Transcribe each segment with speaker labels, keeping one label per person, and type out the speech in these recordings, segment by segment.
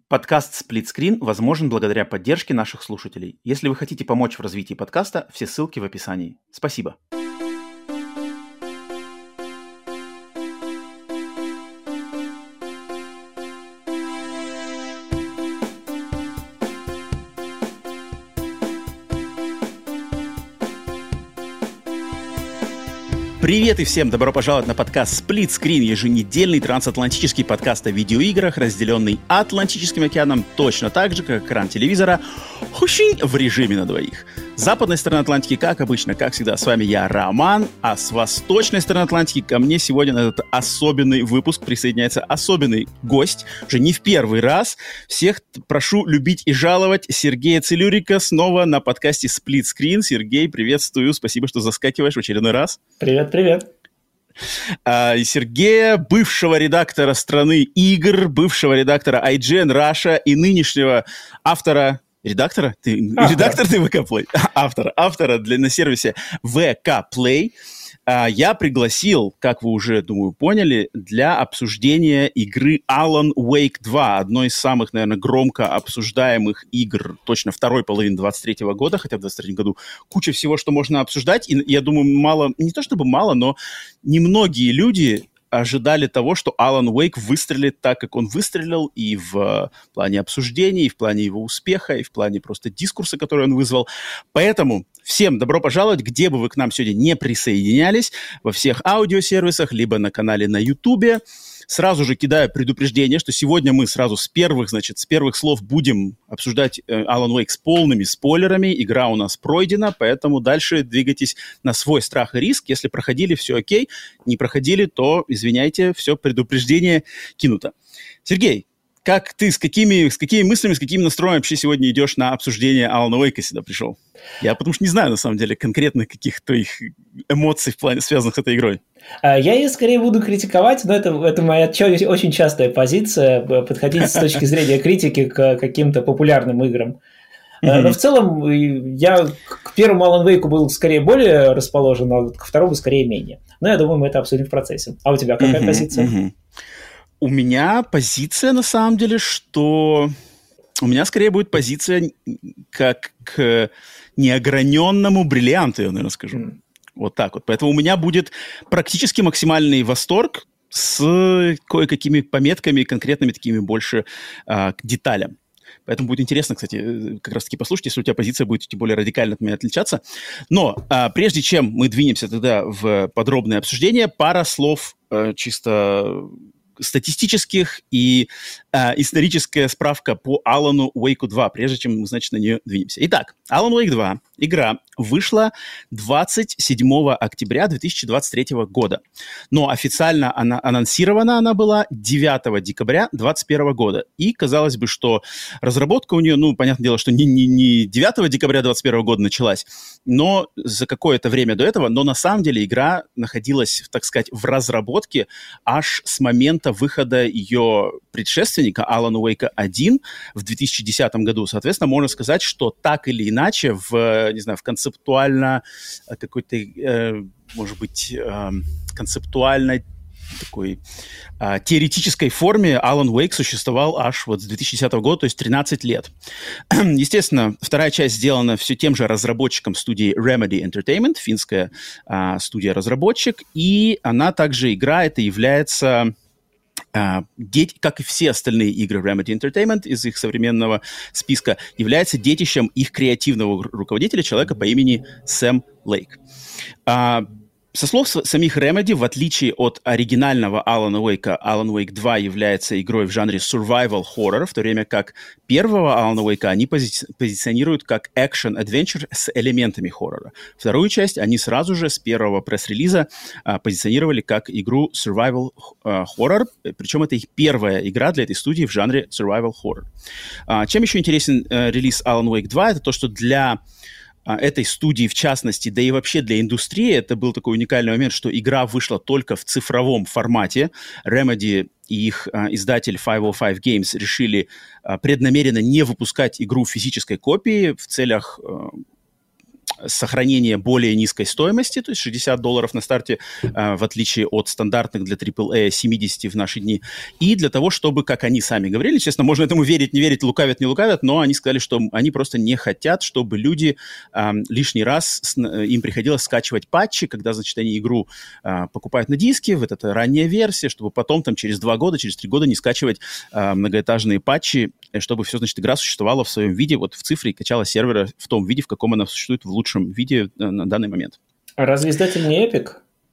Speaker 1: Подкаст Split Screen возможен благодаря поддержке наших слушателей. Если вы хотите помочь в развитии подкаста, все ссылки в описании. Спасибо. Привет и всем добро пожаловать на подкаст Split Screen, еженедельный трансатлантический подкаст о видеоиграх, разделенный Атлантическим океаном точно так же, как экран телевизора, в режиме на двоих. С западной стороны Атлантики, как обычно, как всегда, с вами я, Роман, а с восточной стороны Атлантики ко мне сегодня на этот особенный выпуск присоединяется особенный гость, уже не в первый раз. Всех прошу любить и жаловать Сергея Целюрика снова на подкасте Split Screen. Сергей, приветствую, спасибо, что заскакиваешь в очередной раз.
Speaker 2: Привет.
Speaker 1: Сергея, бывшего редактора «Страны игр», бывшего редактора IGN Russia и нынешнего автора... Редактора? Редактор ты VK Play? Автора на сервисе VK Play. Я пригласил, как вы уже, думаю, поняли, для обсуждения игры Alan Wake 2, одной из самых, наверное, громко обсуждаемых игр точно второй половины 23 года, хотя в 23 году куча всего, что можно обсуждать, и я думаю, не то чтобы мало, но немногие люди ожидали того, что Alan Wake выстрелит так, как он выстрелил, и в плане обсуждений, и в плане его успеха, и в плане просто дискурса, который он вызвал. Поэтому всем добро пожаловать, где бы вы к нам сегодня не присоединялись, во всех аудиосервисах, либо на канале на Ютубе. Сразу же кидаю предупреждение, что сегодня мы сразу с первых слов будем обсуждать Alan Wake с полными спойлерами. Игра у нас пройдена, поэтому дальше двигайтесь на свой страх и риск. Если проходили, все окей. Не проходили, то, извиняйте, все, предупреждение кинуто. Сергей, как ты, с какими мыслями, с каким настроем вообще сегодня идешь на обсуждение Alan Wake сюда пришел? Я потому что не знаю, на самом деле, конкретных каких-то твоих эмоций в плане, связанных с этой игрой.
Speaker 2: Я ее скорее буду критиковать, но это моя очень частая позиция, подходить с точки зрения критики к каким-то популярным играм. Но в целом я к первому Alan Wake'у был скорее более расположен, а ко второму скорее менее. Но я думаю, мы это обсудим в процессе. А у тебя какая позиция?
Speaker 1: У меня позиция, на самом деле, что... У меня скорее будет позиция как к неограненному бриллианту, я, наверное, скажу. Вот так вот. Поэтому у меня будет практически максимальный восторг с кое-какими пометками, конкретными такими больше к деталям. Поэтому будет интересно, кстати, как раз-таки послушать, если у тебя позиция будет чуть более радикально от меня отличаться. Но прежде чем мы двинемся тогда в подробное обсуждение, пара слов чисто статистических и историческая справка по Alan Wake 2, прежде чем мы, значит, на нее двинемся. Итак, Alan Wake 2, игра, вышла 27 октября 2023 года, но официально анонсирована она была 9 декабря 2021 года. И казалось бы, что разработка у нее, понятное дело, что не 9 декабря 2021 года началась, но за какое-то время до этого, но на самом деле игра находилась, так сказать, в разработке аж с момента выхода ее предшественника Alan Wake 1 в 2010 году. Соответственно, можно сказать, что так или иначе в концептуально какой-то, может быть, концептуальной такой теоретической форме Alan Wake существовал аж вот с 2010 года, то есть 13 лет. Естественно, вторая часть сделана все тем же разработчиком студии Remedy Entertainment, финская студия-разработчик, и она также играет и является... как и все остальные игры Remedy Entertainment из их современного списка, является детищем их креативного руководителя, человека по имени Сэм Лейк. Со слов самих Remedy, в отличие от оригинального Alan Wake 2 является игрой в жанре survival horror, в то время как первого Alan Wake они позиционируют как action-adventure с элементами хоррора. Вторую часть они сразу же с первого пресс-релиза позиционировали как игру survival horror, причем это их первая игра для этой студии в жанре survival horror. Чем еще интересен релиз Alan Wake 2, это то, что для этой студии в частности, да и вообще для индустрии, это был такой уникальный момент, что игра вышла только в цифровом формате. Remedy и их издатель 505 Games решили преднамеренно не выпускать игру в физической копии в целях сохранение более низкой стоимости, то есть $60 на старте, в отличие от стандартных для AAA 70 в наши дни. И для того, чтобы, как они сами говорили, честно, можно этому верить, не верить, лукавят, не лукавят, но они сказали, что они просто не хотят, чтобы люди лишний раз им приходилось скачивать патчи, когда, значит, они игру покупают на диске, вот эта ранняя версия, чтобы потом там через 2 года, через 3 года не скачивать многоэтажные патчи, чтобы все, значит, игра существовала в своем виде, вот в цифре, и качала сервера в том виде, в каком она существует в лучшем виде на данный момент.
Speaker 2: А разве издатель не Epic?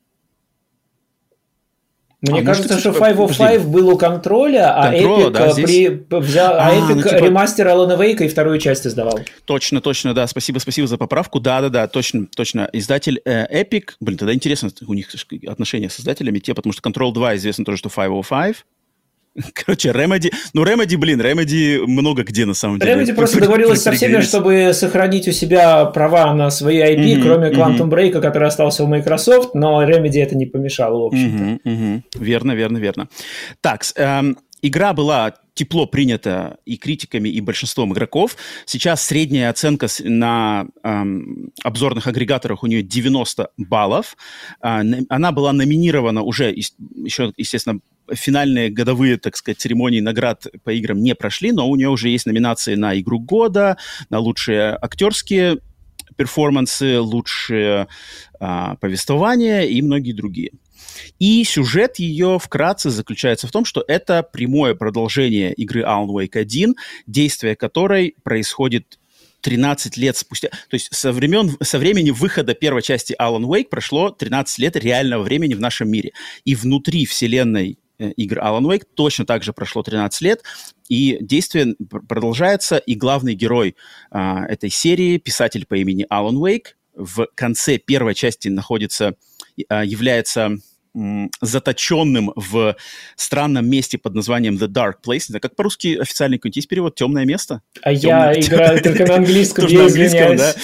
Speaker 2: Мне кажется, что 505 был у контроля, а Epic ремастер Alan Wake и вторую часть издавал.
Speaker 1: Точно, да. Спасибо за поправку. Да, точно. Издатель Epic, тогда интересно, у них отношения с издателями те, потому что Control 2 известно тоже, что 505. Короче, Remedy, Remedy много где на самом деле.
Speaker 2: Remedy просто договорилась со всеми, чтобы сохранить у себя права на свои IP, кроме Quantum Break, который остался у Microsoft, но Remedy это не помешало, в общем-то.
Speaker 1: Верно. Так, игра была тепло принята и критиками, и большинством игроков. Сейчас средняя оценка на обзорных агрегаторах у нее 90 баллов. Она была номинирована уже, еще, естественно, финальные годовые, так сказать, церемонии наград по играм не прошли, но у нее уже есть номинации на игру года, на лучшие актерские перформансы, лучшее повествование и многие другие. И сюжет ее вкратце заключается в том, что это прямое продолжение игры Alan Wake 1, действие которой происходит 13 лет спустя. То есть со времени выхода первой части Alan Wake прошло 13 лет реального времени в нашем мире. И внутри вселенной игр Alan Wake точно так же прошло 13 лет, и действие продолжается, и главный герой этой серии, писатель по имени Alan Wake, в конце первой части является заточенным в странном месте под названием The Dark Place. Не знаю, как по-русски официальный какой-нибудь есть перевод? «Темное место»?
Speaker 2: Я играю только на английском, я извиняюсь.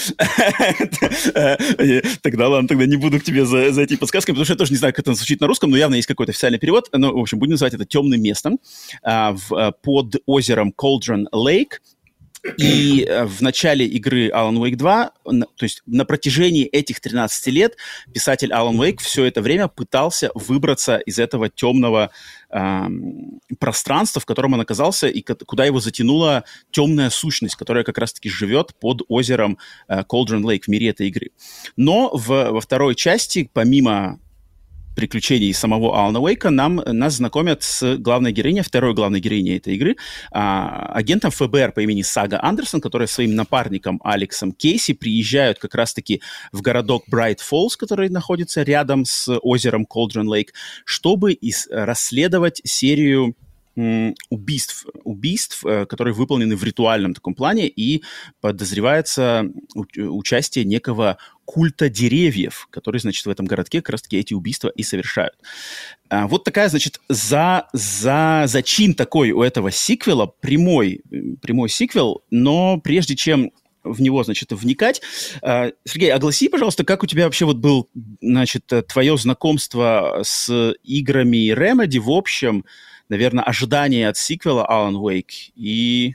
Speaker 1: Тогда ладно, тогда не буду к тебе за эти подсказки, потому что я тоже не знаю, как это звучит на русском, но явно есть какой-то официальный перевод. Но, в общем, будем называть это «темным местом» под озером Cauldron Lake. И в начале игры Alan Wake 2, то есть на протяжении этих 13 лет, писатель Alan Wake все это время пытался выбраться из этого темного пространства, в котором он оказался, и куда его затянула темная сущность, которая как раз-таки живет под озером Cauldron Lake в мире этой игры. Но во второй части, помимо приключений самого Алана Уэйка, нас знакомят с главной героиней, второй главной героиней этой игры, агентом ФБР по имени Сага Андерсон, которая своим напарником Алексом Кейси приезжают как раз-таки в городок Брайт Фоллс, который находится рядом с озером Cauldron Lake, чтобы расследовать серию убийств, которые выполнены в ритуальном таком плане, и подозревается участие некого культа деревьев, который, значит, в этом городке как раз-таки эти убийства и совершают. Вот такая, значит, зачин такой у этого сиквела, прямой сиквел, но прежде чем в него, значит, вникать. Сергей, огласи, пожалуйста, как у тебя вообще вот был, значит, твое знакомство с играми Remedy в общем, наверное, ожидания от сиквела Alan Wake и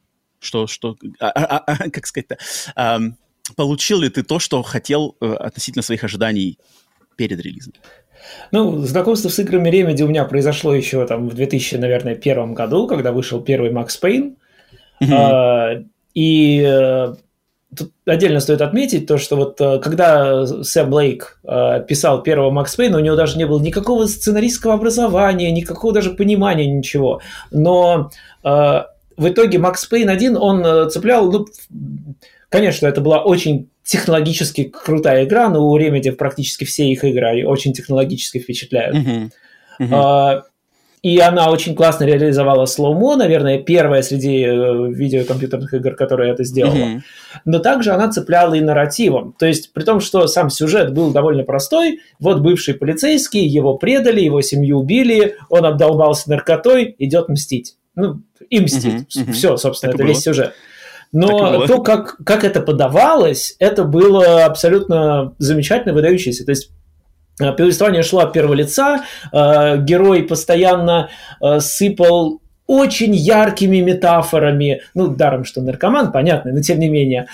Speaker 1: как сказать-то, получил ли ты то, что хотел относительно своих ожиданий перед релизом?
Speaker 2: Ну, знакомство с играми Remedy у меня произошло еще там в 2001 году, когда вышел первый Max Payne. И тут отдельно стоит отметить то, что вот когда Сэм Блейк писал первого Макс Пейна, у него даже не было никакого сценаристского образования, никакого даже понимания, ничего. Но в итоге Макс Пейн 1, он цеплял, конечно, это была очень технологически крутая игра, но у Remedy практически все их игры очень технологически впечатляют. И она очень классно реализовала слоумо, наверное, первая среди видеокомпьютерных игр, которая это сделала. Но также она цепляла и нарративом. То есть, при том, что сам сюжет был довольно простой. Вот бывший полицейский, его предали, его семью убили, он обдолбался наркотой, идет мстить. Ну, и мстить. Все, собственно, это весь сюжет. Но то, как это подавалось, это было абсолютно замечательно, выдающееся. То есть, повествование шло от первого лица, герой постоянно сыпал очень яркими метафорами, ну, даром, что наркоман, понятно, но тем не менее,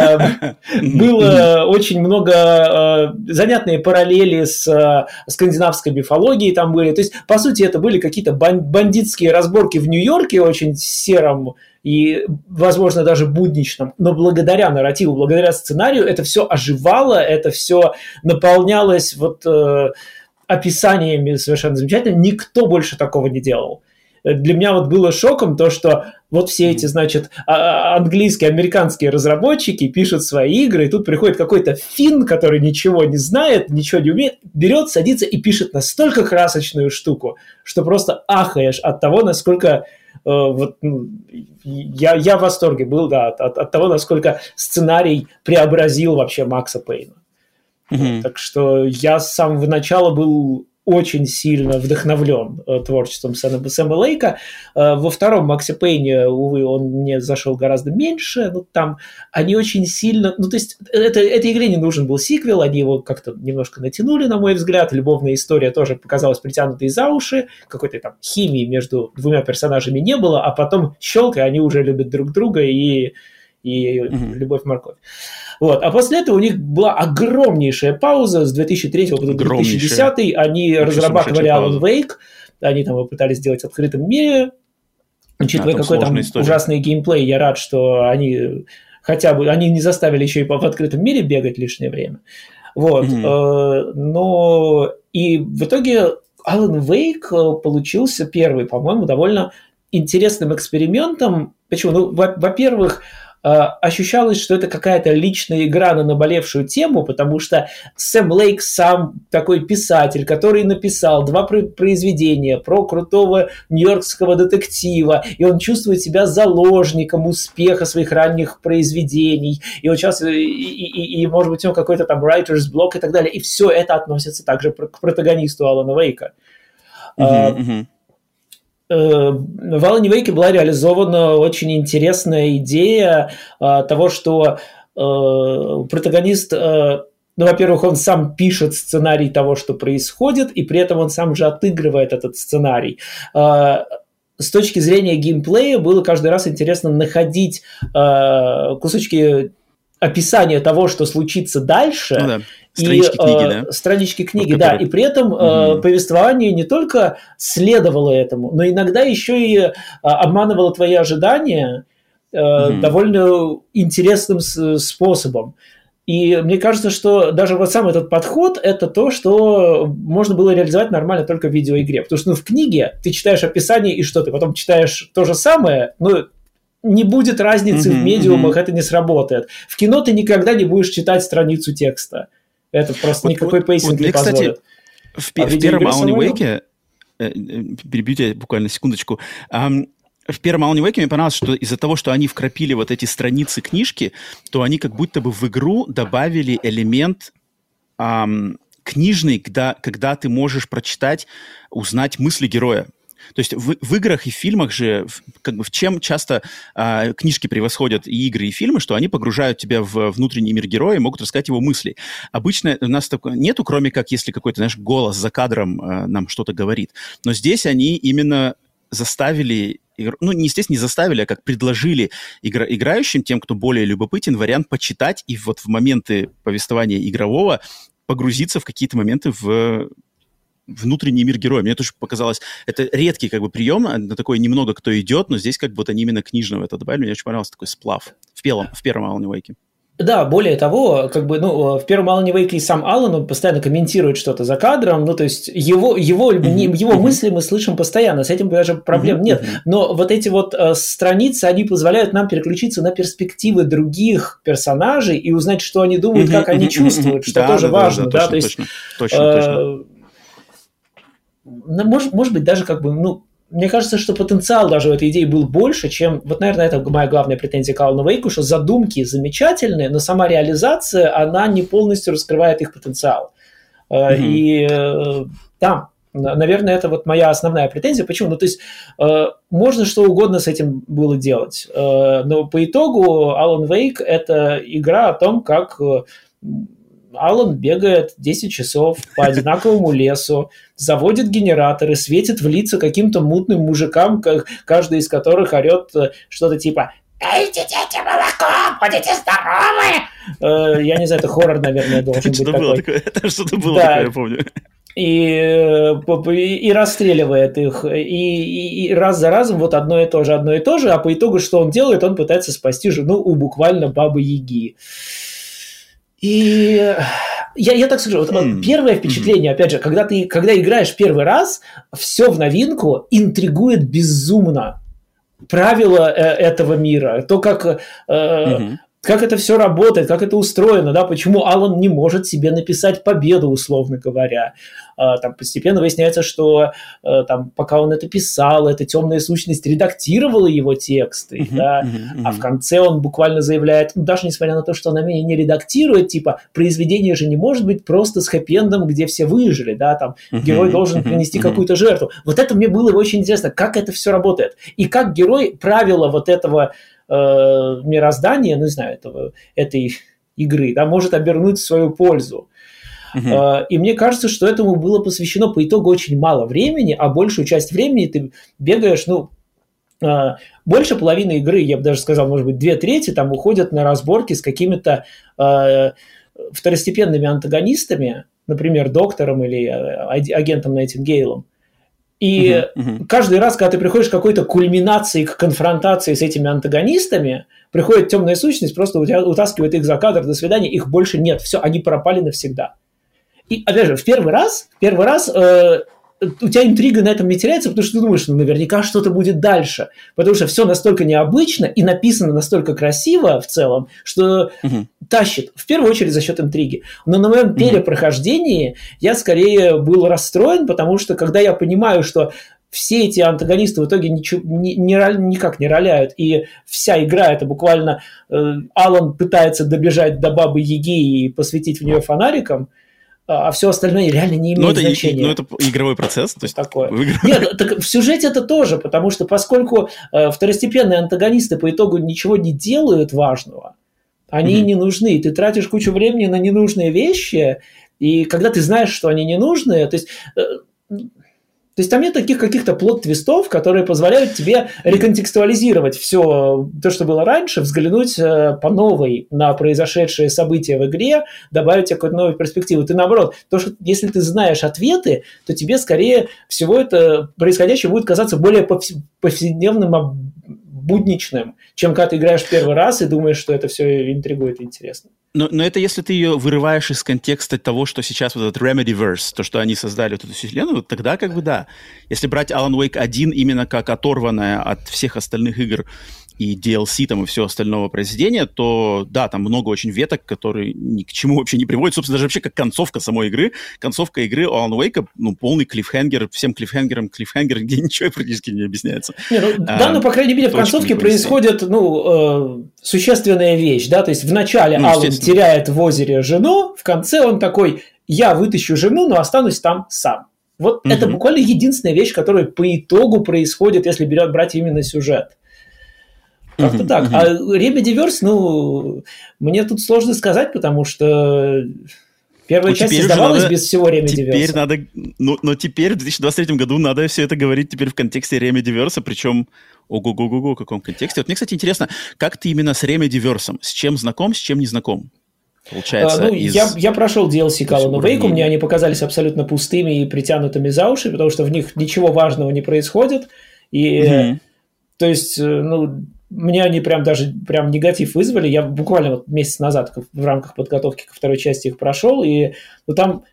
Speaker 2: было очень много занятные параллели с скандинавской мифологией там были, то есть, по сути, это были какие-то бандитские разборки в Нью-Йорке, очень сером и, возможно, даже будничном, но благодаря нарративу, благодаря сценарию это все оживало, это все наполнялось вот описаниями совершенно замечательно, никто больше такого не делал. Для меня вот было шоком то, что вот все эти, значит, английские, американские разработчики пишут свои игры, и тут приходит какой-то финн, который ничего не знает, ничего не умеет, берет, садится и пишет настолько красочную штуку, что просто ахаешь от того, насколько вот, я в восторге был, да, от того, насколько сценарий преобразил вообще Макса Пейна. Так что я с самого начала был очень сильно вдохновлен творчеством Сэма Лейка. Во втором Максе Пейне, увы, он мне зашел гораздо меньше. Ну, там они очень сильно... Ну, то есть, этой игре не нужен был сиквел, они его как-то немножко натянули, на мой взгляд. Любовная история тоже показалась притянутой за уши. Какой-то там химии между двумя персонажами не было, а потом щелк, и они уже любят друг друга, и любовь-морковь. Вот. А после этого у них была огромнейшая пауза с 2003 по 2010. Они разрабатывали Alan Wake, они там его пытались сделать в открытом мире. Учитывая, какой там ужасный геймплей, я рад, что они хотя бы, они не заставили еще и в открытом мире бегать лишнее время. Вот. Но и в итоге Alan Wake получился первый, по-моему, довольно интересным экспериментом. Почему? Ну, во-первых, ощущалось, что это какая-то личная игра на наболевшую тему, потому что Сэм Лейк сам такой писатель, который написал 2 произведения про крутого нью-йоркского детектива, и он чувствует себя заложником успеха своих ранних произведений, и он сейчас, и может быть, у него какой-то там writer's block и так далее, и все это относится также к протагонисту Алана Вейка. В Алане Вейке была реализована очень интересная идея того, что протагонист, ну, во-первых, он сам пишет сценарий того, что происходит, и при этом он сам же отыгрывает этот сценарий. С точки зрения геймплея было каждый раз интересно находить кусочки описания того, что случится дальше.
Speaker 1: Ну да. Странички книги, да?
Speaker 2: Странички книги, да. И при этом повествование не только следовало этому, но иногда еще и обманывало твои ожидания довольно интересным способом. И мне кажется, что даже вот сам этот подход – это то, что можно было реализовать нормально только в видеоигре. Потому что в книге ты читаешь описание, и что ты потом читаешь то же самое, но не будет разницы в медиумах, это не сработает. В кино ты никогда не будешь читать страницу текста. Это просто никакой пейсинг не позволит.
Speaker 1: Кстати, в первом Alan Wake, перебью тебя буквально секундочку, в первом Alan Wake мне понравилось, что из-за того, что они вкрапили вот эти страницы книжки, то они как будто бы в игру добавили элемент книжный, когда ты можешь прочитать, узнать мысли героя. То есть в играх и фильмах же, как бы в чем часто книжки превосходят и игры, и фильмы, что они погружают тебя в внутренний мир героя и могут рассказать его мысли. Обычно у нас такого нету, кроме как если какой-то, знаешь, голос за кадром нам что-то говорит. Но здесь они именно заставили, ну, естественно, не заставили, а как предложили играющим, тем, кто более любопытен, вариант почитать и вот в моменты повествования игрового погрузиться в какие-то моменты в внутренний мир героя. Мне тоже показалось, это редкий как бы прием, на такой немного кто идет, но здесь как бы вот они именно книжного это добавили. Мне очень понравился такой сплав в первом Алане Вейке. Да, более того, как бы, ну, в первом Алане Вейке и сам Алан, он постоянно комментирует что-то за кадром, ну, то есть его мысли мы слышим постоянно, с этим даже проблем нет. Но вот эти вот страницы, они позволяют нам переключиться на перспективы других персонажей и узнать, что они думают, как они чувствуют, что тоже важно. Да, точно. Может быть, даже как бы, ну, мне кажется, что потенциал даже у этой идеи был больше, чем, вот, наверное, это моя главная претензия к Алану Вейку, что задумки замечательные, но сама реализация, она не полностью раскрывает их потенциал. И да, наверное, это вот моя основная претензия. Почему? Ну, то есть, можно что угодно с этим было делать, но по итогу Alan Wake – это игра о том, как
Speaker 2: Алан бегает 10 часов по одинаковому лесу, заводит генераторы, светит в лица каким-то мутным мужикам, каждый из которых орет что-то типа «Пейте дети молоко, будете здоровы!» Я не знаю, это хоррор, наверное, должен быть такой.
Speaker 1: Это что-то было такое, я помню.
Speaker 2: И расстреливает их, и раз за разом вот одно и то же, а по итогу что он делает? Он пытается спасти жену у буквально Бабы-Яги. И я так скажу, вот первое впечатление, опять же, когда играешь первый раз, все в новинку интригует безумно. Правила этого мира, то, как это все работает, как это устроено, да, почему Алан не может себе написать победу, условно говоря. Там постепенно выясняется, что там, пока он это писал, эта темная сущность редактировала его тексты, да, а в конце он буквально заявляет, даже несмотря на то, что она меня не редактирует, типа, произведение же не может быть просто с хэппи-эндом, где все выжили, да, там, герой должен принести какую-то жертву. Вот это мне было очень интересно, как это все работает, и как герой правила вот этого мироздания, ну, не знаю, этой игры, да, может обернуть в свою пользу. И мне кажется, что этому было посвящено по итогу очень мало времени, а большую часть времени ты бегаешь, больше половины игры, я бы даже сказал, может быть, 2/3 там уходят на разборки с какими-то второстепенными антагонистами, например, доктором или агентом Найтингейлом. И каждый раз, когда ты приходишь к какой-то кульминации, к конфронтации с этими антагонистами, приходит темная сущность, просто утаскивает их за кадр, до свидания, их больше нет, все, они пропали навсегда. И, опять же, в первый раз у тебя интрига на этом не теряется, потому что ты думаешь, наверняка что-то будет дальше. Потому что все настолько необычно и написано настолько красиво в целом, что тащит, в первую очередь за счет интриги. Но на моем перепрохождении я скорее был расстроен, потому что когда я понимаю, что все эти антагонисты в итоге никак не роляют, и вся игра это буквально Алан пытается добежать до Бабы-Яги и посветить в нее фонариком, а все остальное реально не имеет значения.
Speaker 1: Это игровой процесс. То есть
Speaker 2: такое. Нет, так в сюжете это тоже, потому что поскольку второстепенные антагонисты по итогу ничего не делают важного, они не нужны, ты тратишь кучу времени на ненужные вещи, и когда ты знаешь, что они ненужные, то есть там нет таких каких-то плот-твистов, которые позволяют тебе реконтекстуализировать все то, что было раньше, взглянуть по новой на произошедшие события в игре, добавить какую-то новую перспективу. Ты наоборот, если ты знаешь ответы, то тебе скорее всего это происходящее будет казаться более повседневным, будничным, чем когда ты играешь первый раз и думаешь, что это все интригует и интересно.
Speaker 1: Но это если ты ее вырываешь из контекста того, что сейчас вот этот Remedyverse, то, что они создали вот эту вселенную, вот тогда как бы да. Если брать Alan Wake 1 именно как оторванное от всех остальных игр и DLC там и всего остального произведения, то да, там много очень веток, которые ни к чему вообще не приводят. Собственно, даже вообще как концовка самой игры. Концовка игры Alan Wake, полный клиффхенгер, всем клиффхенгер, где ничего практически не объясняется.
Speaker 2: Но, по крайней мере, в концовке происходит, существенная вещь, да, то есть в начале Алан теряет в озере жену, в конце он такой, я вытащу жену, но останусь там сам. Вот это буквально единственная вещь, которая по итогу происходит, если брать именно сюжет. Как-то так. А Remedyverse, мне тут сложно сказать, потому что первая часть создавалась без всего Remedyverse.
Speaker 1: Теперь надо, но теперь в 2023 году надо все это говорить теперь в контексте Remedyverse, причем ого-го-го-го, в каком контексте. Вот мне, кстати, интересно, как ты именно с Remedyverse, с чем знаком, с чем не знаком? Получается,
Speaker 2: я прошел DLC к Alan Wake, мне они показались абсолютно пустыми и притянутыми за уши, потому что в них ничего важного не происходит. И, то есть, мне они прям негатив вызвали. Я буквально месяц назад в рамках подготовки ко второй части их прошел, и там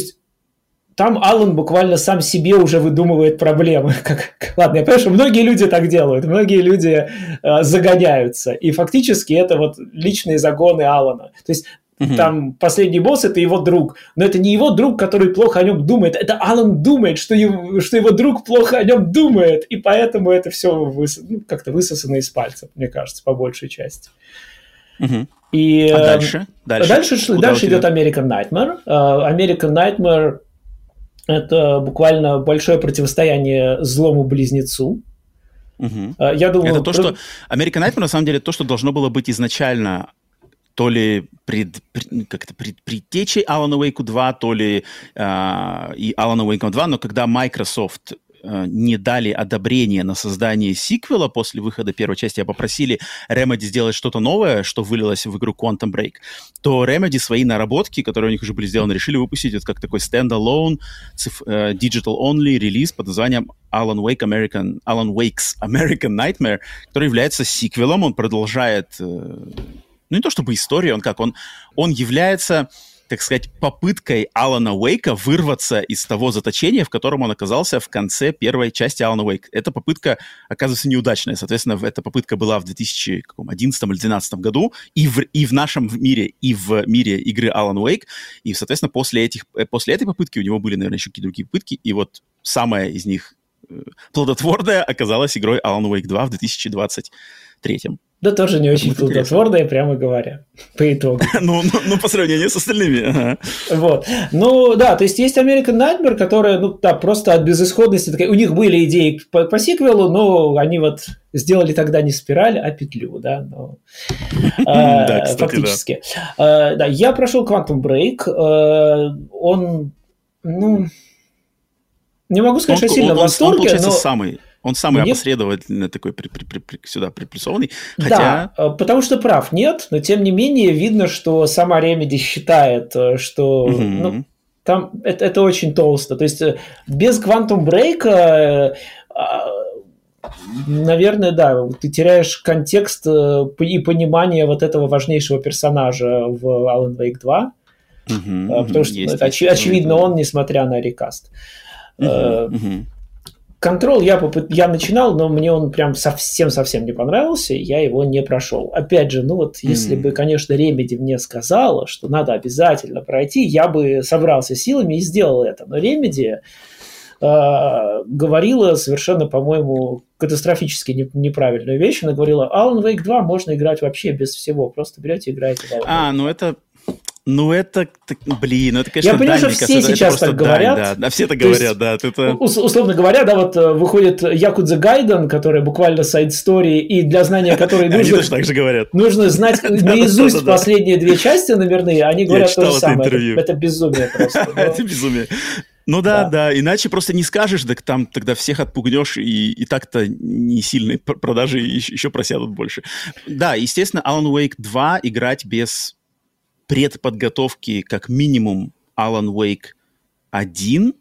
Speaker 2: Алан буквально сам себе уже выдумывает проблемы. Ладно, я понимаю, что многие люди так делают, многие люди загоняются, и фактически это вот личные загоны Алана. То есть там последний босс – это его друг, но это не его друг, который плохо о нем думает, это Алан думает, что его друг плохо о нем думает, и поэтому это все как-то высосано из пальцев, мне кажется, по большей части. И,
Speaker 1: дальше?
Speaker 2: Дальше идет American Nightmare. American Nightmare – это буквально большое противостояние злому-близнецу. Я думаю,
Speaker 1: это то, что American Nightmare, на самом деле, то, что должно было быть изначально то ли предтечей Alan Wake 2, то ли и Alan Wake 2, но когда Microsoft не дали одобрения на создание сиквела после выхода первой части, а попросили Remedy сделать что-то новое, что вылилось в игру Quantum Break, то Remedy свои наработки, которые у них уже были сделаны, решили выпустить это как такой standalone, digital-only релиз под названием Alan Wake's American Nightmare, который является сиквелом, он продолжает, ну не то чтобы историю, он является, так сказать, попыткой Алана Уэйка вырваться из того заточения, в котором он оказался в конце первой части Алана Уэйк. Эта попытка оказывается неудачной. Соответственно, эта попытка была в 2011 или 2012 году и в нашем мире, и в мире игры Алан Уэйк. И, соответственно, после этой попытки у него были, наверное, еще какие-то другие попытки. И вот самая из них плодотворная оказалась игрой Алан Уэйк 2 в 2023.
Speaker 2: Да тоже не очень плодотворная, прямо говоря, по итогу.
Speaker 1: Ну, по сравнению с остальными.
Speaker 2: Вот. Ну, да, то есть American Nightmare, которая, ну, да, просто от безысходности, у них были идеи по сиквелу, но они вот сделали тогда не спираль, а петлю, да, фактически. Да, я прошел Quantum Break, он, ну, не могу сказать, что сильно в восторге, но...
Speaker 1: Он самый опосредованно такой сюда приплюсованный. Хотя...
Speaker 2: Да, потому что прав нет, но тем не менее видно, что сама Remedy считает, что ну, там это очень толсто. То есть без Quantum Break, наверное, да, ты теряешь контекст и понимание вот этого важнейшего персонажа в Alan Wake 2, потому что это очевидно он, несмотря на рекаст. Control я начинал, но мне он прям совсем не понравился, и я его не прошел. Опять же, ну вот если бы, конечно, Remedy мне сказала, что надо обязательно пройти, я бы собрался силами и сделал это. Но Remedy говорила совершенно, по-моему, катастрофически неправильную вещь. Она говорила, Alan Wake 2 можно играть вообще без всего, просто берете и играете в Alan Wake.
Speaker 1: Ну это, блин, это, конечно,
Speaker 2: я понимаю, что все сейчас так говорят.
Speaker 1: Да, все так говорят, да.
Speaker 2: Условно говоря, да, вот выходит Yakuza Gaiden, которая буквально сайд-стори, и для знания которой нужно знать наизусть последние две части номерные, они говорят то же самое. Это безумие просто.
Speaker 1: Это безумие. Ну да, иначе просто не скажешь, так там тогда всех отпугнешь, и так-то не сильные продажи еще просядут больше. Да, естественно, Alan Wake 2 играть без предподготовки как минимум Alan Wake 1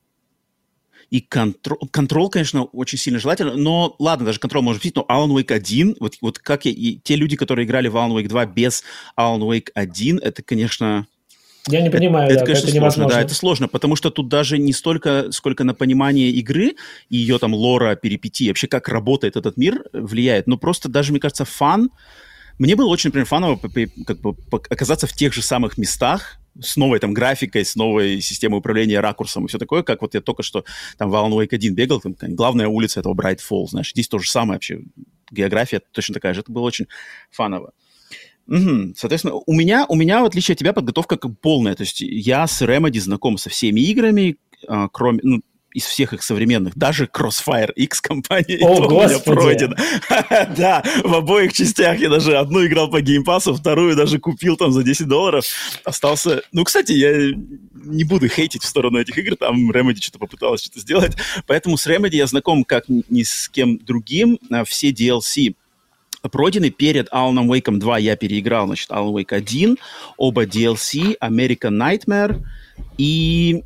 Speaker 1: и Control, конечно, очень сильно желательно, но ладно, даже Control может быть, но Alan Wake 1, вот как те люди, которые играли в Alan Wake 2 без Alan Wake 1, это, конечно...
Speaker 2: Я не понимаю,
Speaker 1: это, конечно,
Speaker 2: это
Speaker 1: сложно,
Speaker 2: невозможно.
Speaker 1: Да, это сложно, потому что тут даже не столько, сколько на понимание игры и ее там лора, перипетии, вообще как работает этот мир влияет, но просто даже, мне кажется, фан. Мне было очень, например, фаново как бы оказаться в тех же самых местах с новой там графикой, с новой системой управления ракурсом и все такое, как вот я только что там в Alan Wake 1 бегал, там главная улица этого Bright Falls, знаешь, здесь то же самое вообще, география точно такая же, это было очень фаново. Соответственно, у меня, в отличие от тебя, подготовка как полная, то есть я с Remedy знаком со всеми играми, кроме... из всех их современных, даже Crossfire X компании,
Speaker 2: у меня
Speaker 1: пройдено. Да, в обоих частях я даже одну играл по геймпассу, вторую даже купил там за $10. Остался... Ну, кстати, я не буду хейтить в сторону этих игр, там Remedy что-то попыталась что-то сделать, поэтому с Remedy я знаком как ни с кем другим. Все DLC пройдены. Перед Alan Wake 2 я переиграл, значит, Alan Wake 1, оба DLC, American Nightmare и...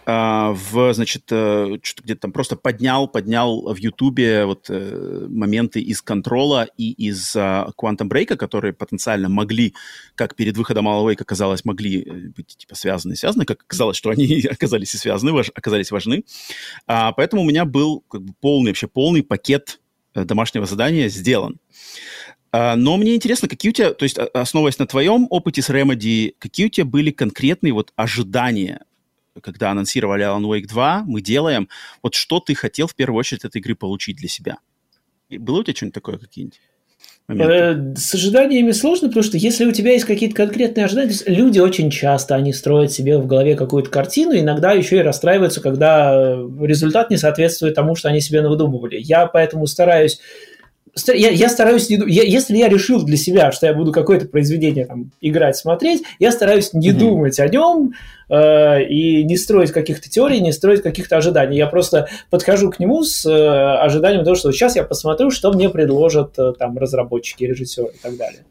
Speaker 1: значит, что-то где-то там просто поднял в Ютубе вот моменты из Контрола и из Quantum Break, которые потенциально могли, как перед выходом Alan Wake оказалось, могли быть типа связаны, как оказалось, что они оказались и связаны, оказались важны. Поэтому у меня был как бы полный пакет домашнего задания сделан. Но мне интересно, какие у тебя, то есть основываясь на твоем опыте с Remedy, какие у тебя были конкретные вот ожидания, когда анонсировали Alan Wake 2, мы делаем, вот что ты хотел в первую очередь от этой игры получить для себя? И было у тебя что-нибудь такое, какие-нибудь моменты?
Speaker 2: С ожиданиями сложно, потому что если у тебя есть какие-то конкретные ожидания, то есть люди очень часто, они строят себе в голове какую-то картину, иногда еще и расстраиваются, когда результат не соответствует тому, что они себе навыдумывали. Я поэтому стараюсь Я стараюсь не думать. Если я решил для себя, что я буду какое-то произведение там, играть, смотреть, я стараюсь не думать о нем и не строить каких-то теорий, не строить каких-то ожиданий. Я просто подхожу к нему с ожиданием того, что сейчас я посмотрю, что мне предложат там разработчики, режиссеры и так далее.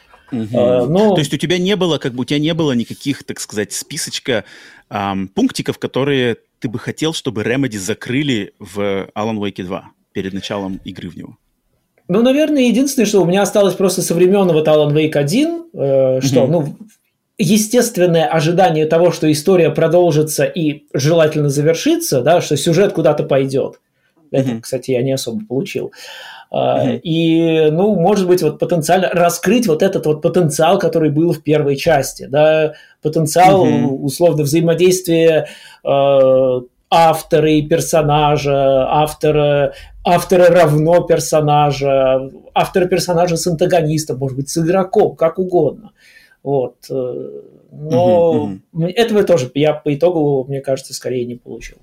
Speaker 1: То есть у тебя не было, никаких, так сказать, списочка пунктиков, которые ты бы хотел, чтобы Remedy закрыли в Alan Wake 2 перед началом игры в него?
Speaker 2: Ну, наверное, единственное, что у меня осталось просто со времен вот Alan Wake 1, что, естественное ожидание того, что история продолжится и желательно завершится, да, что сюжет куда-то пойдет. Это, кстати, я не особо получил. И, может быть, вот потенциально раскрыть вот этот вот потенциал, который был в первой части, да, потенциал, условно, взаимодействия автора и персонажа, автора равно персонажа, автора персонажа с антагонистом, может быть, с игроком, как угодно. Вот. Но этого тоже я по итогу, мне кажется, скорее не получил.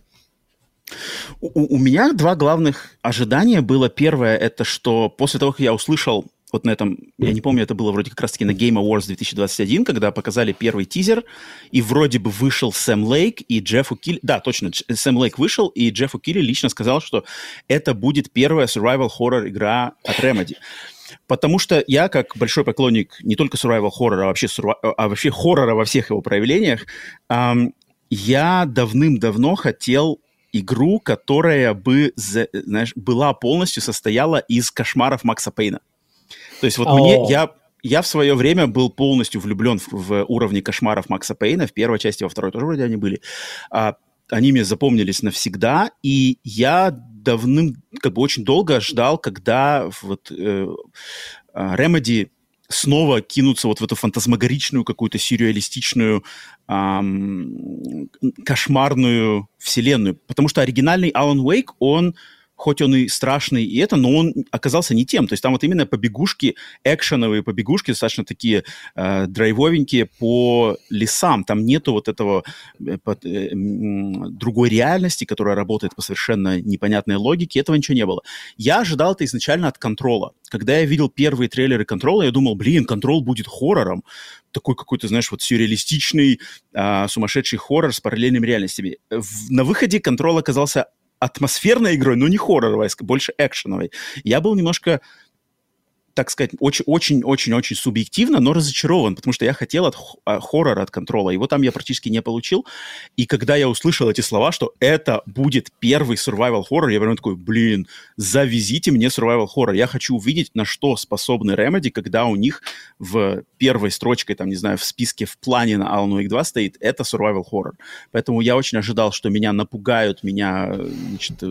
Speaker 1: У меня два главных ожидания было. Первое, это что после того, как я услышал вот на этом, я не помню, это было вроде как раз-таки на Game Awards 2021, когда показали первый тизер, и вроде бы вышел Сэм Лейк и Джеффу Килли. Да, точно, Сэм Лейк вышел, и Джеффу Килли лично сказал, что это будет первая survival horror игра от Remedy. Потому что я, как большой поклонник не только survival horror, а вообще хоррора во всех его проявлениях, я давным-давно хотел игру, которая бы, знаешь, была полностью состояла из кошмаров Макса Пейна. То есть вот я в свое время был полностью влюблен в уровни кошмаров Макса Пейна, в первой части, во второй тоже вроде они были. Они мне запомнились навсегда, и я очень долго ждал, когда вот Remedy снова кинуться вот в эту фантасмагоричную, какую-то сюрреалистичную, кошмарную вселенную. Потому что оригинальный Alan Wake, хоть он и страшный, но он оказался не тем. То есть там вот именно побегушки, экшеновые побегушки, достаточно такие драйвовенькие по лесам. Там нету вот этого другой реальности, которая работает по совершенно непонятной логике. Этого ничего не было. Я ожидал это изначально от Контрола. Когда я видел первые трейлеры Контрола, я думал, Контрол будет хоррором. Такой какой-то, знаешь, вот сюрреалистичный, сумасшедший хоррор с параллельными реальностями. На выходе Контрол оказался атмосферной игрой, но не хорроровой, больше экшеновой. Я был немножко, так сказать, очень-очень-очень субъективно, но разочарован, потому что я хотел от хоррора, от Контрола. Его там я практически не получил. И когда я услышал эти слова, что это будет первый survival horror, я прям такой, завезите мне survival horror. Я хочу увидеть, на что способны Remedy, когда у них в первой строчке, там, не знаю, в списке, в плане на Alan Wake 2 стоит это survival horror. Поэтому я очень ожидал, что меня напугают, значит,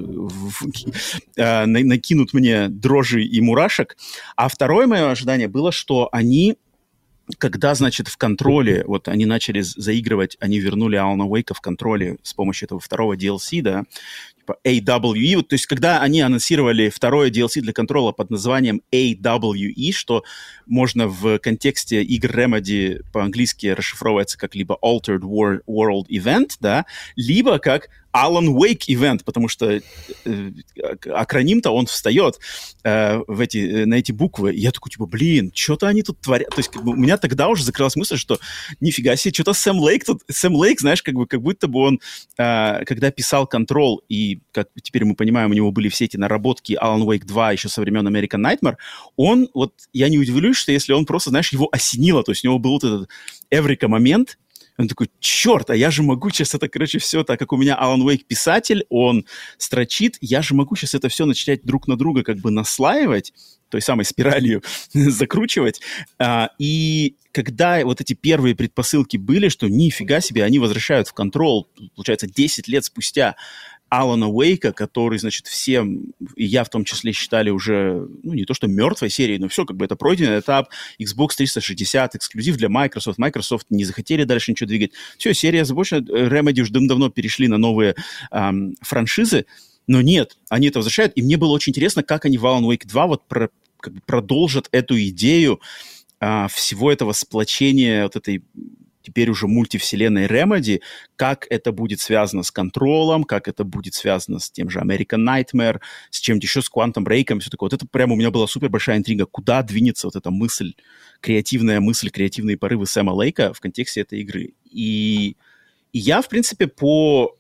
Speaker 1: накинут мне дрожи и мурашек. А второе мое ожидание было, что они, когда, значит, в Контроле, вот они начали заигрывать, они вернули Алана Уэйка в Контроле с помощью этого второго DLC, да, типа AWE, вот, то есть когда они анонсировали второе DLC для Контрола под названием AWE, что можно в контексте игр Remedy по-английски расшифровывается как либо Altered World Event, да, либо как Alan Wake Event, потому что акроним-то он встает на эти буквы. И я такой, типа, что-то они тут творят. То есть у меня тогда уже закрылась мысль, что нифига себе, что-то Сэм Лейк, знаешь, как будто бы он, когда писал Control, и, как теперь мы понимаем, у него были все эти наработки Alan Wake 2 еще со времен American Nightmare, я не удивлюсь, что если он просто, знаешь, его осенило, то есть у него был вот этот эврика-момент. Он такой, черт, а я же могу сейчас это, все, так как у меня Alan Wake писатель, он строчит, я же могу сейчас это все начать друг на друга как бы наслаивать, той самой спиралью закручивать. И когда вот эти первые предпосылки были, что нифига себе, они возвращают в Control, получается, 10 лет спустя, Алана Уэйка, который, значит, все, и я в том числе, считали уже, не то что мертвой серией, но все, как бы это пройденный этап, Xbox 360, эксклюзив для Microsoft, Microsoft не захотели дальше ничего двигать. Все, серия забочена, Remedy уже давно перешли на новые франшизы, но нет, они это возвращают, и мне было очень интересно, как они в Alan Wake 2 продолжат эту идею всего этого сплочения, вот этой теперь уже мультивселенной Remedy, как это будет связано с Контролом, как это будет связано с тем же American Nightmare, с чем-то еще, с Quantum Break, все такое. Вот это прямо у меня была супер большая интрига, куда двинется вот эта мысль, креативные порывы Сэма Лейка в контексте этой игры. И я, в принципе, по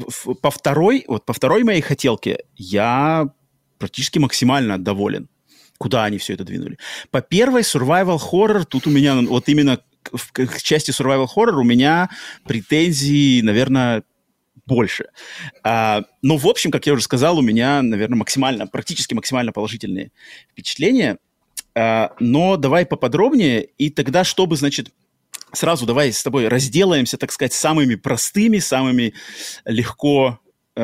Speaker 1: второй моей хотелке я практически максимально доволен, куда они все это двинули. По первой survival horror, тут у меня вот именно к части survival horror у меня претензий, наверное, больше. Но, в общем, как я уже сказал, у меня, наверное, практически максимально положительные впечатления. Но давай поподробнее, и тогда, чтобы, значит, сразу давай с тобой разделаемся, так сказать, самыми простыми, самыми легко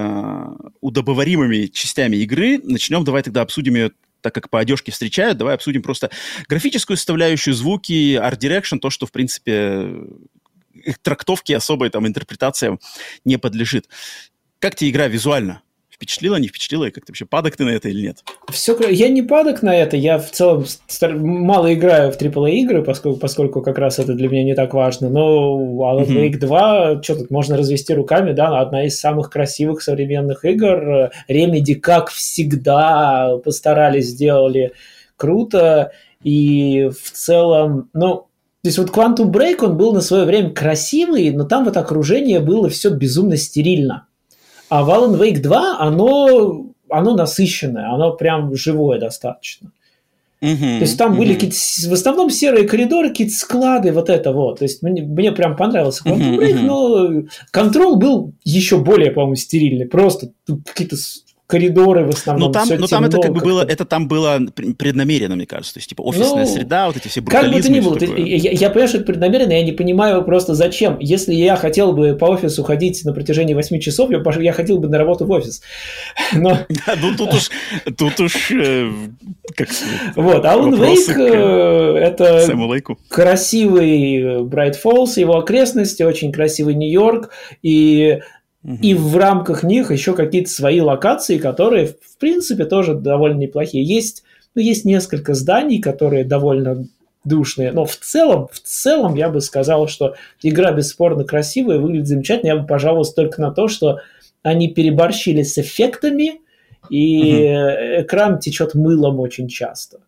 Speaker 1: удобоваримыми частями игры. Начнем, давай тогда обсудим ее, так как по одежке встречают, давай обсудим просто графическую составляющую, звуки, арт-дирекшн, то, что, в принципе, их трактовке особой там интерпретациям не подлежит. Как тебе игра визуально? Впечатлила, не впечатлила? И как ты вообще, падок ты на это или нет?
Speaker 2: Я не падок на это, я в целом мало играю в AAA игры, поскольку как раз это для меня не так важно, но Alan Wake 2, что тут можно развести руками, да, одна из самых красивых современных игр. Remedy, как всегда, постарались, сделали круто, и в целом, то есть вот Quantum Break, он был на свое время красивый, но там вот окружение было все безумно стерильно. А в Alan Wake 2 оно насыщенное, оно прям живое достаточно. То есть там были какие-то, в основном серые коридоры, какие-то склады, вот это вот. То есть мне прям понравился Quantum Break, но Control был еще более, по-моему, стерильный. Просто какие-то коридоры в основном.
Speaker 1: Но там это как бы было, это там было преднамеренно, мне кажется. То есть, типа, офисная среда, вот эти все брутализмы.
Speaker 2: Как бы то ни было, я понимаю, что это преднамеренно, я не понимаю просто зачем. Если я хотел бы по офису ходить на протяжении 8 часов, я ходил бы на работу в офис. Но...
Speaker 1: Тут уж как сказать.
Speaker 2: Вот, Alan Wake это красивый Bright Falls, его окрестности, очень красивый Нью-Йорк, и в рамках них еще какие-то свои локации, которые, в принципе, тоже довольно неплохие. Есть несколько зданий, которые довольно душные, но в целом я бы сказал, что игра бесспорно красивая, выглядит замечательно. Я бы пожаловался только на то, что они переборщили с эффектами, и экран течет мылом очень часто.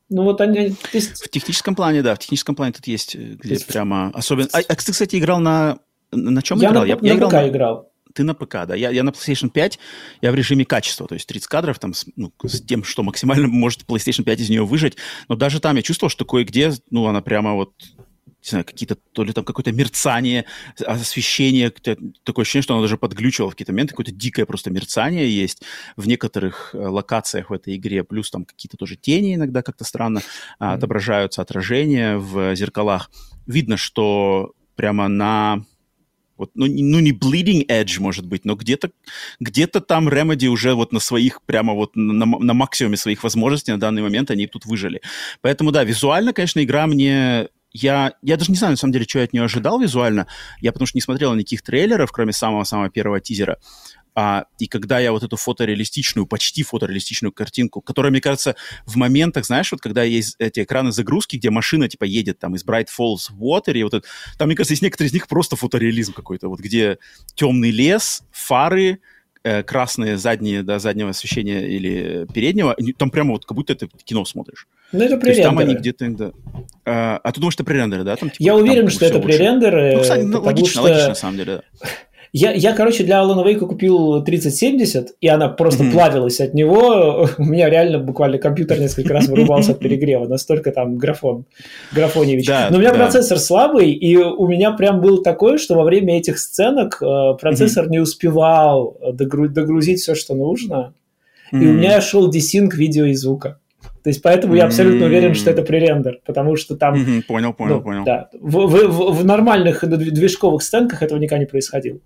Speaker 1: В техническом плане, да, тут есть где прямо особенно... А ты, кстати, играл на чем играл?
Speaker 2: Я на ПК играл.
Speaker 1: Ты на ПК, да. Я на PlayStation 5, я в режиме качества, то есть 30 кадров там с тем, что максимально может PlayStation 5 из нее выжать. Но даже там я чувствовал, что кое-где, она прямо вот, не знаю, какие-то, то ли там какое-то мерцание, освещение, такое ощущение, что она даже подглючивала в какие-то моменты, какое-то дикое просто мерцание есть в некоторых локациях в этой игре, плюс там какие-то тоже тени иногда как-то странно отображаются, отражения в зеркалах. Видно, что прямо на... Вот, не bleeding edge, может быть, но где-то там Remedy уже вот на своих, прямо вот на максимуме своих возможностей на данный момент они тут выжили. Поэтому, да, визуально, конечно, игра мне... Я даже не знаю, на самом деле, что я от нее ожидал визуально. Я потому что не смотрел никаких трейлеров, кроме самого-самого первого тизера. И когда я вот эту почти фотореалистичную картинку, которая, мне кажется, в моментах, знаешь, вот когда есть эти экраны загрузки, где машина, типа, едет там из Bright Falls в Water, и вот это, там, мне кажется, есть некоторые из них просто фотореализм какой-то, вот где темный лес, фары, красные заднего освещения или переднего, там прямо вот как будто это кино смотришь.
Speaker 2: Это пререндеры.
Speaker 1: Там они где-то... Да. А ты думаешь, это пререндеры, да? Там, типа,
Speaker 2: я уверен, что это пререндеры.
Speaker 1: Кстати, логично, на самом деле, да.
Speaker 2: Я, короче, для Alan Wake купил 3070, и она просто плавилась от него. У меня реально буквально компьютер несколько раз вырубался от перегрева. Настолько там графоневич. Но у меня процессор слабый, и у меня прям было такое, что во время этих сценок процессор не успевал догрузить все, что нужно. И у меня шел десинк видео и звука. То есть, поэтому я абсолютно уверен, что это пререндер, потому что там...
Speaker 1: Понял.
Speaker 2: Да, в нормальных движковых сценках этого никогда не происходило.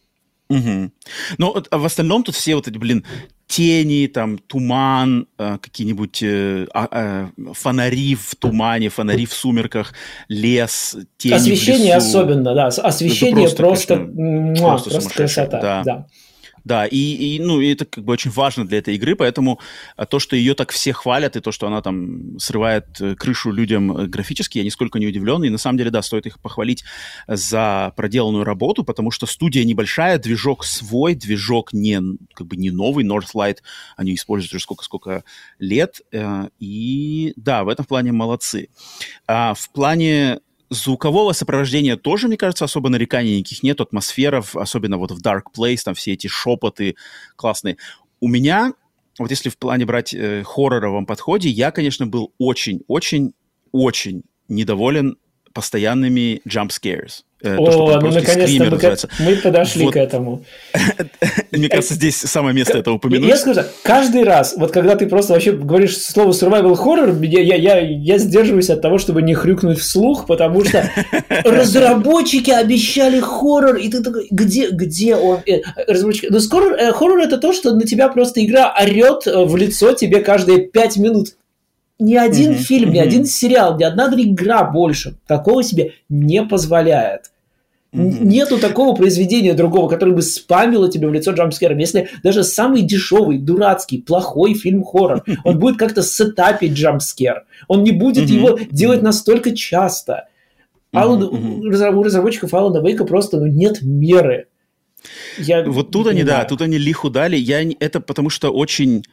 Speaker 1: Но в остальном тут все вот эти, тени, там, туман, какие-нибудь фонари в тумане, фонари в сумерках, лес, тени
Speaker 2: освещение
Speaker 1: в лесу.
Speaker 2: Особенно, да. Освещение просто красота.
Speaker 1: Да. Да, ну, и это как бы очень важно для этой игры, поэтому то, что ее так все хвалят, и то, что она там срывает крышу людям графически, я нисколько не удивлен. И на самом деле, да, стоит их похвалить за проделанную работу, потому что студия небольшая, движок свой, движок не, как бы не новый, Northlight, они используют уже сколько лет. И да, в этом плане молодцы. А в плане звукового сопровождения тоже, мне кажется, особо нареканий никаких нет. Атмосфера, особенно вот в Dark Place, там все эти шепоты классные. У меня, вот если в плане брать хорроровом подходе, я, конечно, был очень-очень-очень недоволен постоянными jump scares.
Speaker 2: То, что ну наконец-то мы подошли к этому.
Speaker 1: Мне кажется, здесь самое место это упомянуть.
Speaker 2: Я скажу, каждый раз, вот когда ты просто вообще говоришь слово survival horror, я сдерживаюсь от того, чтобы не хрюкнуть вслух, потому что разработчики обещали хоррор, и ты такой, где он? Разработчики. Но хоррор это то, что на тебя просто игра орет в лицо тебе каждые 5 минут. Ни один фильм, ни один сериал, ни одна игра больше такого себе не позволяет. Нету такого произведения другого, которое бы спамило тебе в лицо джампскером. Если даже самый дешевый, дурацкий, плохой фильм-хоррор, он будет как-то сетапить джампскер. Он не будет его делать настолько часто. У разработчиков Alan Wake просто нет меры.
Speaker 1: Вот тут они, да, тут они лиху дали. Это потому что очень...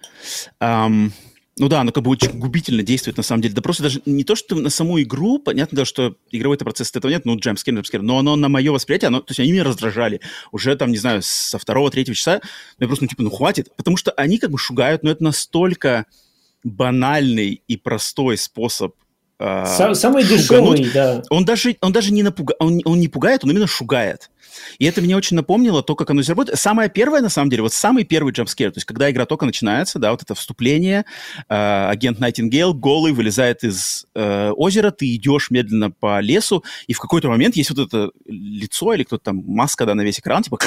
Speaker 1: Ну да, оно как бы очень губительно действует, на самом деле. Да просто даже не то, что на саму игру, понятно, да, что игровой-то процесс этого нет, ну, джемпскер, но оно на мое восприятие, то есть они меня раздражали. Уже там, не знаю, со 2-3 часа, я просто, хватит. Потому что они как бы шугают, но это настолько банальный и простой способ
Speaker 2: самый дешевый, да.
Speaker 1: Он даже не он не пугает, он именно шугает. И это меня очень напомнило то, как оно здесь работает. Самое первое, на самом деле, вот самый первый джампскер, то есть когда игра только начинается, да, вот это вступление, агент Найтингейл голый вылезает из озера, ты идешь медленно по лесу, и в какой-то момент есть вот это лицо или кто-то там, маска, да, на весь экран, типа...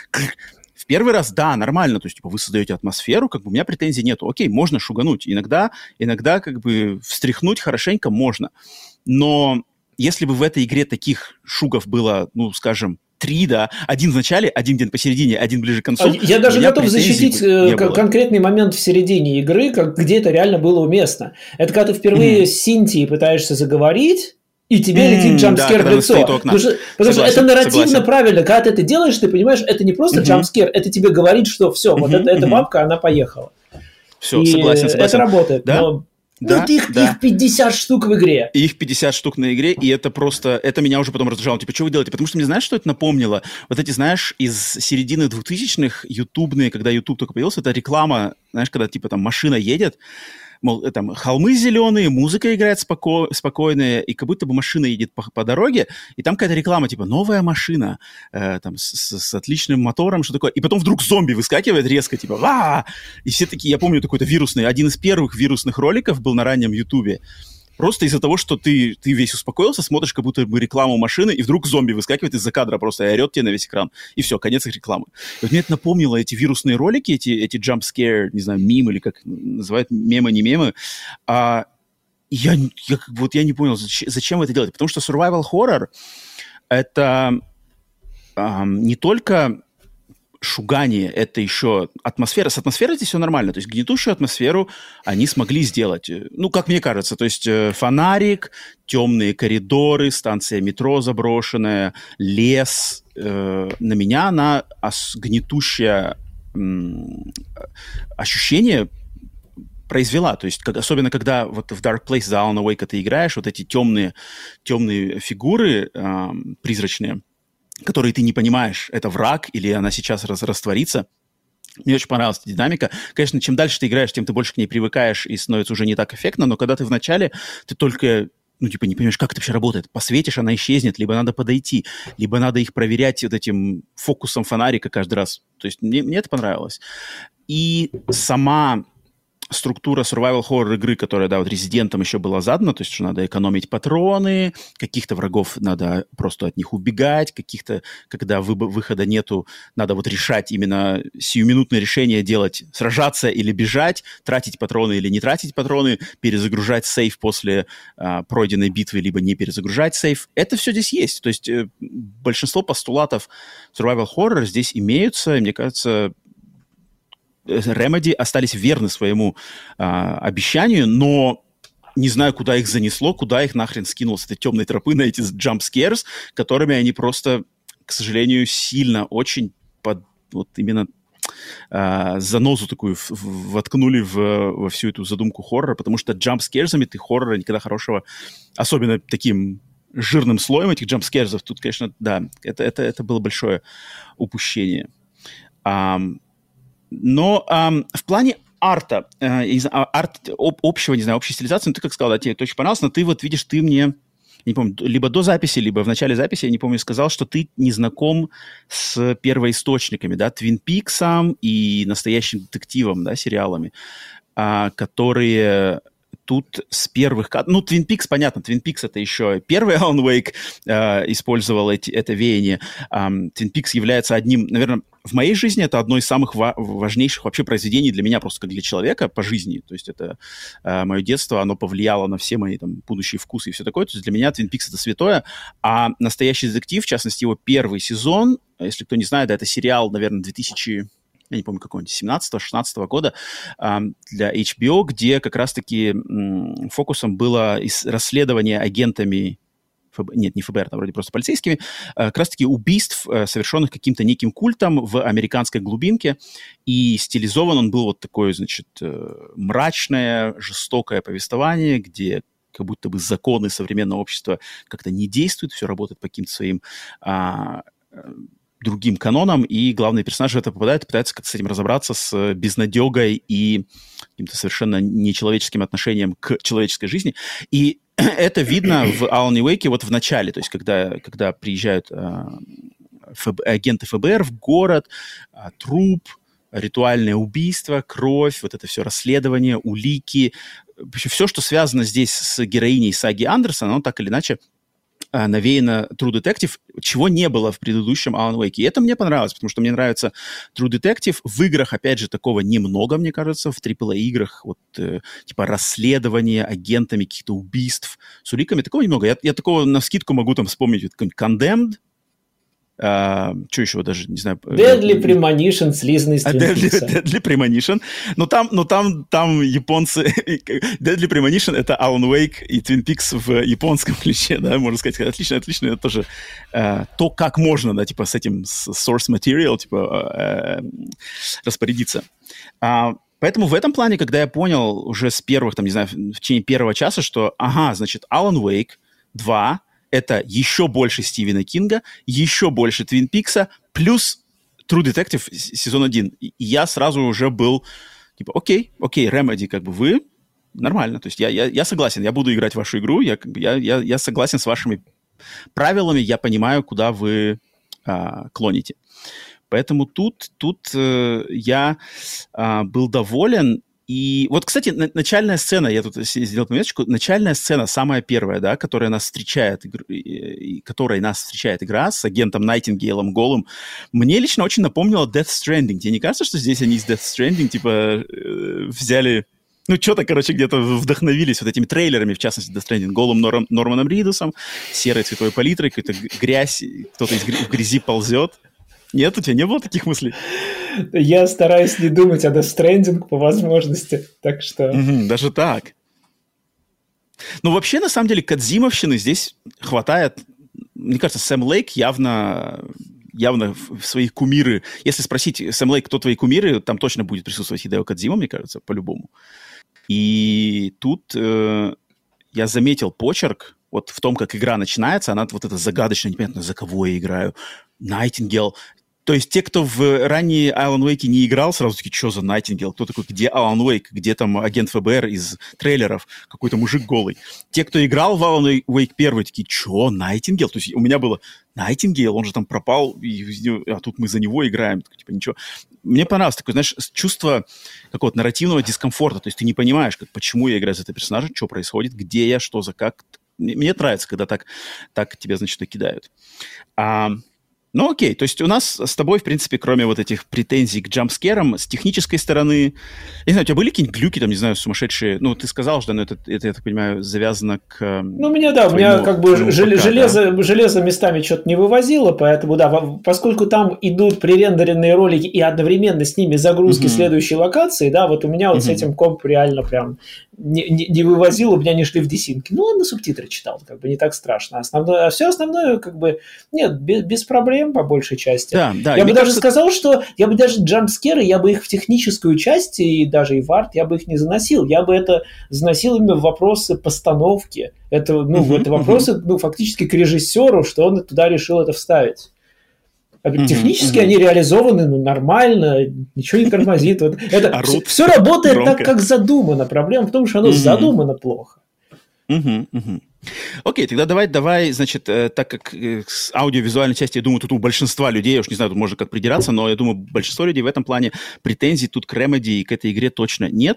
Speaker 1: В первый раз, да, нормально, то есть, вы создаете атмосферу, как бы у меня претензий нету. Окей, можно шугануть. Иногда как бы встряхнуть хорошенько можно. Но если бы в этой игре таких шугов было, ну, скажем, 3, да, один в начале, один где-то посередине, один ближе к концу.
Speaker 2: Я даже готов защитить конкретный момент в середине игры, где это реально было уместно. Это когда ты впервые с Синтией пытаешься заговорить, и тебе летит джампскер в лицо. Потому что это нарративно правильно. Когда ты это делаешь, ты понимаешь, это не просто джампскер, это тебе говорит, что все, вот эта бабка, она поехала.
Speaker 1: Все, согласен.
Speaker 2: Это работает. Да? Но их 50 штук в игре.
Speaker 1: Их 50 штук на игре, и это просто... Это меня уже потом раздражало. Типа, что вы делаете? Потому что мне, знаешь, что это напомнило? Вот эти, знаешь, из середины 2000-х ютубные, когда YouTube только появился, это реклама, знаешь, когда, типа, там машина едет, мол, там холмы зеленые, музыка играет спокойная, и как будто бы машина едет по дороге, и там какая-то реклама, типа, новая машина, там, с отличным мотором, что такое, и потом вдруг зомби выскакивает резко, типа, ва! И все такие, я помню, такой-то вирусный, один из первых вирусных роликов был на раннем Ютубе, просто из-за того, что ты весь успокоился, смотришь как будто бы рекламу машины, и вдруг зомби выскакивает из-за кадра просто и орет тебе на весь экран. И все, конец их рекламы. И вот мне это напомнило эти вирусные ролики, эти jump scare, не знаю, мимы или как называют, мемы, не мемы. Я не понял, зачем вы это делаете. Потому что survival horror — это не только шугание, это еще атмосфера. С атмосферой здесь все нормально. То есть гнетущую атмосферу они смогли сделать. Ну, как мне кажется. То есть фонарик, темные коридоры, станция метро заброшенная, лес. На меня она гнетущее ощущение произвела. То есть, особенно когда вот в Dark Place за Alan Wake ты играешь, вот эти темные фигуры призрачные, которые ты не понимаешь, это враг или она сейчас растворится. Мне очень понравилась эта динамика. Конечно, чем дальше ты играешь, тем ты больше к ней привыкаешь и становится уже не так эффектно, но когда ты в начале, ты только, не понимаешь, как это вообще работает. Посветишь, она исчезнет, либо надо подойти, либо надо их проверять вот этим фокусом фонарика каждый раз. То есть мне это понравилось. И сама структура survival horror игры, которая, да, вот Резидентом еще была задана, то есть, что надо экономить патроны, каких-то врагов надо просто от них убегать, каких-то, когда выхода нету, надо вот решать именно сиюминутное решение делать, сражаться или бежать, тратить патроны или не тратить патроны, перезагружать сейф после пройденной битвы, либо не перезагружать сейф. Это все здесь есть. То есть большинство постулатов survival horror здесь имеются, и мне кажется, Remedy остались верны своему обещанию, но не знаю, куда их занесло, куда их нахрен скинул с этой темной тропы на эти jump scares, которыми они просто, к сожалению, сильно очень вот именно занозу такую воткнули во всю эту задумку хоррора, потому что джамп-скерзами ты хоррора никогда хорошего, особенно таким жирным слоем этих джамп-скерзов, тут, конечно, да, это было большое упущение. Но в плане арта, общего, не знаю, общей стилизации, ну, ты как сказал, да, тебе это очень понравилось, но ты вот видишь, ты мне, не помню, либо до записи, либо в начале записи, я не помню, сказал, что ты не знаком с первоисточниками, да, Твин Пиксом и настоящим детективом, да, сериалами, которые тут с первых... Ну, Твин Пикс, понятно, Твин Пикс это еще первый Alan Wake использовал это веяние. Твин Пикс является одним, наверное, в моей жизни это одно из самых важнейших вообще произведений для меня, просто как для человека по жизни. То есть это мое детство, оно повлияло на все мои там будущие вкусы и все такое. То есть для меня Твин Пикс это святое. А «Настоящий детектив», в частности, его первый сезон, если кто не знает, да, это сериал, наверное, 2000... я не помню, какого-нибудь 17-16 года, для HBO, где как раз-таки фокусом было расследование агентами, нет, не ФБР, там вроде просто полицейскими, как раз-таки убийств, совершенных каким-то неким культом в американской глубинке, и стилизован он был вот такое, значит, мрачное, жестокое повествование, где как будто бы законы современного общества как-то не действуют, все работает по каким-то своим другим канонам, и главный персонаж в это попадает и пытается как-то с этим разобраться, с безнадегой и каким-то совершенно нечеловеческим отношением к человеческой жизни. И это видно в Alan Wake вот в начале, то есть когда приезжают агенты ФБР в город, труп, ритуальное убийство, кровь, вот это все расследование, улики, все, что связано здесь с героиней саги Андерсона, оно так или иначе навеяно True Detective, чего не было в предыдущем Alan Wake. И это мне понравилось, потому что мне нравится True Detective. В играх, опять же, такого немного, мне кажется, в AAA-играх, вот, типа расследования агентами каких-то убийств с уликами, такого немного. Я такого навскидку могу там вспомнить, вот, какой-нибудь Condemned, что еще даже, не знаю...
Speaker 2: Deadly Premonition, слизанный из Twin Peaks.
Speaker 1: Deadly Premonition. Но там японцы... Deadly Premonition — это Alan Wake и Twin Peaks в японском ключе, да, можно сказать. Отлично, это тоже то, как можно, да, типа с этим с source material, типа распорядиться. Поэтому в этом плане, когда я понял уже с первых, там, не знаю, в течение первого часа, что, значит, Alan Wake 2 это еще больше Стивена Кинга, еще больше Твин Пикса, плюс True Detective сезон 1. И я сразу уже был, типа, окей, Remedy, как бы вы, нормально. То есть я согласен, я буду играть в вашу игру, я согласен с вашими правилами, я понимаю, куда вы клоните. Поэтому тут я был доволен. И вот, кстати, начальная сцена, я тут сделал пометочку, начальная сцена, самая первая, да, которой нас встречает игра с агентом Найтингейлом голым, мне лично очень напомнила Death Stranding. Тебе не кажется, что здесь они из Death Stranding, типа, взяли... Ну, что-то, короче, где-то вдохновились вот этими трейлерами, в частности, Death Stranding, голым Норманом Ридусом, серой цветовой палитрой, какой-то грязь, кто-то в грязи ползет. Нет, у тебя не было таких мыслей?
Speaker 2: Я стараюсь не думать о Death Stranding по возможности, так что...
Speaker 1: даже так. Ну, вообще, на самом деле, кодзимовщины здесь хватает. Мне кажется, Сэм Лейк явно в свои кумиры... Если спросить Сэм Лейк, кто твои кумиры, там точно будет присутствовать Хидео Кодзима, мне кажется, по-любому. И тут я заметил почерк, вот в том, как игра начинается, она вот это загадочно, непонятно, за кого я играю. Найтингейл. То есть те, кто в ранние Alan Wake не играл, сразу такие, что за Найтингейл? Кто такой? Где Alan Wake? Где там агент ФБР из трейлеров? Какой-то мужик голый. Те, кто играл в Alan Wake 1, такие, что, Найтингейл? То есть у меня было Найтингейл, он же там пропал, а тут мы за него играем. Типа ничего. Мне понравилось такое, знаешь, чувство какого-то нарративного дискомфорта. То есть ты не понимаешь, почему я играю за этого персонажа, что происходит, где я, что за как. Мне нравится, когда так тебя, значит, кидают. Ну, окей, то есть у нас с тобой, в принципе, кроме вот этих претензий к джампскерам, с технической стороны, я не знаю, у тебя были какие-нибудь глюки, там, не знаю, сумасшедшие, ну, ты сказал, что это, я так понимаю, завязано к
Speaker 2: Ну, у меня как бы железо местами что-то не вывозило, поэтому, да, поскольку там идут пререндеренные ролики и одновременно с ними загрузки следующей локации, да, вот у меня вот с этим комп реально прям не вывозил, у меня не шли в десинки. Ну, он на субтитры читал, как бы не так страшно. А все остальное, как бы, нет, без проблем по большей части.
Speaker 1: Да,
Speaker 2: я бы даже сказал, что я бы даже джампскеры, я бы их в техническую часть и даже и в арт, я бы их не заносил. Я бы это заносил именно в вопросы постановки. Это, это вопросы, фактически к режиссеру, что он туда решил это вставить. Технически они реализованы, нормально, ничего не тормозит. Это все работает громко. Так, как задумано. Проблема в том, что оно задумано плохо.
Speaker 1: Окей, тогда давай, значит, так как с аудиовизуальной части, я думаю, тут у большинства людей, я уж не знаю, тут можно как придираться, но я думаю, большинство людей в этом плане претензий тут к Remedy и к этой игре точно нет.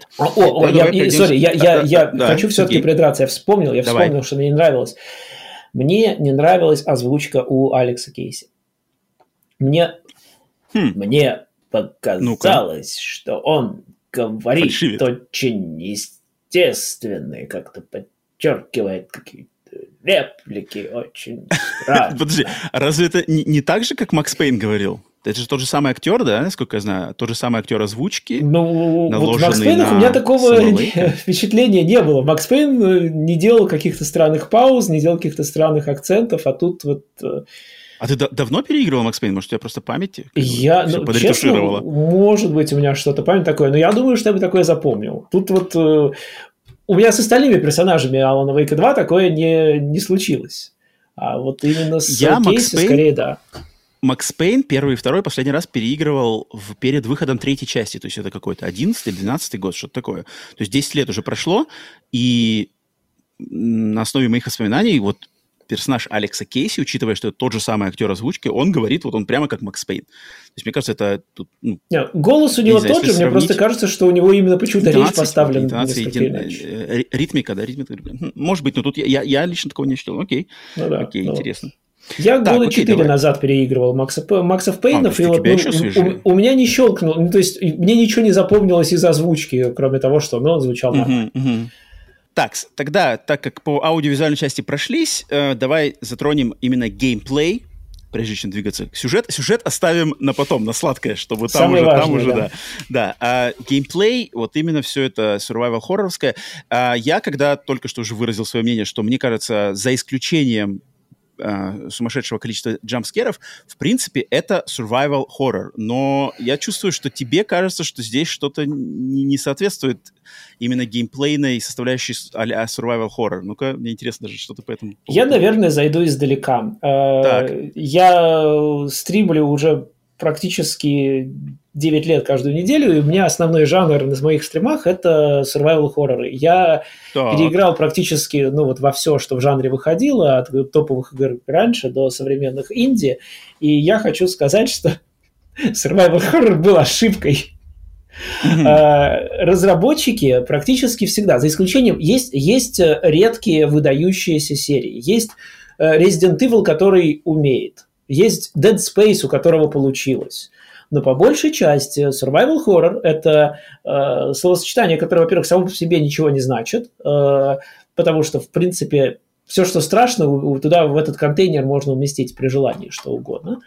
Speaker 2: Я хочу все-таки придраться. Я вспомнил, что мне не нравилось. Мне не нравилась озвучка у Алекса Кейси. Мне показалось, что он говорит фальшивит. Очень естественный, как-то подчеркивает какие-то реплики, очень странно.
Speaker 1: Подожди, разве это не так же, как Макс Пейн говорил? Это же тот же самый актер, да, насколько я знаю? Тот же самый актер озвучки,
Speaker 2: вот в Макс Пейнах у меня такого впечатления не было. Макс Пейн не делал каких-то странных пауз, не делал каких-то странных акцентов, а тут вот...
Speaker 1: А ты давно переигрывал Макс Пейн? Может, у тебя просто память?
Speaker 2: Честно, может быть, у меня что-то память такое, но я думаю, что я бы такое запомнил. Тут вот у меня с остальными персонажами Алана Вейка 2 такое не случилось. А вот именно с Кейси скорее да.
Speaker 1: Макс Пейн первый и второй последний раз переигрывал перед выходом третьей части. То есть это какой-то 11 или 12 год, что-то такое. То есть 10 лет уже прошло, и на основе моих воспоминаний вот персонаж Алекса Кейси, учитывая, что это тот же самый актер озвучки, он говорит, вот он прямо как Макс Пейн. То есть, мне кажется, это...
Speaker 2: голос у него тот же, мне просто кажется, что у него именно почему-то речь поставлена несколько
Speaker 1: иначе. Ритмика. Может быть, но тут я лично такого не ощутил. Окей, интересно.
Speaker 2: Я года 4 назад переигрывал Максов Пейнов, и вот у меня не щелкнул, то есть мне ничего не запомнилось из озвучки, кроме того, что он звучал нормально.
Speaker 1: Так, тогда, так как по аудиовизуальной части прошлись, давай затронем именно геймплей, прежде чем двигаться к сюжету. Сюжет оставим на потом, на сладкое, чтобы там уже, да. А геймплей, вот именно все это survival-хорроровское. Я когда только что уже выразил свое мнение, что мне кажется, за исключением сумасшедшего количества джампскеров, в принципе, это survival horror. Но я чувствую, что тебе кажется, что здесь что-то не соответствует именно геймплейной составляющей а-ля survival horror. Ну-ка, мне интересно даже, что ты по этому поводу.
Speaker 2: Я, наверное, зайду издалека. Я стримлю уже практически 9 лет каждую неделю, и у меня основной жанр на моих стримах – это survival хорроры. Я переиграл практически во все, что в жанре выходило, от топовых игр раньше до современных инди, и я хочу сказать, что survival horror был ошибкой. Разработчики практически всегда, за исключением, есть редкие выдающиеся серии. Есть Resident Evil, который умеет. Есть Dead Space, у которого получилось. Но по большей части survival horror – это словосочетание, которое, во-первых, само по себе ничего не значит, потому что, в принципе, все, что страшно, туда, в этот контейнер можно уместить при желании что угодно.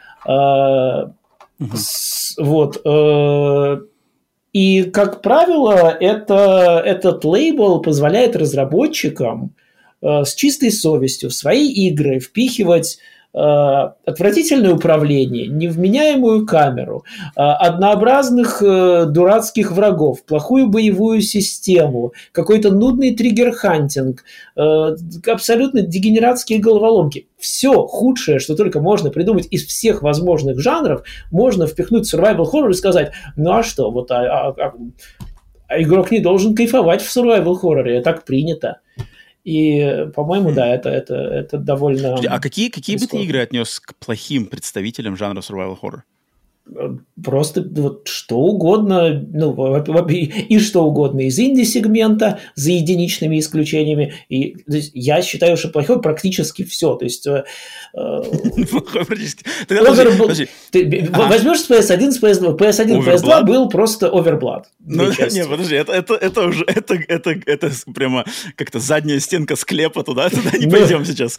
Speaker 2: И, как правило, этот лейбл позволяет разработчикам с чистой совестью в свои игры впихивать отвратительное управление, невменяемую камеру, однообразных дурацких врагов, плохую боевую систему, какой-то нудный триггер-хантинг, абсолютно дегенератские головоломки. Все худшее, что только можно придумать из всех возможных жанров, можно впихнуть в survival horror и сказать, ну а что, вот игрок не должен кайфовать в survival horror, так принято. И, по-моему, да, это довольно...
Speaker 1: А какие бы ты игры отнес к плохим представителям жанра survival horror?
Speaker 2: Просто вот что угодно, ну, и что угодно из инди-сегмента, за единичными исключениями. И то есть, я считаю, что плохое практически все. То есть
Speaker 1: плохое практически.
Speaker 2: Возьмешь с PS1, с PS2. PS1, PS2 был просто Overblood.
Speaker 1: Не, подожди, это уже это прямо как-то задняя стенка склепа, туда не пойдем сейчас.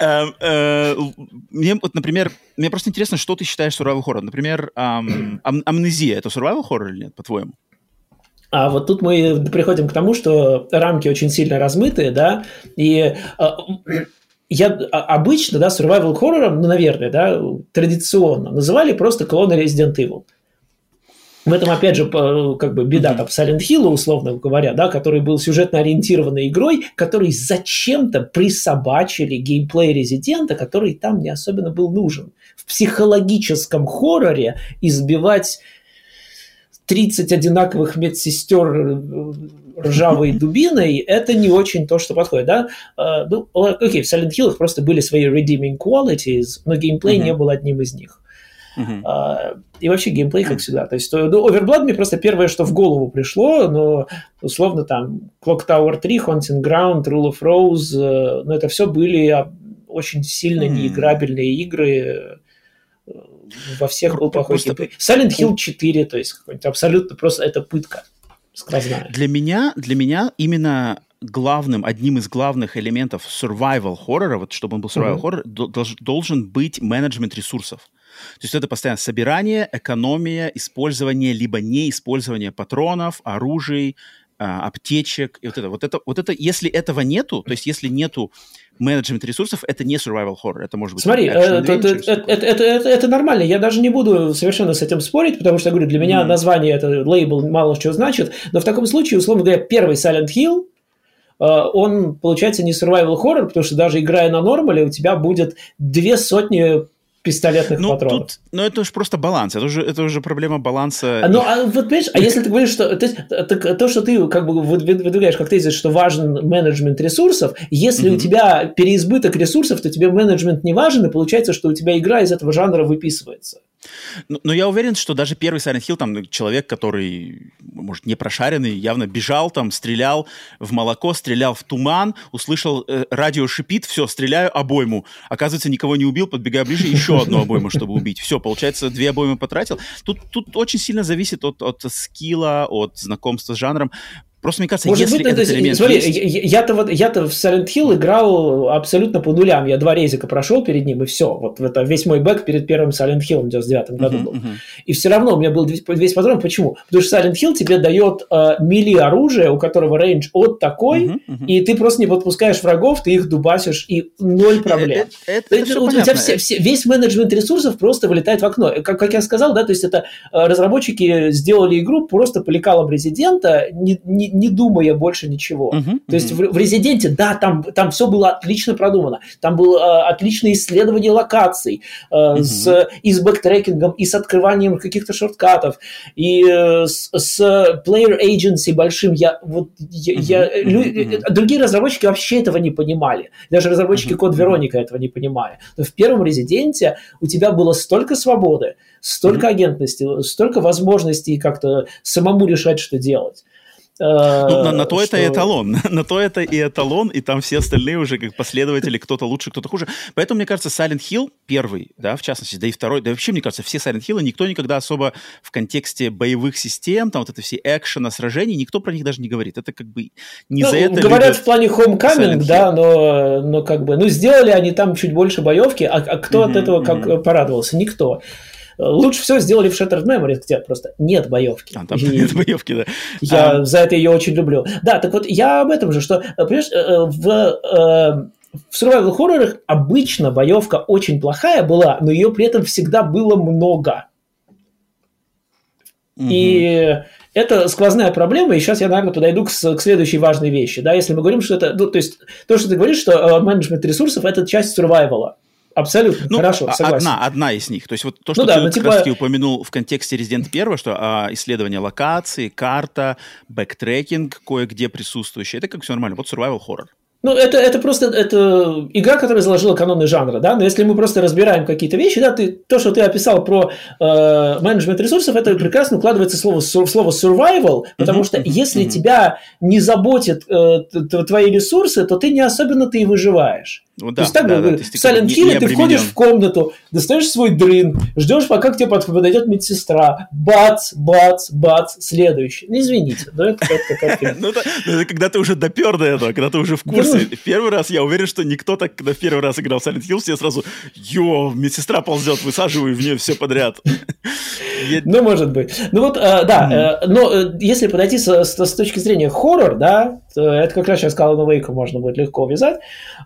Speaker 1: Мне, вот, например, мне просто интересно, что ты считаешь survival horror. Например, Амнезия — это survival horror или нет, по-твоему?
Speaker 2: А вот тут мы приходим к тому, что рамки очень сильно размытые, да, и я обычно, да, survival horror, ну, наверное, да, традиционно называли просто клоны Resident Evil. В этом, опять же, как бы беда там Silent Hill, условно говоря, да, который был сюжетно ориентированной игрой, который зачем-то присобачили геймплей Резидента, который там не особенно был нужен. В психологическом хорроре избивать 30 одинаковых медсестер ржавой дубиной – это не очень то, что подходит, да? Ну, окей, в Silent Hill просто были свои redeeming qualities, но геймплей не был одним из них. И вообще геймплей, как всегда. То есть, Overblood мне просто первое, что в голову пришло, но условно там Clock Tower 3, Haunting Ground, Rule of Rose, но это все были очень сильно неиграбельные игры. Во всех был плохой геймплей. Silent Hill 4, то есть какой-нибудь абсолютно просто это пытка сквозная.
Speaker 1: Для меня именно одним из главных элементов survival хоррора, вот чтобы он был survival хоррор, должен быть менеджмент ресурсов. То есть это постоянно собирание, экономия, использование либо неиспользование патронов, оружий, аптечек. И вот это, если этого нету, то есть если нету менеджмент ресурсов, это не survival horror, это может быть...
Speaker 2: Смотри, это нормально, я даже не буду совершенно с этим спорить, потому что, я говорю, для меня название, это лейбл мало что значит, но в таком случае, условно говоря, первый Silent Hill, он, получается, не survival horror, потому что даже играя на нормале, у тебя будет 200 пистолетных патронов.
Speaker 1: Это же просто баланс. Это уже проблема баланса.
Speaker 2: Вот понимаешь, если ты говоришь, что то, что ты как бы выдвигаешь как тезис, что важен менеджмент ресурсов, если у тебя переизбыток ресурсов, то тебе менеджмент не важен, и получается, что у тебя игра из этого жанра выписывается.
Speaker 1: Но я уверен, что даже первый Silent Hill, там человек, который, может, не прошаренный, явно бежал там, стрелял в молоко, стрелял в туман, услышал радио шипит, все, стреляю, обойму. Оказывается, никого не убил, подбегаю ближе, еще одну обойму, чтобы убить. Все, получается, 2 обоймы потратил. Тут очень сильно зависит от скилла, от знакомства с жанром. Просто, мне кажется,
Speaker 2: может
Speaker 1: если
Speaker 2: быть,
Speaker 1: этот элемент
Speaker 2: смотри,
Speaker 1: есть...
Speaker 2: я-то в Silent Hill играл абсолютно по нулям. Я 2 резика прошел перед ним, и все. Вот это весь мой бэк перед первым Silent Hill в 99 году был. И все равно у меня был весь патрон. Почему? Потому что Silent Hill тебе дает мили оружие, у которого рейндж от такой, и ты просто не подпускаешь врагов, ты их дубасишь, и 0 проблем. У тебя весь менеджмент ресурсов просто вылетает в окно. Как я сказал, да, то есть это разработчики сделали игру просто по лекалам Резидента, не думая больше ничего. То есть в Резиденте, да, там все было отлично продумано. Там было отличное исследование локаций и с бэктрекингом, и с открыванием каких-то шорткатов, и с player agency большим. Другие разработчики вообще этого не понимали. Даже разработчики Код Вероника этого не понимали. Но в первом Резиденте у тебя было столько свободы, столько агентности, столько возможностей как-то самому решать, что делать.
Speaker 1: На то это и эталон. На то это и эталон, и там все остальные уже как последователи, кто-то лучше, кто-то хуже. Поэтому, мне кажется, Silent Hill первый, да, в частности, да и второй, да и вообще, мне кажется, все Silent Hill никто никогда особо в контексте боевых систем, там вот это все экшена, сражений, никто про них даже не говорит. Это как бы не за это
Speaker 2: говорят в плане Homecoming, да, но как бы, сделали они там чуть больше боевки, а кто от этого как порадовался? Никто. Лучше всего сделали в Shattered Memories, где просто нет боевки.
Speaker 1: Там нет боевки, да.
Speaker 2: Я за это ее очень люблю. Да, так вот, я об этом же, что, понимаешь, в survival хоррорах обычно боевка очень плохая была, но ее при этом всегда было много. И это сквозная проблема, и сейчас я, наверное, подойду к следующей важной вещи. Да, если мы говорим, что это... то есть, то, что ты говоришь, что менеджмент ресурсов – это часть survival. Абсолютно, хорошо, согласен.
Speaker 1: Одна из них. То есть вот то, что ты как раз-таки упомянул в контексте Resident 1, что исследование локации, карта, бэктрекинг кое-где присутствующий, это как все нормально. Вот survival horror.
Speaker 2: Ну, это просто это игра, которая заложила каноны жанра, да, но если мы просто разбираем какие-то вещи, да, то, что ты описал про менеджмент ресурсов, это прекрасно укладывается в слово survival, потому что если тебя не заботят твои ресурсы, то ты не особенно-то и выживаешь.
Speaker 1: Ну, да,
Speaker 2: то есть так
Speaker 1: да,
Speaker 2: в Silent Hill ты входишь в комнату, достаешь свой дрын, ждешь, пока к тебе подойдет медсестра, бац, бац, бац, следующий. Ну, извините, но это какая-то...
Speaker 1: Ну, это когда ты уже допер до этого, когда ты уже в курсе. В первый раз, я уверен, что никто так, когда в первый раз играл в Silent Hill, все сразу, медсестра ползет, высаживаю в нее все подряд.
Speaker 2: Ну, может быть. Ну, вот, да, но если подойти с точки зрения хоррор, да, это как раз сейчас Alan Wake можно будет легко вязать,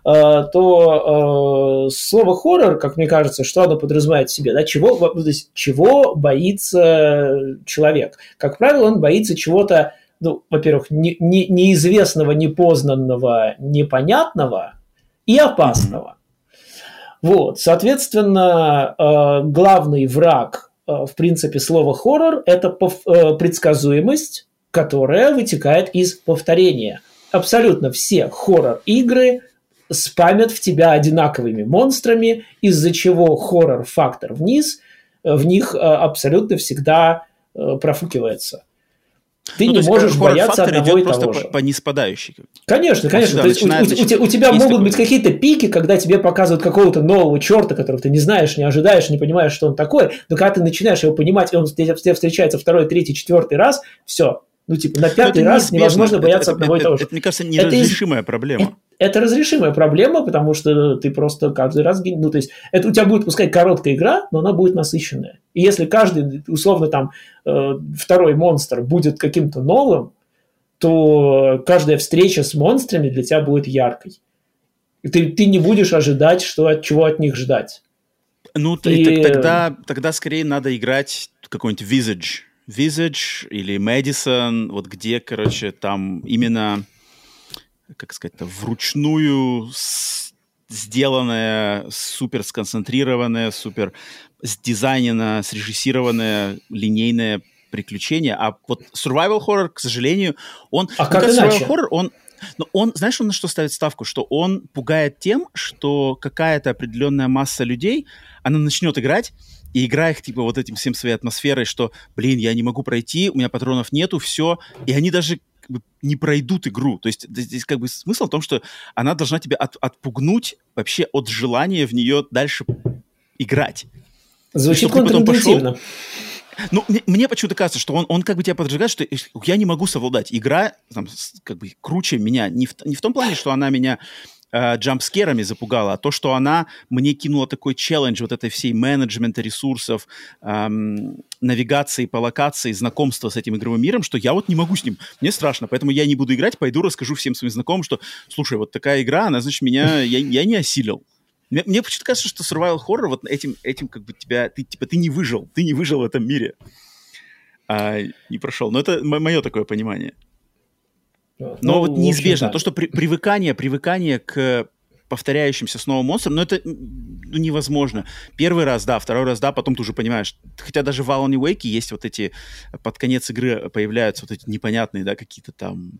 Speaker 2: то слово хоррор, как мне кажется, что оно подразумевает в себе, да, чего боится человек. Как правило, он боится чего-то, ну, во-первых, неизвестного, непознанного, непонятного и опасного. Вот, соответственно, главный враг, в принципе, слова хоррор – это предсказуемость, которая вытекает из повторения. Абсолютно все хоррор-игры спамят в тебя одинаковыми монстрами, из-за чего хоррор-фактор вниз в них абсолютно всегда профукивается. Ты не можешь бояться одного и того же.
Speaker 1: По ниспадающей.
Speaker 2: Конечно, конечно. То есть у тебя могут быть какие-то пики, когда тебе показывают какого-то нового черта, которого ты не знаешь, не ожидаешь, не понимаешь, что он такой. Но когда ты начинаешь его понимать, и он тебе встречается второй, третий, четвертый раз, все. Ну, типа, на пятый раз невозможно бояться одного и того же.
Speaker 1: Это, мне кажется, неразрешимая проблема.
Speaker 2: Это разрешимая проблема, потому что ты просто каждый раз... Ну, то есть, это у тебя будет, пускай, короткая игра, но она будет насыщенная. И если каждый, условно, там, второй монстр будет каким-то новым, то каждая встреча с монстрами для тебя будет яркой. И ты не будешь ожидать, чего от них ждать.
Speaker 1: Ну, тогда скорее надо играть какой-нибудь Visage или Madison, вот где, короче, там именно, как сказать-то, вручную сделанное, супер сконцентрированное, супер сдизайнено, срежиссированное линейное приключение. А вот survival horror, к сожалению, он...
Speaker 2: как иначе?
Speaker 1: Survival horror, он, знаешь, он на что ставит ставку? Что он пугает тем, что какая-то определенная масса людей, она начнет играть, и игра их, типа, вот этим всем своей атмосферой, что, блин, я не могу пройти, у меня патронов нету, все, и они даже как бы не пройдут игру. То есть здесь как бы смысл в том, что она должна тебя отпугнуть вообще от желания в нее дальше играть.
Speaker 2: Звучит контринтуитивно.
Speaker 1: Ну, мне почему-то кажется, что он как бы тебя поджигает, что я не могу совладать. Игра там, как бы круче меня. Не в том плане, что она меня джампскерами запугала, а то, что она мне кинула такой челлендж вот этой всей менеджмента ресурсов, навигации по локации, знакомства с этим игровым миром, что я вот не могу с ним. Мне страшно, поэтому я не буду играть, пойду расскажу всем своим знакомым, что, слушай, вот такая игра, она, значит, я не осилил. Мне почему-то кажется, что survival horror вот этим как бы ты не выжил в этом мире. Не прошел. Но это мое такое понимание. Но вот неизбежно. Да. То, что привыкание к повторяющимся снова монстрам, но это невозможно. Первый раз, да, второй раз, да, потом ты уже понимаешь. Хотя даже в Alan Wake есть вот эти, под конец игры появляются вот эти непонятные, да, какие-то там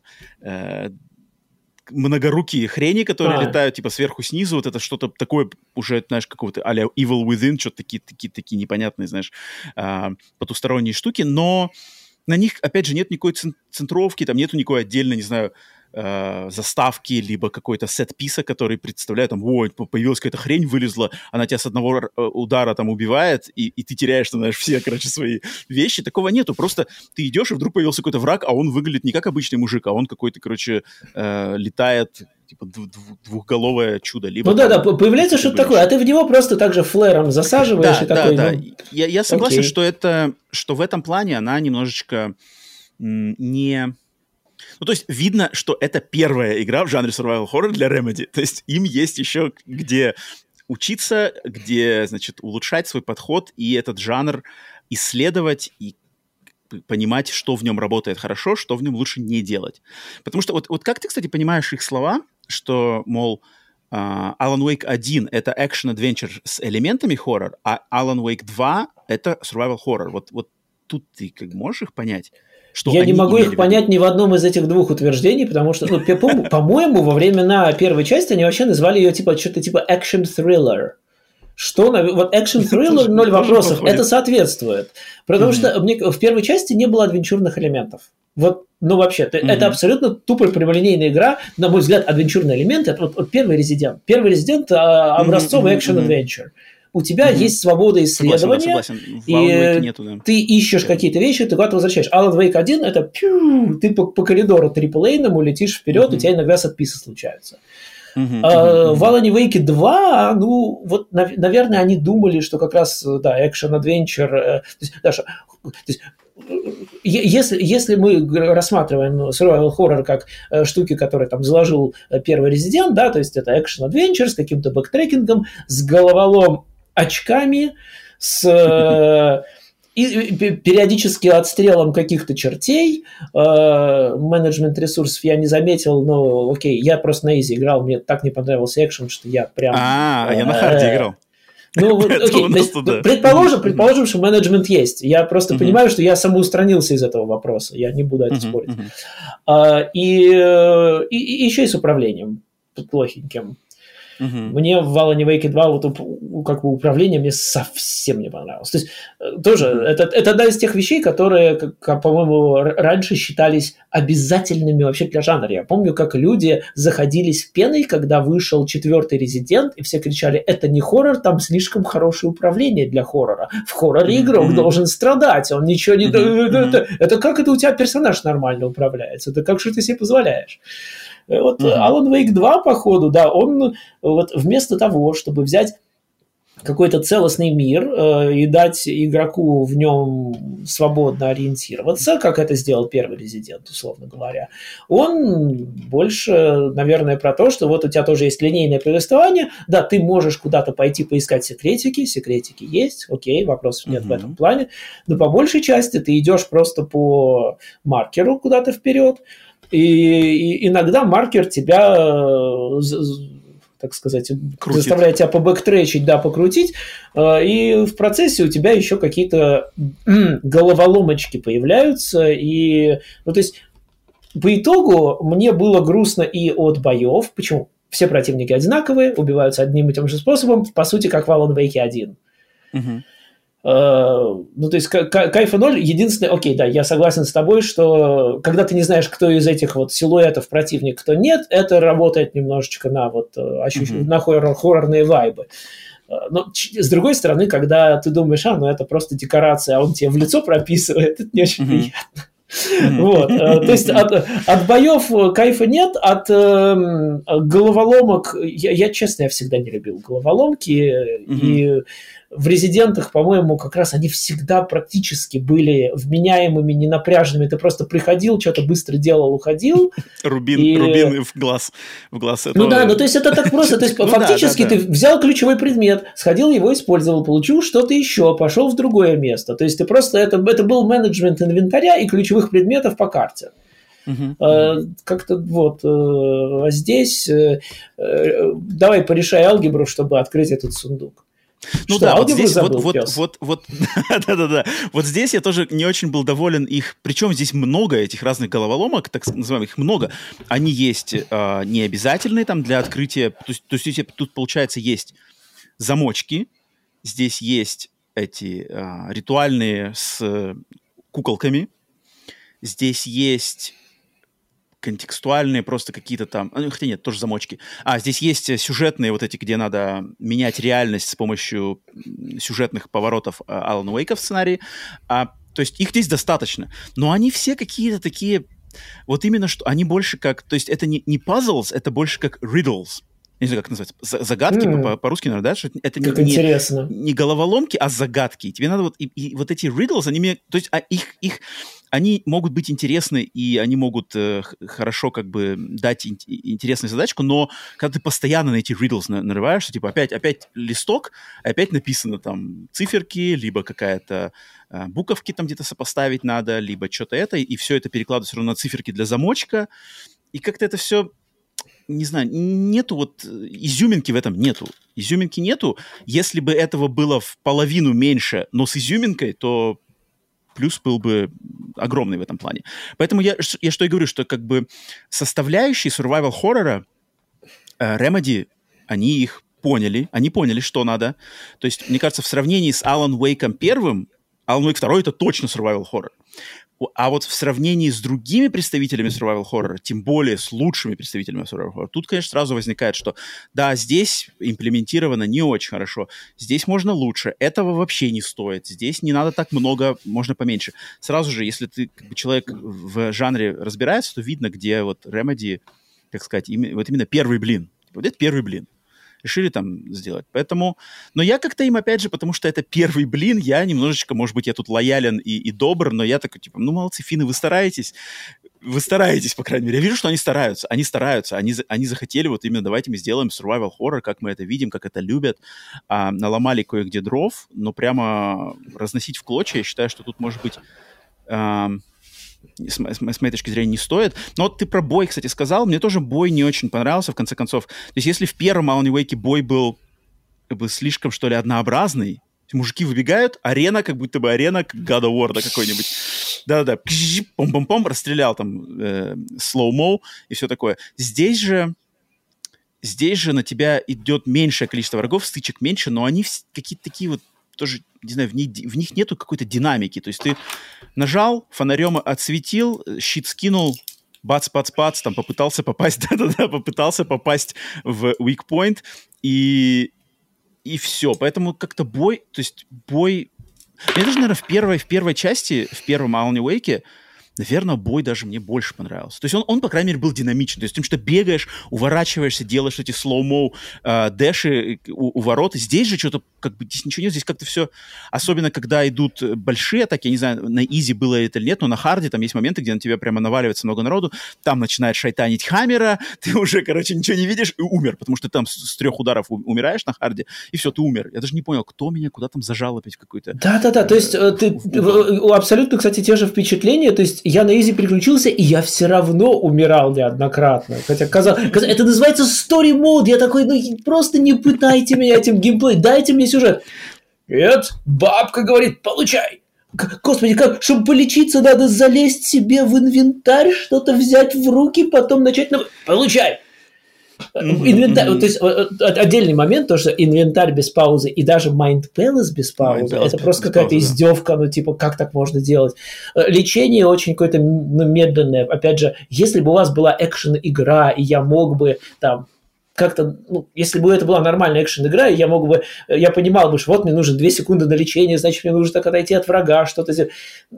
Speaker 1: многорукие хрени, которые летают, типа, сверху снизу, вот это что-то такое уже, знаешь, какого-то а-ля Evil Within, что-то такие непонятные, знаешь, потусторонние штуки, но на них, опять же, нет никакой центровки, там нету никакой отдельной, не знаю, заставки, либо какой-то сет-писа, который представляет, там, ой, появилась какая-то хрень, вылезла, она тебя с одного удара там убивает, и ты теряешь, знаешь, все, короче, свои вещи. Такого нету. Просто ты идешь, и вдруг появился какой-то враг, а он выглядит не как обычный мужик, а он какой-то, короче, летает, типа, двухголовое чудо. Либо,
Speaker 2: ну да, появляется что-то такое, а ты в него просто так же флэром засаживаешь.
Speaker 1: Да,
Speaker 2: и такой,
Speaker 1: да. Я согласен, что в этом плане она немножечко не... Ну, то есть видно, что это первая игра в жанре survival horror для Remedy. То есть им есть еще где учиться, где, значит, улучшать свой подход и этот жанр исследовать и понимать, что в нем работает хорошо, что в нем лучше не делать. Потому что вот как ты, кстати, понимаешь их слова, что, мол, Alan Wake 1 — это action-adventure с элементами хоррор, а Alan Wake 2 — это survival horror. Вот тут ты как можешь их понять? Что
Speaker 2: я не могу их
Speaker 1: виду.
Speaker 2: понять ни в одном из этих двух утверждений, потому что, по-моему, во времена первой части они вообще назвали ее что-то типа action thriller. Что, вот action thriller, 0 вопросов, это соответствует. Потому что в первой части не было адвенчурных элементов. Вот, вообще, это абсолютно тупо прямолинейная игра. На мой взгляд, адвенчурные элементы – это вот первый Резидент. Первый Резидент – образцовый action-adventure. У тебя есть свобода исследования, и нету, да. Ты ищешь какие-то вещи, ты куда-то возвращаешь. Alan Wake 1 – это ты по коридору триплейному летишь вперед, у тебя иногда сатписы случаются. В Alan Wake 2, наверное, они думали, что как раз, да, action-adventure. Если мы рассматриваем survival horror как штуки, которые там заложил первый Резидент, да, то есть это action-adventure с каким-то бэктрекингом, с головолом очками, с периодически отстрелом каких-то чертей. Менеджмент ресурсов я не заметил, но окей, я просто на изи играл, мне так не понравился экшен, что я прям...
Speaker 1: я на харде играл.
Speaker 2: Окей, предположим, что менеджмент есть. Я просто понимаю, что я самоустранился из этого вопроса. Я не буду это спорить. И еще и с управлением плохеньким. Мне в Alan Wake 2 как бы управление мне совсем не понравилось. То есть тоже это одна из тех вещей, которые, по-моему, раньше считались обязательными вообще для жанра. Я помню, как люди заходились пеной, когда вышел 4-й Резидент, и все кричали: это не хоррор, там слишком хорошее управление для хоррора. В хорроре игрок должен страдать, он ничего не... Это как это у тебя персонаж нормально управляется? Это как же ты себе позволяешь? Вот Alan Wake 2, походу, да, он вот вместо того, чтобы взять какой-то целостный мир и дать игроку в нем свободно ориентироваться, как это сделал первый Резидент, условно говоря, он больше, наверное, про то, что вот у тебя тоже есть линейное повествование, да, ты можешь куда-то пойти поискать секретики есть, окей, вопросов нет в этом плане, но по большей части ты идешь просто по маркеру куда-то вперед, и иногда маркер тебя, так сказать, заставляет тебя побэктречить, да, покрутить, и в процессе у тебя еще какие-то головоломочки появляются, и, то есть, по итогу мне было грустно и от боев. Почему? Все противники одинаковые, убиваются одним и тем же способом, по сути, как в Alan Wake 1. То есть кайфа ноль. Единственное, окей, да, я согласен с тобой, что когда ты не знаешь, кто из этих вот силуэтов противник, кто нет, это работает немножечко на вот на хоррорные вайбы. Но с другой стороны, когда ты думаешь, это просто декорация, а он тебе в лицо прописывает, это не очень приятно. Вот. То есть от боев кайфа нет, от головоломок, я честно, я всегда не любил головоломки, и в Резидентах, по-моему, как раз они всегда практически были вменяемыми, ненапряжными. Ты просто приходил, что-то быстро делал, уходил.
Speaker 1: Рубин в глаз этого...
Speaker 2: то есть это так просто. То есть фактически ты взял ключевой предмет, сходил его использовал, получил что-то еще, пошел в другое место. То есть ты просто... Это был менеджмент инвентаря и ключевых предметов по карте. Как-то вот. А здесь давай порешай алгебру, чтобы открыть этот сундук.
Speaker 1: Вот здесь, да. Вот здесь я тоже не очень был доволен их, причем здесь много этих разных головоломок, так называемых, их много. Они есть необязательные там для открытия, то есть тут, получается, есть замочки, здесь есть эти ритуальные с куколками, здесь есть контекстуальные просто какие-то там... Хотя нет, тоже замочки. Здесь есть сюжетные вот эти, где надо менять реальность с помощью сюжетных поворотов Алана Уэйка в сценарии. То есть их здесь достаточно. Но они все какие-то такие... Вот именно что... Они больше как... То есть это не puzzles, это больше как riddles. Не знаю, как это называется. Загадки по-русски, наверное, да? Что это не головоломки, а загадки. Тебе надо и вот эти riddles, они мне... То есть они могут быть интересны, и они могут хорошо как бы дать интересную задачку, но когда ты постоянно на эти riddles нарываешься, типа опять листок, опять написано там циферки, либо какая-то буковки там где-то сопоставить надо, либо что-то и все это перекладывается равно на циферки для замочка, и как-то это все... Не знаю, нету вот изюминки в этом нету. Изюминки нету. Если бы этого было в половину меньше, но с изюминкой, то плюс был бы огромный в этом плане. Поэтому я что и говорю, что как бы составляющие survival хоррора Remedy, они поняли, что надо. То есть, мне кажется, в сравнении с Alan Wake'ом первым, Alan Wake 2 это точно survival horror. А вот в сравнении с другими представителями survival horror, тем более с лучшими представителями survival horror, тут, конечно, сразу возникает, что да, здесь имплементировано не очень хорошо, здесь можно лучше, этого вообще не стоит, здесь не надо так много, можно поменьше. Сразу же, если ты как бы, человек в жанре разбирается, то видно, где вот Remedy, как сказать, вот именно первый блин. Вот это первый блин. Решили там сделать. Поэтому... Но я как-то им, опять же, потому что это первый блин, я немножечко, может быть, я тут лоялен и добр, но я такой, типа, ну, молодцы, финны, вы стараетесь, по крайней мере. Я вижу, что они стараются, они захотели вот именно, давайте мы сделаем survival horror, как мы это видим, как это любят. Наломали кое-где дров, но прямо разносить в клочья, я считаю, что тут, может быть... С моей точки зрения, не стоит. Но вот ты про бой, кстати, сказал. Мне тоже бой не очень понравился, в конце концов. То есть если в первом Alan Wake бой был как бы слишком, что ли, однообразный, мужики выбегают, арена, как будто бы арена God of War, да, какой-нибудь. Да-да-да, пом-пом-пом, расстрелял там слоу-моу и все такое. Здесь же на тебя идет меньшее количество врагов, стычек меньше, но они какие-то такие вот тоже, не знаю, в них нету какой-то динамики. То есть ты нажал, фонарем отсветил, щит скинул, бац-бац-бац, там попытался попасть, попытался попасть в weak point, и все. Поэтому как-то бой... Мне даже, наверное, в первой части, в первом Alan Wake, наверное, бой даже мне больше понравился. То есть он, по крайней мере, был динамичен. То есть ты что бегаешь, уворачиваешься, делаешь эти слоу-моу дэши у ворот. Здесь же что-то, как бы, здесь ничего нет. Здесь как-то все... Особенно, когда идут большие атаки, я не знаю, на изи было это или нет, но на харде там есть моменты, где на тебя прямо наваливается много народу, там начинает шайтанить хаммера, ты уже, короче, ничего не видишь и умер, потому что ты там с 3 ударов умираешь на харде, и все, ты умер. Я даже не понял, кто меня куда там зажал опять в какой-то...
Speaker 2: Да-да-да, то есть ты абсолютно, кстати, те же впечатления, то есть я на изи переключился, и я все равно умирал неоднократно. Хотя казалось, это называется story mode. Я такой, ну просто не пытайте меня этим геймплеем, дайте мне сюжет. Нет, бабка говорит, получай. Господи, как, чтобы полечиться, надо залезть себе в инвентарь, что-то взять в руки, потом начать... Получай. Инвентарь, то есть отдельный момент, то, что инвентарь без паузы и даже Mind Palace без паузы, это просто какая-то издевка, ну типа как так можно делать? Лечение очень какое-то медленное. Опять же, если бы у вас была экшен-игра, и я мог бы там как-то, ну, если бы это была нормальная экшен-игра, я понимал бы, что вот мне нужно 2 секунды на лечение, значит, мне нужно так отойти от врага, что-то сделать.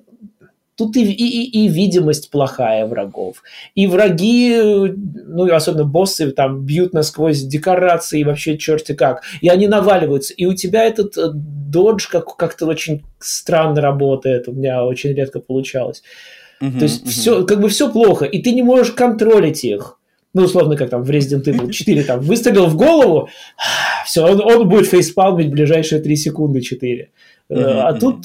Speaker 2: Тут и видимость плохая врагов. И враги, ну, особенно боссы, там, бьют насквозь декорации, и вообще черти как. И они наваливаются. И у тебя этот додж как-то очень странно работает. У меня очень редко получалось. То есть все, как бы все плохо. И ты не можешь контролить их. Ну, условно, как там в Resident Evil 4, там, выстрелил в голову, все, он будет фейспалмить в ближайшие 3 секунды 4. А тут...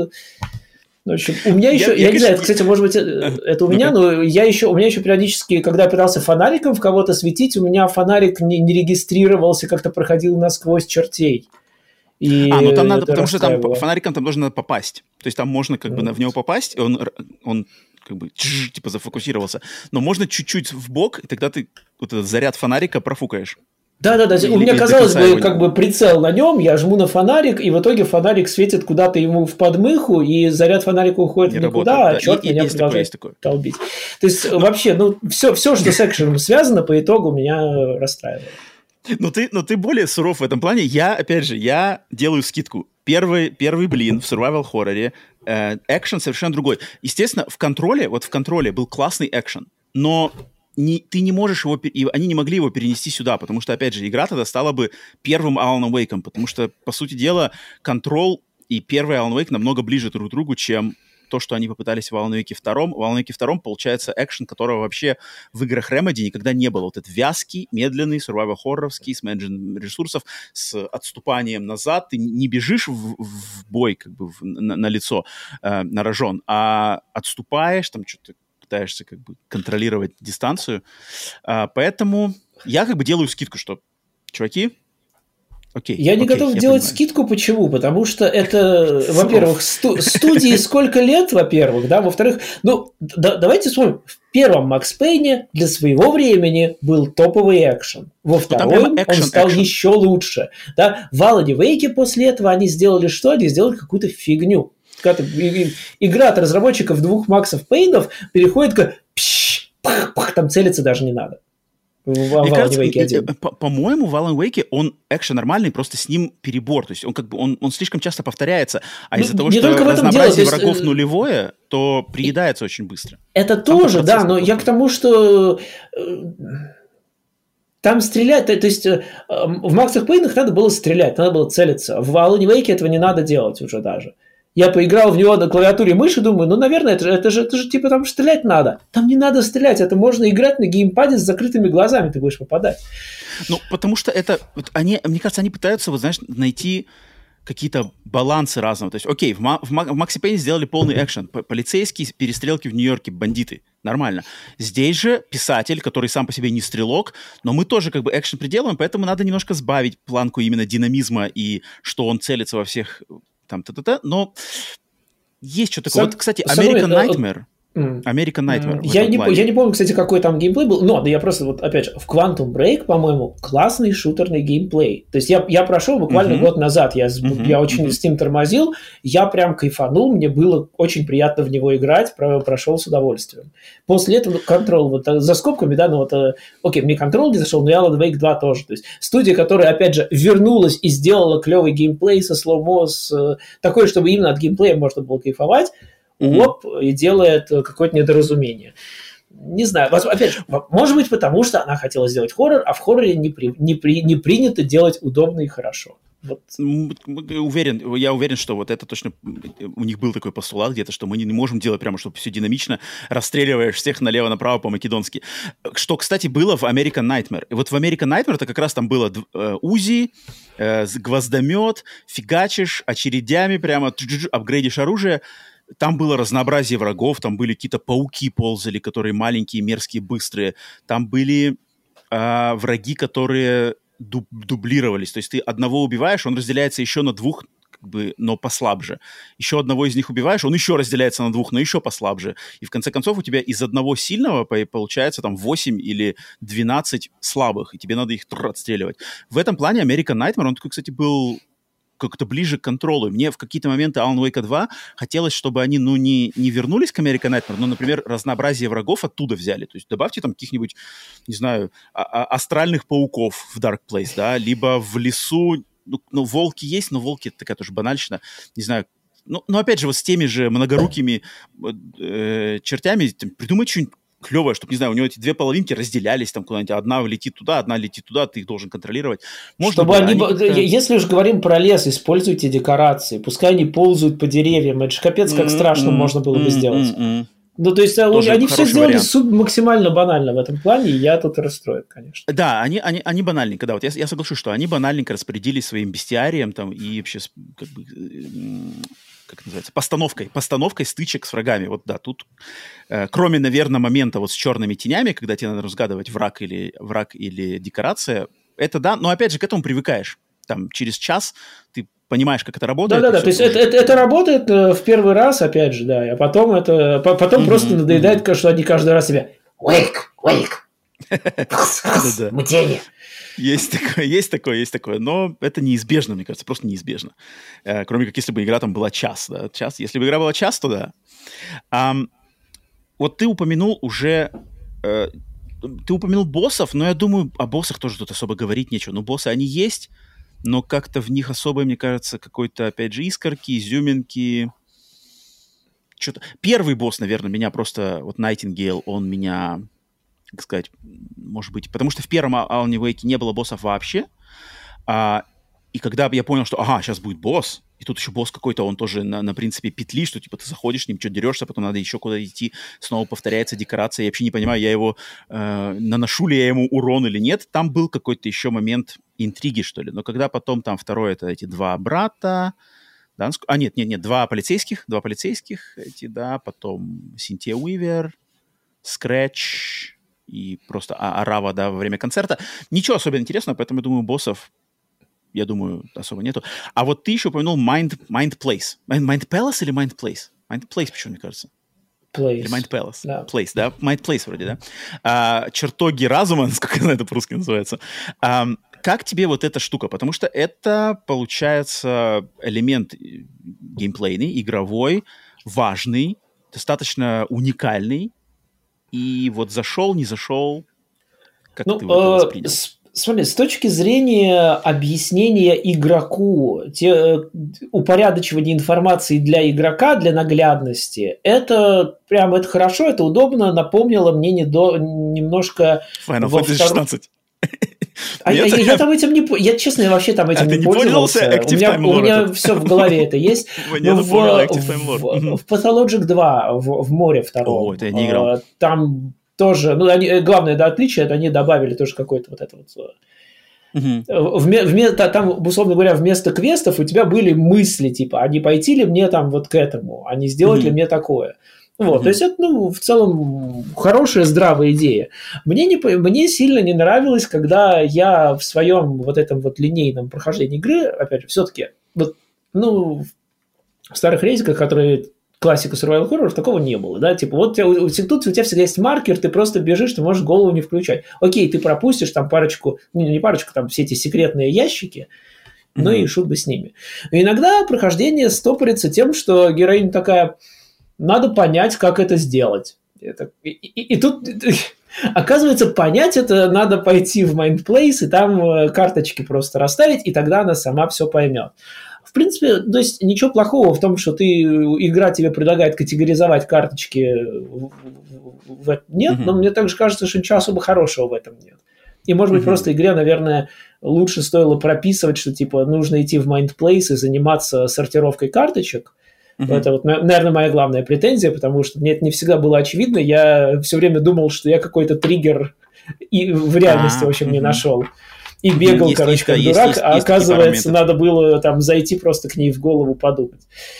Speaker 2: В общем, у меня еще, я не знаю, кстати, может быть, это у меня, но у меня еще периодически, когда я пытался фонариком в кого-то светить, у меня фонарик не регистрировался, как-то проходил насквозь чертей.
Speaker 1: Ну там надо, потому что там фонариком там должно попасть. То есть там можно как бы в него попасть, и он как бы типа зафокусировался. Но можно чуть-чуть вбок, и тогда ты вот этот заряд фонарика профукаешь.
Speaker 2: Да-да-да, у меня, казалось бы, как бы прицел на нем, я жму на фонарик, и в итоге фонарик светит куда-то ему в подмыху, и заряд фонарика уходит в никуда, а черт меня продолжает толбить. То есть вообще, ну, все, что с экшеном связано, по итогу меня расстраивает.
Speaker 1: Но ты более суров в этом плане. Опять же, я делаю скидку. Первый блин в survival хорроре, экшен совершенно другой. Естественно, в контроле был классный экшен, но ты не можешь его, они не могли его перенести сюда, потому что, опять же, игра тогда стала бы первым Alan Wake'ом, потому что, по сути дела, Control и первый Alan Wake намного ближе друг к другу, чем то, что они попытались в Alan Wake 2. В Alan Wake 2 получается экшен, которого вообще в играх Remedy никогда не было. Вот этот вязкий, медленный, survival-хорроровский, с менеджментом ресурсов, с отступанием назад. Ты не бежишь в бой как бы на лицо, на рожон, а отступаешь, там что-то пытаешься как бы контролировать дистанцию. Поэтому я как бы делаю скидку, что, чуваки,
Speaker 2: Я не готов делать скидку. Почему? Потому что это, во-первых, студии сколько лет, во-первых, да, во-вторых, давайте вспомним, в первом Макс Пейне для своего времени был топовый экшен, во втором он стал еще лучше, да, в Алане Вейке после этого они сделали что? Они сделали какую-то фигню. Игра от разработчиков 2 Максов Пейнов переходит к там целиться даже не надо.
Speaker 1: Мне кажется, по-моему, в Alan Wake он экшен нормальный, просто с ним перебор. То есть он он слишком часто повторяется, а из-за того, что разнообразие врагов нулевое, то приедается очень быстро.
Speaker 2: Это тоже, да, но я к тому, что там стрелять, то есть в Максах Пейнах надо было стрелять, надо было целиться. В Alan Wake этого не надо делать уже даже. Я поиграл в него на клавиатуре мыши, думаю, наверное, это же типа там стрелять надо. Там не надо стрелять, это можно играть на геймпаде с закрытыми глазами, ты будешь попадать.
Speaker 1: Потому что это... мне кажется, они пытаются, найти какие-то балансы разного. То есть, окей, в Макси Пейне сделали полный экшен. Полицейские перестрелки в Нью-Йорке, бандиты. Нормально. Здесь же писатель, который сам по себе не стрелок, но мы тоже экшен приделываем, поэтому надо немножко сбавить планку именно динамизма и что он целится во всех... но есть что такое. Кстати, American Nightmare. American Nightmare.
Speaker 2: Я не помню, кстати, какой там геймплей был, но я просто опять же, в Quantum Break, по-моему, классный шутерный геймплей. То есть я прошел буквально год назад, я очень с ним тормозил, я прям кайфанул, мне было очень приятно в него играть, прошел с удовольствием. После этого Control, за скобками, да, окей, мне Control не зашел, но и Alan Wake 2 тоже. То есть студия, которая, опять же, вернулась и сделала клевый геймплей со слоумо, такой, чтобы именно от геймплея можно было кайфовать, и делает какое-то недоразумение. Не знаю, опять же, может быть, потому что она хотела сделать хоррор, а в хорроре не принято делать удобно и хорошо.
Speaker 1: Я уверен, что это точно у них был такой постулат где-то, что мы не можем делать прямо, чтобы все динамично, расстреливаешь всех налево-направо по-македонски. Что, кстати, было в American Nightmare. И в American Nightmare это как раз там было УЗИ, гвоздомет, фигачишь очередями прямо, апгрейдишь оружие. Там было разнообразие врагов, там были какие-то пауки ползали, которые маленькие, мерзкие, быстрые. Там были враги, которые дублировались. То есть ты одного убиваешь, он разделяется еще на 2, но послабже. Еще одного из них убиваешь, он еще разделяется на 2, но еще послабже. И в конце концов у тебя из одного сильного получается там 8 или 12 слабых, и тебе надо их отстреливать. В этом плане American Nightmare, он такой, кстати, был... как-то ближе к контролю. Мне в какие-то моменты Alan Wake 2 хотелось, чтобы они, не вернулись к American Nightmare, но, например, разнообразие врагов оттуда взяли. То есть добавьте там каких-нибудь, не знаю, астральных пауков в Dark Place, да, либо в лесу, волки есть, но волки это такая тоже банальщина, не знаю. Но опять же, с теми же многорукими чертями придумать что-нибудь клевое, чтобы, не знаю, у него эти 2 половинки разделялись там куда-нибудь, одна летит туда, ты их должен контролировать.
Speaker 2: Чтобы если уж говорим про лес, используйте декорации, пускай они ползают по деревьям, это же капец как страшно можно было бы сделать. То есть тоже они все сделали максимально банально в этом плане, и я тут расстроен, конечно.
Speaker 1: Да, они банальненько, да, я соглашусь, что они банальненько распорядились своим бестиарием там и вообще как это называется, постановкой стычек с врагами. Тут, кроме, наверное, момента с черными тенями, когда тебе надо разгадывать враг или декорация, это да, но опять же к этому привыкаешь. Там через час ты понимаешь, как это работает.
Speaker 2: Да, то есть это работает в первый раз, опять же, да, а потом просто надоедает, что они каждый раз себе «Wake!» Мутение.
Speaker 1: Есть такое, но это неизбежно, мне кажется, просто неизбежно. Кроме как, если бы игра там была час, да, час. Если бы игра была час, то да. Ты упомянул уже... Ты упомянул боссов, но я думаю, о боссах тоже тут особо говорить нечего. Боссы, они есть, но как-то в них особо, мне кажется, какой-то, опять же, искорки, изюминки. Что-то... Первый босс, наверное, меня просто... Найтингейл, он меня... как сказать, может быть, потому что в первом Alan Wake не было боссов вообще, и когда я понял, что, сейчас будет босс, и тут еще босс какой-то, он тоже на принципе петли, что типа ты заходишь, с ним что-то дерешься, потом надо еще куда-то идти, снова повторяется декорация, я вообще не понимаю, я его, наношу ли я ему урон или нет, там был какой-то еще момент интриги, что ли, но когда потом там второй, это эти 2 брата, да, нет, два полицейских, потом Синтия Уивер, Скретч и просто Арава, да, во время концерта. Ничего особенно интересного, поэтому, я думаю, боссов я думаю, особо нету. А вот ты еще упомянул Mind Place. Mind Palace или Mind Place? Mind Place, почему, мне кажется?
Speaker 2: Place.
Speaker 1: Или Mind Palace.
Speaker 2: Да.
Speaker 1: Place, да? Mind Place вроде, да? Чертоги разума, насколько это по-русски называется. Как тебе вот эта штука? Потому что это, получается, элемент геймплейный, игровой, важный, достаточно уникальный. И вот зашел, не зашел, как ты это воспринял?
Speaker 2: Смотри, с точки зрения объяснения игроку, упорядочивания информации для игрока, для наглядности, это прям это хорошо, это удобно, напомнило мне немножко...
Speaker 1: Final Fantasy 16.
Speaker 2: Я там этим не... Я, честно, я вообще там этим не пользовался. У меня все в голове это есть. В Pathologic 2, в море втором.
Speaker 1: О, это я не играл.
Speaker 2: Там тоже... Главное отличие, это они добавили тоже какой-то вот это вот... Там, условно говоря, вместо квестов у тебя были мысли, типа, а не пойти ли мне там вот к этому, а не сделать ли мне такое. Вот, то есть это, в целом, хорошая, здравая идея. Мне сильно не нравилось, когда я в своем вот этом вот линейном прохождении игры, опять же, все-таки, вот, в старых рейсиках, которые классика survival horror, такого не было, да, типа, вот тут у тебя всегда есть маркер, ты просто бежишь, ты можешь голову не включать. Окей, ты пропустишь там парочку, не парочку, там все эти секретные ящики, ну и шут бы с ними. Но иногда прохождение стопорится тем, что героиня такая... Надо понять, как это сделать. И тут, оказывается, понять это надо пойти в Mind Place и там карточки просто расставить, и тогда она сама все поймет. В принципе, то есть ничего плохого в том, что игра тебе предлагает категоризовать карточки. Нет, но мне также кажется, что ничего особо хорошего в этом нет. И, может быть, просто игре, наверное, лучше стоило прописывать, что, типа, нужно идти в Mind Place и заниматься сортировкой карточек. Это вот, наверное, моя главная претензия, потому что мне это не всегда было очевидно. Я все время думал, что я какой-то триггер и в реальности, в общем, не нашел. И бегал, как дурак, а оказывается, надо было там зайти просто к ней в голову подумать.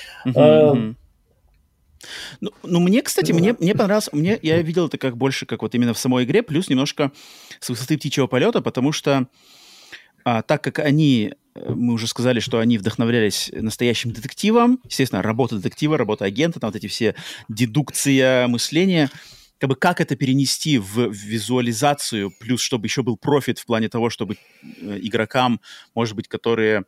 Speaker 1: Мне, кстати, мне понравилось, я видел это как больше, как вот именно в самой игре, плюс немножко с высоты птичьего полета, потому что так как мы уже сказали, что они вдохновлялись настоящим детективом, естественно, работа детектива, работа агента, там вот эти все дедукция, мышления, как это перенести в визуализацию, плюс чтобы еще был профит в плане того, чтобы игрокам, может быть, которые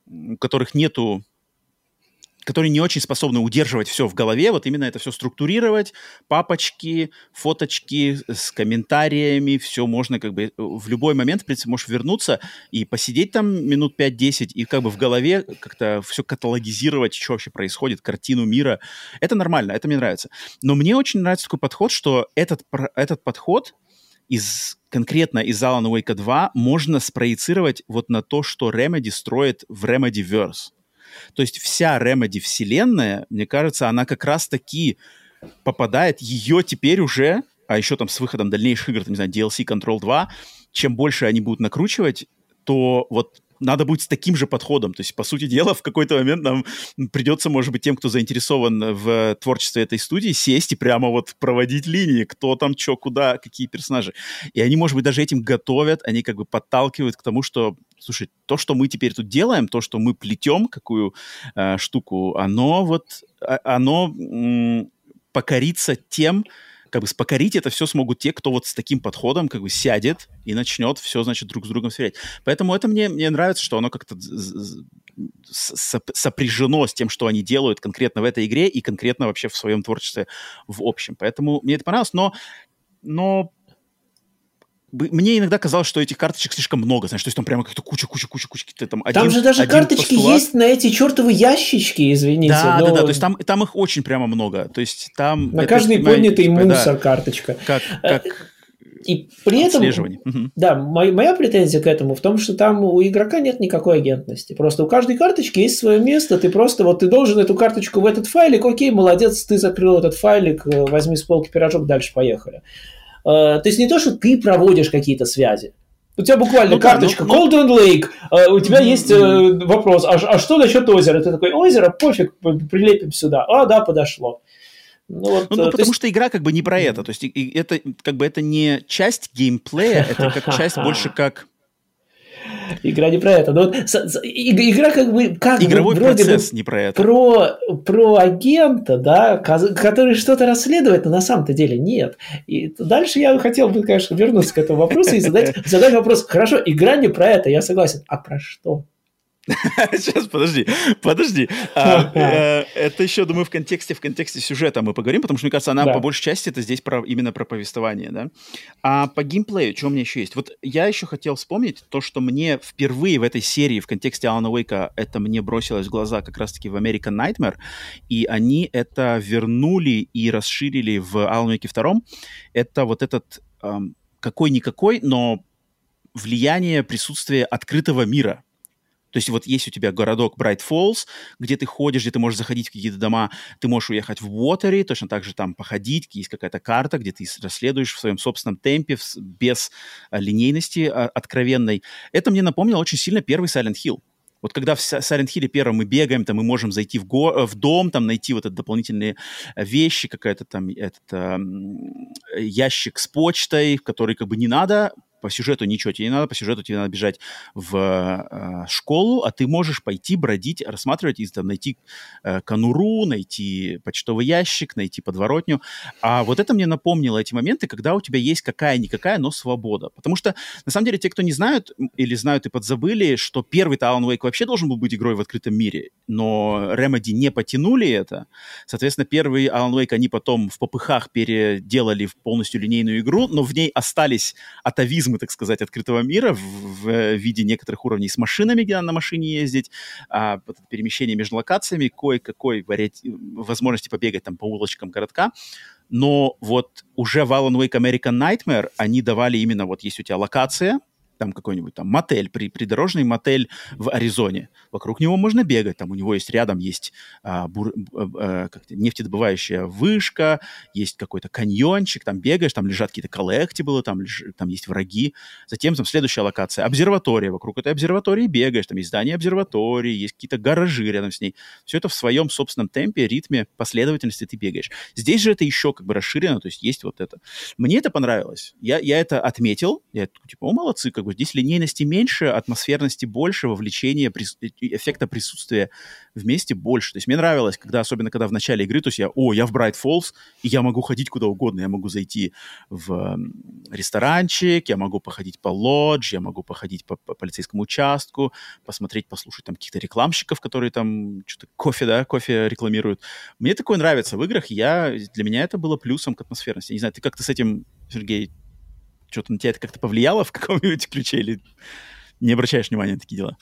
Speaker 1: не очень способны удерживать все в голове, вот именно это все структурировать, папочки, фоточки с комментариями, все можно в любой момент, в принципе, можешь вернуться и посидеть там минут 5-10 и в голове как-то все каталогизировать, что вообще происходит, картину мира. Это нормально, это мне нравится. Но мне очень нравится такой подход, что этот подход конкретно из Alan Wake 2 можно спроецировать вот на то, что Remedy строит в Remedyverse. То есть вся Remedy вселенная, мне кажется, она как раз-таки попадает, ее теперь уже, а еще там с выходом дальнейших игр, там, не знаю, DLC Control 2, чем больше они будут накручивать, то вот надо будет с таким же подходом. То есть, по сути дела, в какой-то момент нам придется, может быть, тем, кто заинтересован в творчестве этой студии, сесть и прямо вот проводить линии, кто там, что, куда, какие персонажи. И они, может быть, даже этим готовят, они подталкивают к тому, что, слушай, то, что мы теперь тут делаем, то, что мы плетем, какую штуку, оно покорится тем, покорить это все смогут те, кто вот с таким подходом сядет и начнет все, значит, друг с другом сверять. Поэтому это мне нравится, что оно как-то сопряжено с тем, что они делают конкретно в этой игре и конкретно вообще в своем творчестве в общем. Поэтому мне это понравилось, но мне иногда казалось, что этих карточек слишком много, знаешь, то есть там прямо как-то куча.
Speaker 2: Там же даже карточки есть на эти чертовы ящички, извините.
Speaker 1: Да, то есть там их очень прямо много. То есть там...
Speaker 2: На каждый поднятый мусор карточка. И при этом, да, моя претензия к этому в том, что там у игрока нет никакой агентности. Просто у каждой карточки есть свое место, ты должен эту карточку в этот файлик, окей, молодец, ты закрыл этот файлик, возьми с полки пирожок, дальше поехали. То есть не то, что ты проводишь какие-то связи. У тебя буквально карточка Golden Lake, у тебя есть вопрос, а что насчет озера? Ты такой, озеро, пофиг, прилепим сюда. Да, подошло.
Speaker 1: Потому что игра не про это. То есть это это не часть геймплея, это как часть больше как...
Speaker 2: Игра не про это. Но вот игра как бы
Speaker 1: Игровой
Speaker 2: вроде
Speaker 1: процесс
Speaker 2: бы
Speaker 1: не про это.
Speaker 2: про агента, да, который что-то расследует, но на самом-то деле нет. И дальше я хотел бы, конечно, вернуться к этому вопросу и задать вопрос. Хорошо, игра не про это, я согласен. А про что?
Speaker 1: Сейчас, подожди. Это еще, думаю, в контексте сюжета мы поговорим, потому что, мне кажется, она по большей части это здесь именно про повествование, да. А по геймплею, что у меня еще есть? Вот я еще хотел вспомнить то, что мне впервые в этой серии в контексте Алана Уэйка это мне бросилось в глаза как раз-таки в American Nightmare, и они это вернули и расширили в Алан Уэйке 2. Это вот этот какой-никакой, но влияние, присутствие открытого мира. То есть вот есть у тебя городок Брайт Фоллс, где ты ходишь, где ты можешь заходить в какие-то дома, ты можешь уехать в Уотери, точно так же там походить, есть какая-то карта, где ты расследуешь в своем собственном темпе, без линейности откровенной. Это мне напомнило очень сильно первый Silent Hill. Вот когда в Silent Hill первом мы бегаем, там мы можем зайти в дом, там найти вот эти дополнительные вещи, какая-то там ящик с почтой, в который как бы не надо. По сюжету ничего тебе не надо, по сюжету тебе надо бежать в школу, а ты можешь пойти бродить, рассматривать и там найти конуру, найти почтовый ящик, найти подворотню. А вот это мне напомнило эти моменты, когда у тебя есть какая-никакая, но свобода. Потому что, на самом деле, те, кто не знают или знают и подзабыли, что первый-то Alan Wake вообще должен был быть игрой в открытом мире, но Remedy не потянули это. Соответственно, первый Alan Wake они потом в попыхах переделали в полностью линейную игру, но в ней остались атовизмы, так сказать, открытого мира в виде некоторых уровней с машинами, где надо на машине ездить, перемещение между локациями, кое-какой возможности побегать там по улочкам городка. Но вот уже в Alan Wake American Nightmare они давали именно, вот есть у тебя локация, там какой-нибудь там мотель, придорожный мотель в Аризоне. Вокруг него можно бегать, там у него есть рядом есть нефтедобывающая вышка, есть какой-то каньончик, там бегаешь, там лежат какие-то коллектиблы, там есть враги. Затем там следующая локация, обсерватория. Вокруг этой обсерватории бегаешь, там есть здание обсерватории, есть какие-то гаражи рядом с ней. Все это в своем собственном темпе, ритме, последовательности ты бегаешь. Здесь же это еще как бы расширено, то есть есть вот это. Мне это понравилось. Я это отметил, я типа, молодцы, как бы здесь линейности меньше, атмосферности больше, вовлечения, эффекта присутствия вместе больше. То есть мне нравилось, особенно когда в начале игры, то есть я в Брайт Фоллс, и я могу ходить куда угодно. Я могу зайти в ресторанчик, я могу походить по лодж, я могу походить по полицейскому участку, посмотреть, послушать там каких-то рекламщиков, которые там что-то кофе рекламируют. Мне такое нравится в играх, для меня это было плюсом к атмосферности. Не знаю, ты как-то с этим, Сергей, что-то на тебя это как-то повлияло в каком-нибудь ключе или не обращаешь внимания на такие дела?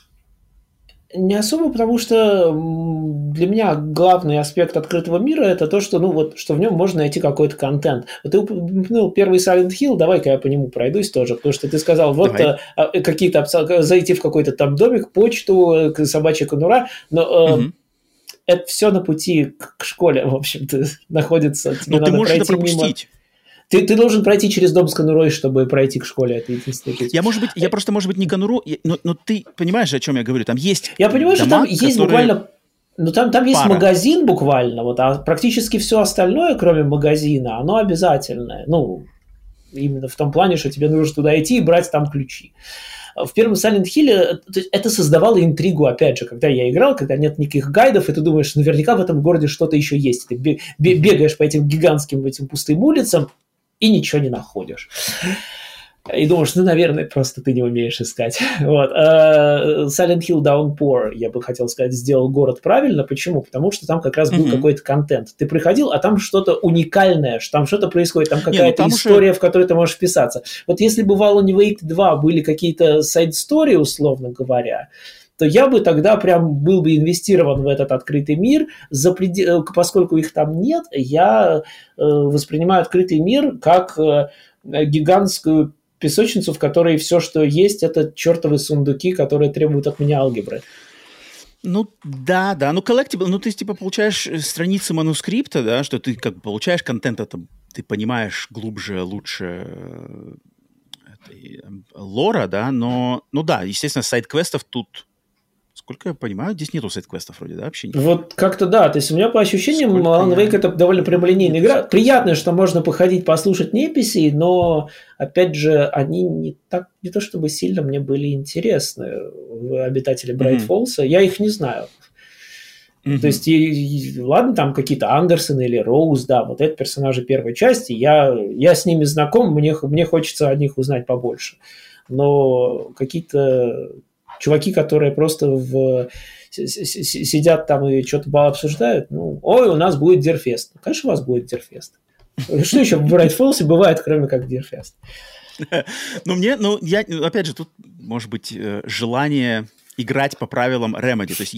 Speaker 2: Не особо, потому что для меня главный аспект открытого мира это то, что, что в нем можно найти какой-то контент. Вот ты упомянул первый Silent Hill, давай-ка я по нему пройдусь тоже, потому что ты сказал, какие-то зайти в какой-то там домик, почту, собачья конура, но это все на пути к школе, в общем-то, находится.
Speaker 1: Но ты можешь это пропустить.
Speaker 2: Ты должен пройти через дом с конурой, чтобы пройти к школе. Это единственное.
Speaker 1: Я просто, может быть, не конуру, но ты понимаешь, о чем я говорю? Там есть
Speaker 2: Я понимаю, что там есть буквально... Ну, там есть магазин буквально, а практически все остальное, кроме магазина, оно обязательное. Ну, именно в том плане, что тебе нужно туда идти и брать там ключи. В первом Silent Hill это создавало интригу, опять же, когда я играл, когда нет никаких гайдов, и ты думаешь, наверняка в этом городе что-то еще есть. Ты бегаешь по этим гигантским пустым улицам, и ничего не находишь. И думаешь, наверное, просто ты не умеешь искать. Вот. Silent Hill Downpour, я бы хотел сказать, сделал город правильно. Почему? Потому что там как раз был какой-то контент. Ты приходил, а там что-то уникальное, там что-то происходит, там какая-то история, в которой ты можешь вписаться. Вот если бы в Alan Wake 2 были какие-то сайд-стори, условно говоря, то я бы тогда прям был бы инвестирован в этот открытый мир. Поскольку их там нет, я воспринимаю открытый мир как гигантскую песочницу, в которой все, что есть, это чертовы сундуки, которые требуют от меня алгебры.
Speaker 1: Ну, да, ну, collectible, ну, ты, типа, получаешь страницы манускрипта, да, что ты, как бы, получаешь контент, это, ты понимаешь глубже, лучше лора, да, но, ну, да, естественно, сайд-квестов тут насколько я понимаю, здесь нету сайд-квестов вроде, да, вообще?
Speaker 2: Вот как-то да, то есть у меня по ощущениям Alan Wake это довольно прямолинейная игра. Приятно, что можно походить, послушать неписи, но, опять же, они не то чтобы сильно мне были интересны, обитатели Bright Falls. Я их не знаю. То есть, ладно, там какие-то Андерсон или Роуз, да, вот это персонажи первой части, я с ними знаком, мне хочется о них узнать побольше. Но какие-то чуваки, которые просто сидят там и что-то обсуждают, ой, у нас будет Дирфест. Ну, конечно, у вас будет Дирфест. Что еще в Bright Falls бывает, кроме как Дирфест?
Speaker 1: Я, опять же, тут, может быть, желание играть по правилам Remedy. То есть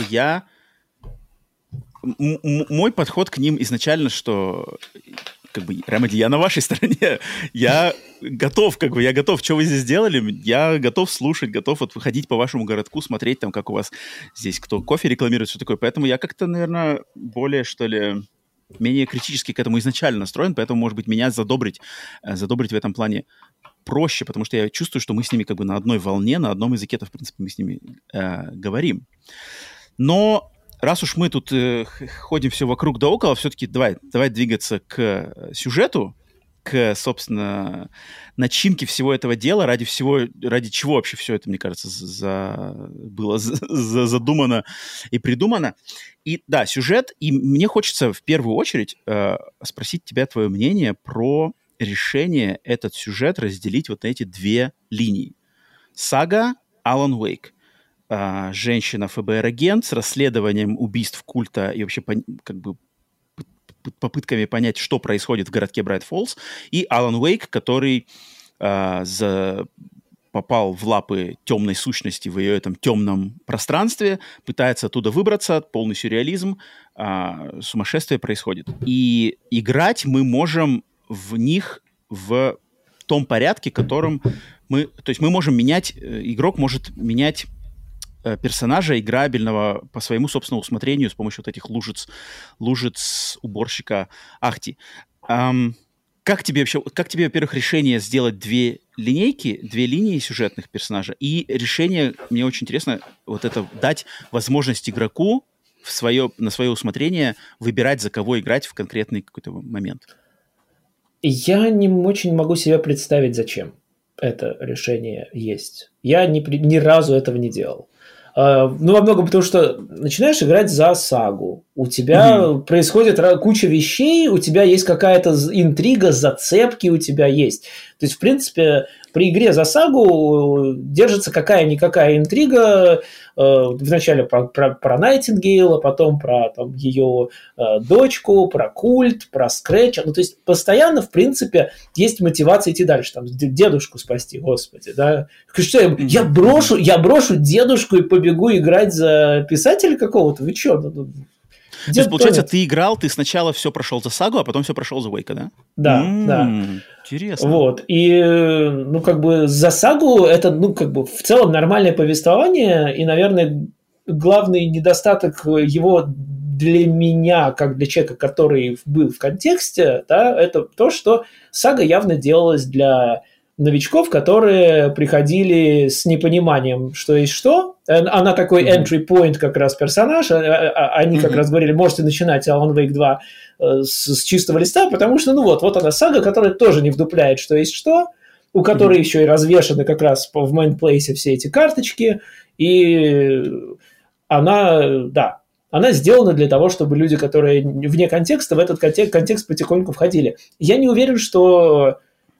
Speaker 1: мой подход к ним изначально, что Remedy, я на вашей стороне, я готов, что вы здесь сделали, я готов слушать, готов выходить по вашему городку, смотреть там, как у вас здесь кто кофе рекламирует, что такое. Поэтому я как-то, наверное, более, что ли, менее критически к этому изначально настроен, поэтому, может быть, меня задобрить в этом плане проще, потому что я чувствую, что мы с ними на одной волне, на одном языке, в принципе, мы с ними говорим. Но раз уж мы тут ходим все вокруг да около, все-таки давай двигаться к сюжету, к, собственно, начинке всего этого дела, ради чего вообще все это, мне кажется, было задумано и придумано. И да, сюжет, и мне хочется в первую очередь спросить тебя твое мнение про решение этот сюжет разделить вот на эти две линии. Сага Alan Wake. Женщина ФБР-агент с расследованием убийств культа и вообще попытками понять, что происходит в городке Брайт Фоллс, и Алан Уэйк, который попал в лапы темной сущности в ее этом темном пространстве, пытается оттуда выбраться, полный сюрреализм, сумасшествие происходит. И играть мы можем в них в том порядке, которым то есть мы можем менять, игрок может менять персонажа играбельного по своему собственному усмотрению с помощью вот этих лужиц уборщика Ахти. Как тебе, во-первых, решение сделать две линии сюжетных персонажа, и решение, мне очень интересно, вот это дать возможность игроку на свое усмотрение выбирать, за кого играть в конкретный какой-то момент?
Speaker 2: Я не очень могу себе представить, зачем это решение есть. Я ни разу этого не делал. Во многом потому, что начинаешь играть за сагу, у тебя происходит куча вещей, у тебя есть какая-то интрига, зацепки у тебя есть. То есть, в принципе, при игре за сагу держится какая-никакая интрига, вначале про Найтингейл, а потом про ее дочку, про культ, про Скретч. То есть постоянно, в принципе, есть мотивация идти дальше. Дедушку спасти, господи. Да? Что, я брошу дедушку и побегу играть за писателя какого-то? Вы что?
Speaker 1: То есть, получается, ты сначала все прошел за сагу, а потом все прошел за Уэйка, да?
Speaker 2: Да.
Speaker 1: Интересно.
Speaker 2: Вот. И, за сагу это, в целом нормальное повествование, и, наверное, главный недостаток его для меня, как для человека, который был в контексте, да, это то, что сага явно делалась для новичков, которые приходили с непониманием, что есть что. Она такой entry point как раз персонаж. Они как раз говорили, можете начинать Alan Wake 2 с чистого листа, потому что, вот она сага, которая тоже не вдупляет, что есть что, у которой еще и развешаны как раз в мейнплейсе все эти карточки, и она сделана для того, чтобы люди, которые вне контекста, в этот контекст потихоньку входили. Я не уверен, что...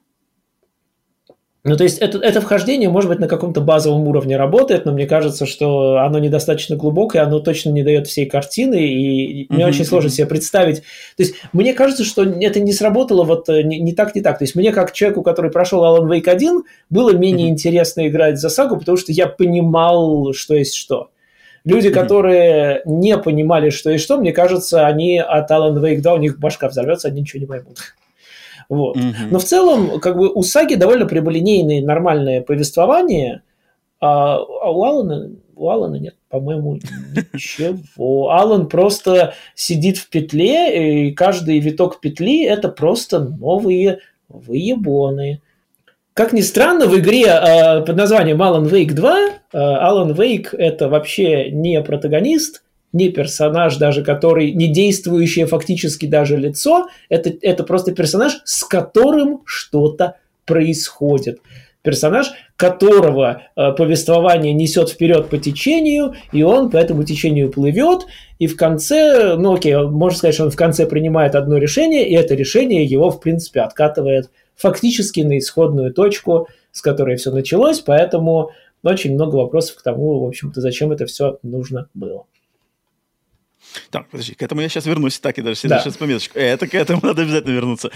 Speaker 2: то есть это вхождение, может быть, на каком-то базовом уровне работает, но мне кажется, что оно недостаточно глубокое, оно точно не дает всей картины, и мне очень сложно себе представить. То есть мне кажется, что это не сработало не так. То есть мне, как человеку, который прошел Alan Wake 1, было менее интересно играть за сагу, потому что я понимал, что есть что. Люди, которые не понимали, что есть что, мне кажется, они от Alan Wake 2, у них башка взорвется, они ничего не поймут. Вот. Но в целом, у саги довольно прямолинейное нормальное повествование, а у Алана нет, по-моему, ничего. Алан просто сидит в петле, и каждый виток петли – это просто новые выебоны. Как ни странно, в игре под названием Alan Wake 2 Alan Wake – это вообще не протагонист, не персонаж даже, который не действующее фактически даже лицо, это просто персонаж, с которым что-то происходит. Персонаж, которого повествование несет вперед по течению, и он по этому течению плывет, и в конце, ну окей, можно сказать, что он в конце принимает одно решение, и это решение его, в принципе, откатывает фактически на исходную точку, с которой все началось, поэтому очень много вопросов к тому, в общем-то, зачем это все нужно было.
Speaker 1: Так, подожди, к этому я сейчас вернусь, так и даже сейчас пометочку. Это к этому надо обязательно вернуться.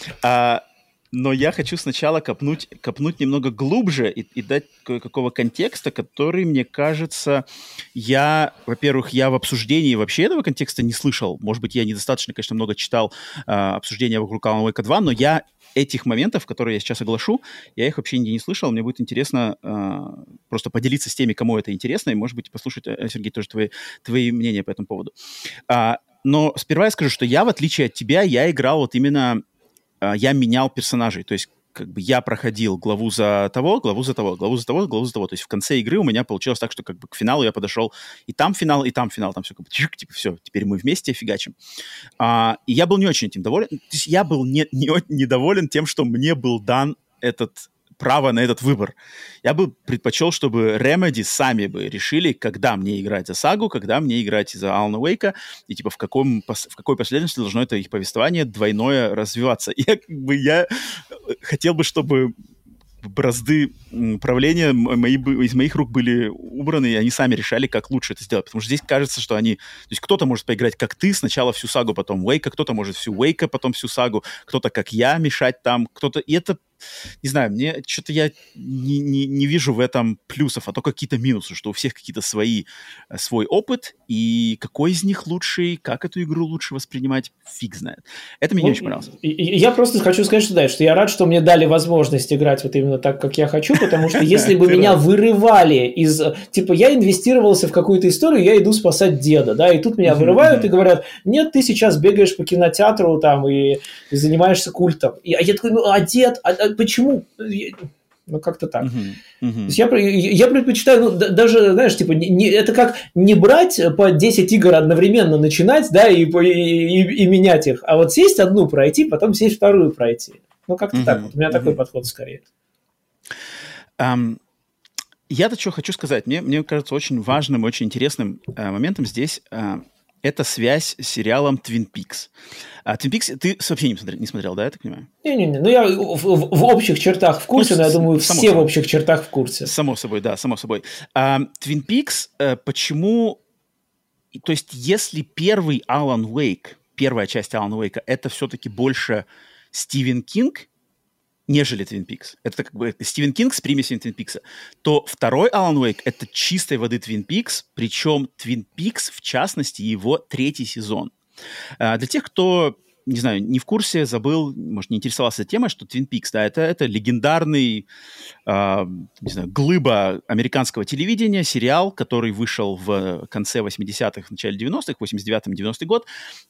Speaker 1: Но я хочу сначала копнуть немного глубже и дать кое-какого контекста, который, мне кажется, во-первых, я в обсуждении вообще этого контекста не слышал. Может быть, я недостаточно, конечно, много читал обсуждения вокруг Alan Wake 2, но я этих моментов, которые я сейчас оглашу, я их вообще нигде не слышал. Мне будет интересно просто поделиться с теми, кому это интересно, и, может быть, послушать, Сергей, тоже твои мнения по этому поводу. Но сперва я скажу, что я, в отличие от тебя, я играл вот именно... Я менял персонажей, то есть как бы я проходил главу за того, главу за того, главу за того, главу за того. То есть в конце игры у меня получилось так, что как бы к финалу я подошел, и там финал, там все как бы типа все, теперь мы вместе фигачим. И я был не очень этим доволен. То есть я был недоволен тем, что мне был дан право на этот выбор. Я бы предпочел, чтобы Remedy сами бы решили, когда мне играть за Сагу, когда мне играть за Alan Wake'a, и типа в какой последовательности должно это их повествование двойное развиваться. Я хотел бы, чтобы бразды правления из моих рук были убраны, и они сами решали, как лучше это сделать. Потому что здесь кажется, что то есть кто-то может поиграть, как ты, сначала всю сагу, потом Wake'a, кто-то может всю Wake'a, потом всю сагу, кто-то, как я, мешать там, кто-то... И это... Не знаю, мне что-то я не вижу в этом плюсов, а только какие-то минусы, что у всех какие-то свой опыт, и какой из них лучший, как эту игру лучше воспринимать, фиг знает. Это мне не очень понравилось.
Speaker 2: Я просто хочу сказать, что я рад, что мне дали возможность играть вот именно так, как я хочу, потому что если бы меня вырывали из... Типа, я инвестировался в какую-то историю, я иду спасать деда, да, и тут меня вырывают и говорят, нет, ты сейчас бегаешь по кинотеатру там и занимаешься культом. Я такой, дед, почему? Ну, как-то так. То есть я предпочитаю, даже, знаешь, типа, это как не брать по 10 игр одновременно начинать, да, и менять их, а вот сесть одну пройти, потом сесть вторую пройти. Ну, как-то так. Вот у меня такой подход скорее.
Speaker 1: Я-то что хочу сказать. Мне кажется, очень важным, очень интересным моментом здесь это связь с сериалом Twin Peaks. Twin Peaks ты вообще не смотрел, да, я так понимаю?
Speaker 2: Не-не-не, ну я в общих чертах в курсе, но я думаю, все в общих чертах в курсе.
Speaker 1: Само собой, да, само собой. Twin Peaks, почему... То есть если первый Alan Wake, первая часть Alan Wake'a, это все-таки больше Стивен Кинг, нежели Twin Peaks. Это как бы Стивен Кинг с примесью Twin Peaks. То второй Alan Wake — это чистой воды Twin Peaks, причем Twin Peaks, в частности, его 3-й сезон. Для тех, кто, не знаю, не в курсе, забыл, может, не интересовался этой темой, что Twin Peaks, да, это легендарный, не знаю, глыба американского телевидения, сериал, который вышел в конце 80-х, в начале 90-х, 89-90 год,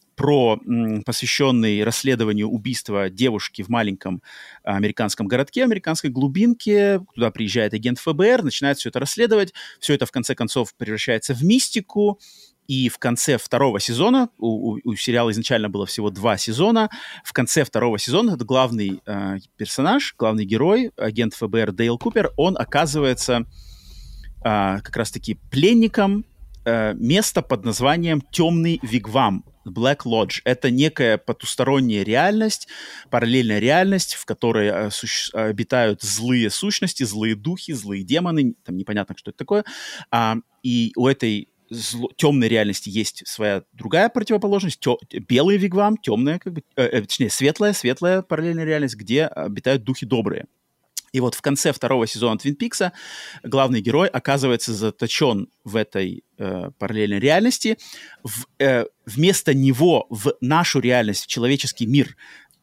Speaker 1: посвященный расследованию убийства девушки в маленьком американском городке, американской глубинке. Туда приезжает агент ФБР, начинает все это расследовать. Все это, в конце концов, превращается в мистику. И в конце 2-го сезона, у сериала изначально было всего 2 сезона, в конце 2-го сезона этот главный персонаж, главный герой, агент ФБР Дейл Купер, он оказывается как раз-таки пленником места под названием «Темный вигвам», Black Lodge. Это некая потусторонняя реальность, параллельная реальность, в которой обитают злые сущности, злые духи, злые демоны, там непонятно, что это такое. И у этой темной реальности есть своя другая противоположность, белый вигвам, темная, как бы, точнее, светлая параллельная реальность, где обитают духи добрые. И вот в конце 2-го сезона Твин Пикса главный герой оказывается заточен в этой параллельной реальности. Вместо него в нашу реальность, в человеческий мир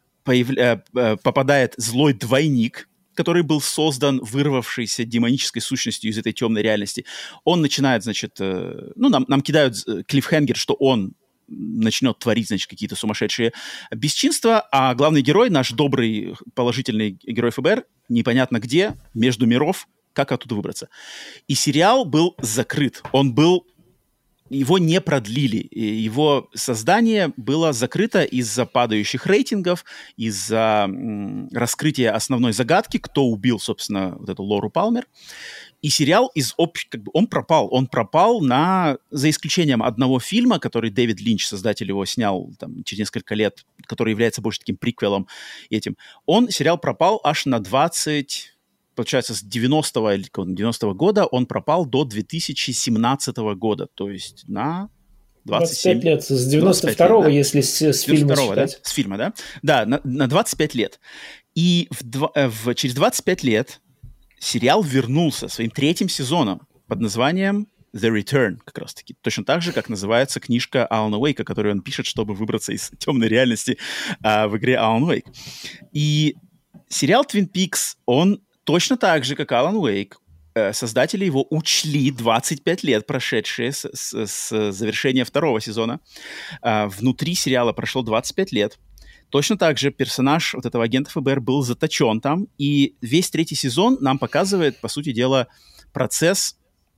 Speaker 1: попадает злой двойник, который был создан вырвавшейся демонической сущностью из этой темной реальности. Он начинает, значит... нам кидают клиффхенгер, что он начнет творить, значит, какие-то сумасшедшие бесчинства, а главный герой, наш добрый, положительный герой ФБР, непонятно где, между миров, как оттуда выбраться. И сериал был закрыт. Его не продлили. Его создание было закрыто из-за падающих рейтингов, из-за раскрытия основной загадки, кто убил, собственно, вот эту Лору Палмер. И сериал он пропал. Он пропал за исключением одного фильма, который Дэвид Линч, создатель его, снял там, через несколько лет, который является больше таким приквелом этим. Сериал пропал аж на 20... Получается, с 90-го или 90-го года он пропал до 2017 года, то есть на 27
Speaker 2: 25 лет, с 92-го, да? Если с фильма считать.
Speaker 1: Да? С фильма, да? Да, на 25 лет. И через 25 лет сериал вернулся своим третьим сезоном под названием The Return, как раз-таки. Точно так же, как называется книжка Алана Уэйка, которую он пишет, чтобы выбраться из темной реальности в игре Alan Wake. И сериал Twin Peaks, он точно так же, как Alan Wake, создатели его учли 25 лет, прошедшие с завершения второго сезона. Внутри сериала прошло 25 лет. Точно так же персонаж вот этого агента ФБР был заточен там, и весь третий сезон нам показывает, по сути дела, процесс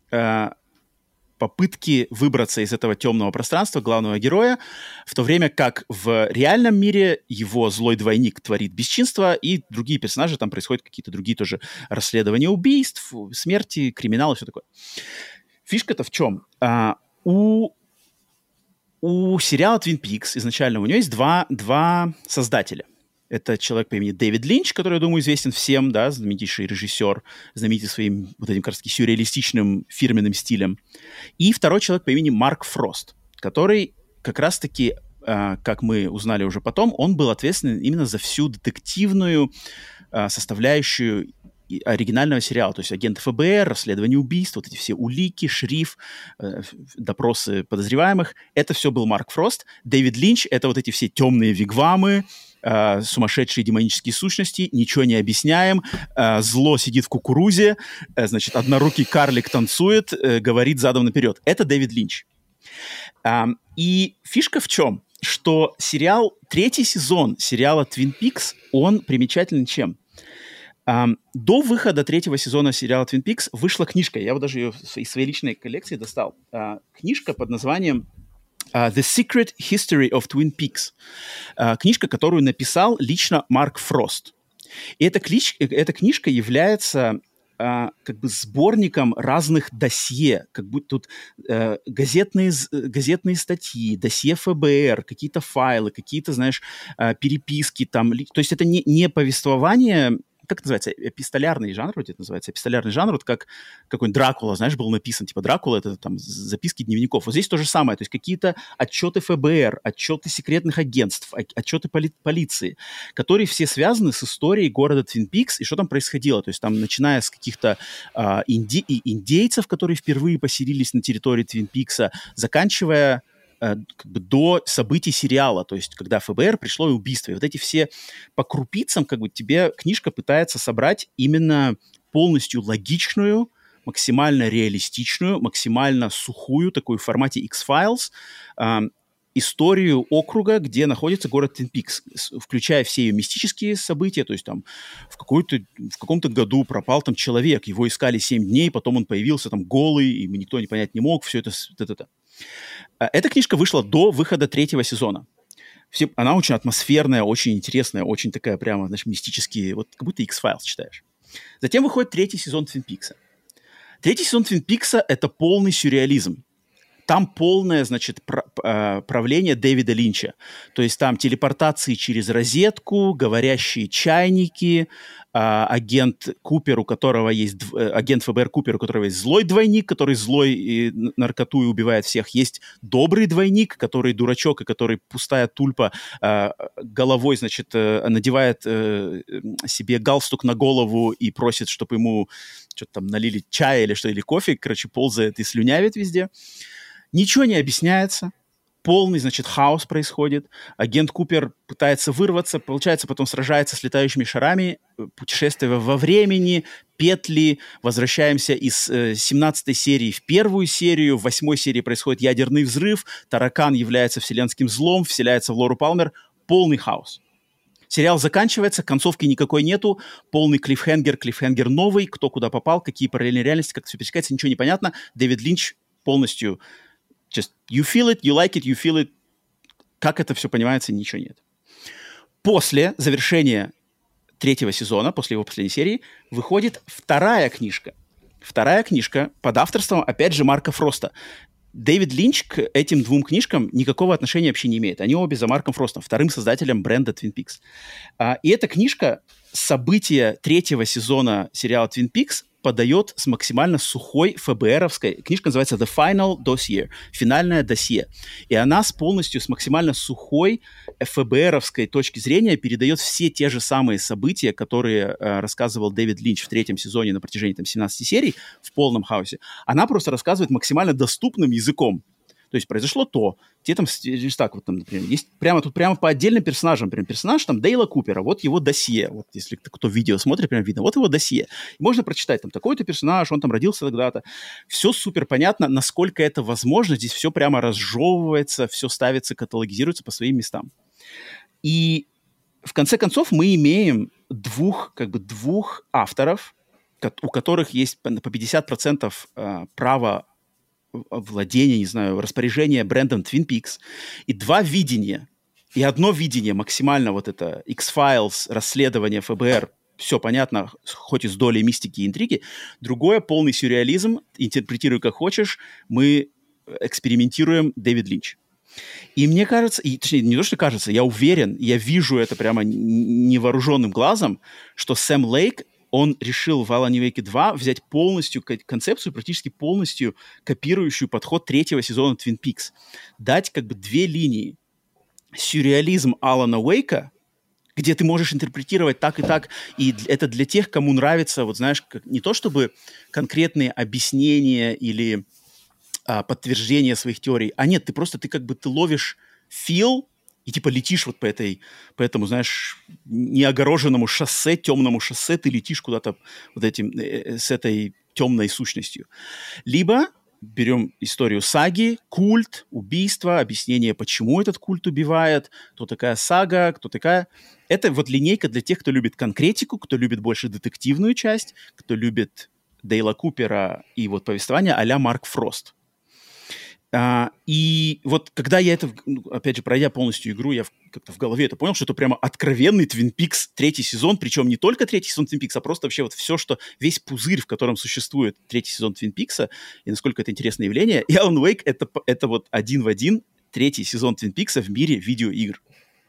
Speaker 1: попытки выбраться из этого темного пространства главного героя, в то время как в реальном мире его злой двойник творит бесчинство, и другие персонажи, там происходят какие-то другие тоже расследования убийств, смерти, криминал и все такое. Фишка-то в чем? У сериала Twin Peaks изначально у него есть два создателя. Это человек по имени Дэвид Линч, который, я думаю, известен всем, да, знаменитейший режиссер, знаменитый своим вот этим, как раз, сюрреалистичным фирменным стилем. И второй человек по имени Марк Фрост, который как раз-таки, как мы узнали уже потом, он был ответственен именно за всю детективную составляющую оригинального сериала, то есть агент ФБР, расследование убийств, вот эти все улики, шриф, допросы подозреваемых. Это все был Марк Фрост. Дэвид Линч — это вот эти все темные вигвамы, сумасшедшие демонические сущности, ничего не объясняем, зло сидит в кукурузе, значит, однорукий карлик танцует, говорит задом наперед. Это Дэвид Линч. И фишка в чем? Что третий сезон сериала Twin Peaks, он примечателен чем? До выхода третьего сезона сериала Twin Peaks вышла книжка, я вот даже ее из своей личной коллекции достал. Книжка под названием The Secret History of Twin Peaks. Книжка, которую написал лично Марк Фрост. И эта книжка является как бы сборником разных досье, как будто тут газетные статьи, досье ФБР, какие-то файлы, какие-то, знаешь, переписки там. То есть это не повествование... Как это называется? Эпистолярный жанр, вроде это называется. Эпистолярный жанр, вот как какой-нибудь Дракула, знаешь, был написан. Типа Дракула — это там записки дневников. Вот здесь то же самое. То есть какие-то отчеты ФБР, отчеты секретных агентств, отчеты полиции, которые все связаны с историей города Твин Пикс и что там происходило. То есть там, начиная с каких-то индейцев, которые впервые поселились на территории Твин Пикса, заканчивая как бы до событий сериала, то есть когда ФБР пришло и убийство. И вот эти все по крупицам, как бы тебе книжка пытается собрать именно полностью логичную, максимально реалистичную, максимально сухую, такую в формате X-Files, историю округа, где находится город Твин Пикс, включая все ее мистические события, то есть там в каком-то году пропал там человек, его искали 7 дней, потом он появился там голый, и никто не понять не мог, все это. Эта книжка вышла до выхода третьего сезона. Она очень атмосферная, очень интересная, очень такая прямо, знаешь, мистические, вот как будто X-Files читаешь. Затем выходит третий сезон Твин Пикса. Третий сезон Твин Пикса — это полный сюрреализм. Там полное, значит, правление Дэвида Линча. То есть там телепортации через розетку, говорящие чайники, агент Купер, у которого есть агент ФБР Купер, у которого есть злой двойник, который злой и наркоту и убивает всех. Есть добрый двойник, который дурачок и который пустая тульпа головой, значит, надевает себе галстук на голову и просит, чтобы ему что-то там налили чая или что, или кофе, короче, ползает и слюнявит везде. Ничего не объясняется. полный, значит, хаос происходит. Агент Купер пытается вырваться, получается, потом сражается с летающими шарами, путешествие во времени, петли. Возвращаемся из 17-й серии в первую серию. В 8-й серии происходит ядерный взрыв. Таракан является вселенским злом, вселяется в Лору Палмер. Полный хаос. Сериал заканчивается, концовки никакой нету, полный клиффхенгер новый, кто куда попал, какие параллельные реальности, как все пересекается, ничего не понятно. Дэвид Линч полностью just you feel it, you like it, you feel it. Как это все понимается, ничего нет. После завершения 3-го сезона, после его последней серии, выходит вторая книжка. Вторая книжка под авторством, опять же, Марка Фроста. Дэвид Линч к этим 2 книжкам никакого отношения вообще не имеет. Они обе за Марком Фростом, вторым создателем бренда Twin Peaks. И эта книжка события 3-го сезона сериала Twin Peaks подает с максимально сухой ФБРовской... Книжка называется The Final Dossier, финальное досье. И она полностью с максимально сухой ФБРовской точки зрения передает все те же самые события, которые рассказывал Дэвид Линч в 3-м сезоне на протяжении 17 серий в полном хаосе. Она просто рассказывает максимально доступным языком. То есть произошло то, где там, так вот там, например, есть прямо по отдельным персонажам, например, персонаж там Дейла Купера, вот его досье, вот если кто видео смотрит, прям видно, вот его досье. И можно прочитать, там, такой-то персонаж, он там родился тогда-то. Все супер понятно, насколько это возможно, здесь все прямо разжевывается, все ставится, каталогизируется по своим местам. И в конце концов мы имеем двух авторов, у которых есть по 50% права владение, не знаю, распоряжение брендом Twin Peaks, и 2 видения. И одно видение максимально вот это X-Files, расследование ФБР, все понятно, хоть и с долей мистики и интриги. Другое — полный сюрреализм, интерпретируй как хочешь, мы экспериментируем Дэвид Линч. И мне кажется, и, точнее, не то, что кажется, я уверен, я вижу это прямо невооруженным глазом, что Сэм Лейк, он решил в Алане Вейке 2 взять полностью концепцию, практически полностью копирующую подход 3-го сезона Twin Peaks. Дать как бы 2 линии. Сюрреализм Алана Уэйка, где ты можешь интерпретировать так и так, и это для тех, кому нравится, вот знаешь, не то чтобы конкретные объяснения или подтверждения своих теорий, а нет, ты как бы ты ловишь feel и типа летишь вот по этому, знаешь, неогороженному шоссе, темному шоссе, ты летишь куда-то вот с этой темной сущностью. Либо берем историю саги, культ, убийство, объяснение, почему этот культ убивает, кто такая сага, кто такая... Это вот линейка для тех, кто любит конкретику, кто любит больше детективную часть, кто любит Дейла Купера и вот повествование а-ля Марк Фрост. И вот когда я это, опять же, пройдя полностью игру, я как-то в голове это понял, что это прямо откровенный Twin Peaks 3-й сезон, причем не только 3-й сезон Twin Peaks, а просто вообще вот все, что весь пузырь, в котором существует 3-й сезон Twin Peaks, и насколько это интересное явление. И Alan Wake — это вот один в один 3-й сезон Twin Peaks в мире видеоигр.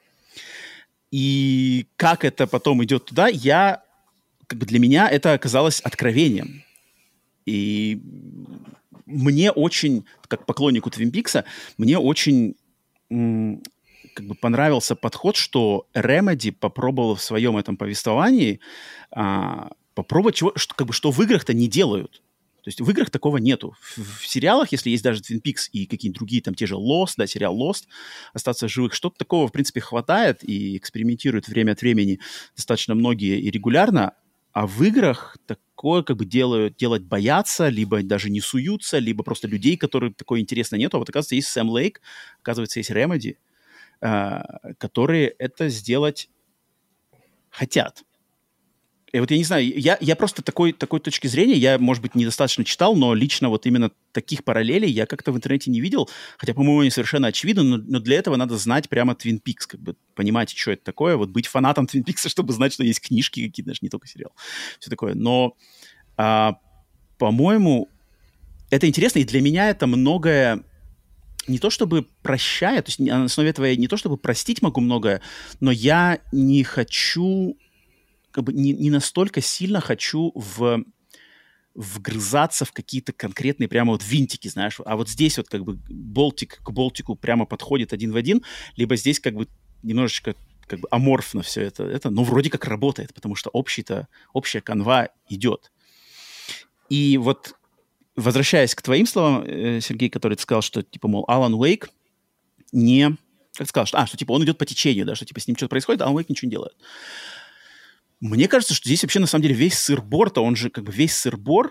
Speaker 1: И как это потом идет туда, как бы для меня это оказалось откровением. И мне очень, как поклоннику Twin Peaks, мне очень как бы понравился подход, что Remedy попробовал в своем этом повествовании попробовать что в играх-то не делают. То есть в играх такого нету. В сериалах, если есть даже Twin Peaks и какие-то другие, там те же Lost, да, сериал Lost, «Остаться в живых», что-то такого, в принципе, хватает и экспериментируют время от времени достаточно многие и регулярно, а в играх такое как бы делать боятся, либо даже не суются, либо просто людей, которые такое интересно нету. А вот, оказывается, есть Сэм Лейк, оказывается, есть Remedy, которые это сделать хотят. И вот я не знаю, я просто такой точки зрения, я, может быть, недостаточно читал, но лично вот именно таких параллелей я как-то в интернете не видел, хотя, по-моему, они совершенно очевидны, но для этого надо знать прямо Twin Peaks, как бы понимать, что это такое, вот быть фанатом Twin Peaks, чтобы знать, что есть книжки какие-то, даже не только сериал, все такое. Но, по-моему, это интересно, и для меня это многое не то чтобы прощает, то есть на основе этого я не то чтобы простить могу многое, но я не хочу... как бы не настолько сильно хочу вгрызаться в какие-то конкретные прямо вот винтики, знаешь. А вот здесь вот как бы болтик к болтику прямо подходит один в один, либо здесь как бы немножечко как бы аморфно все это, но вроде как работает, потому что общая канва идет. И вот возвращаясь к твоим словам, Сергей, который ты сказал, что типа, мол, Alan Wake не... Как сказал, что типа он идет по течению, да, что типа с ним что-то происходит, а Alan Wake ничего не делает. Мне кажется, что здесь вообще на самом деле весь сыр-бор-то, он же как бы весь сыр-бор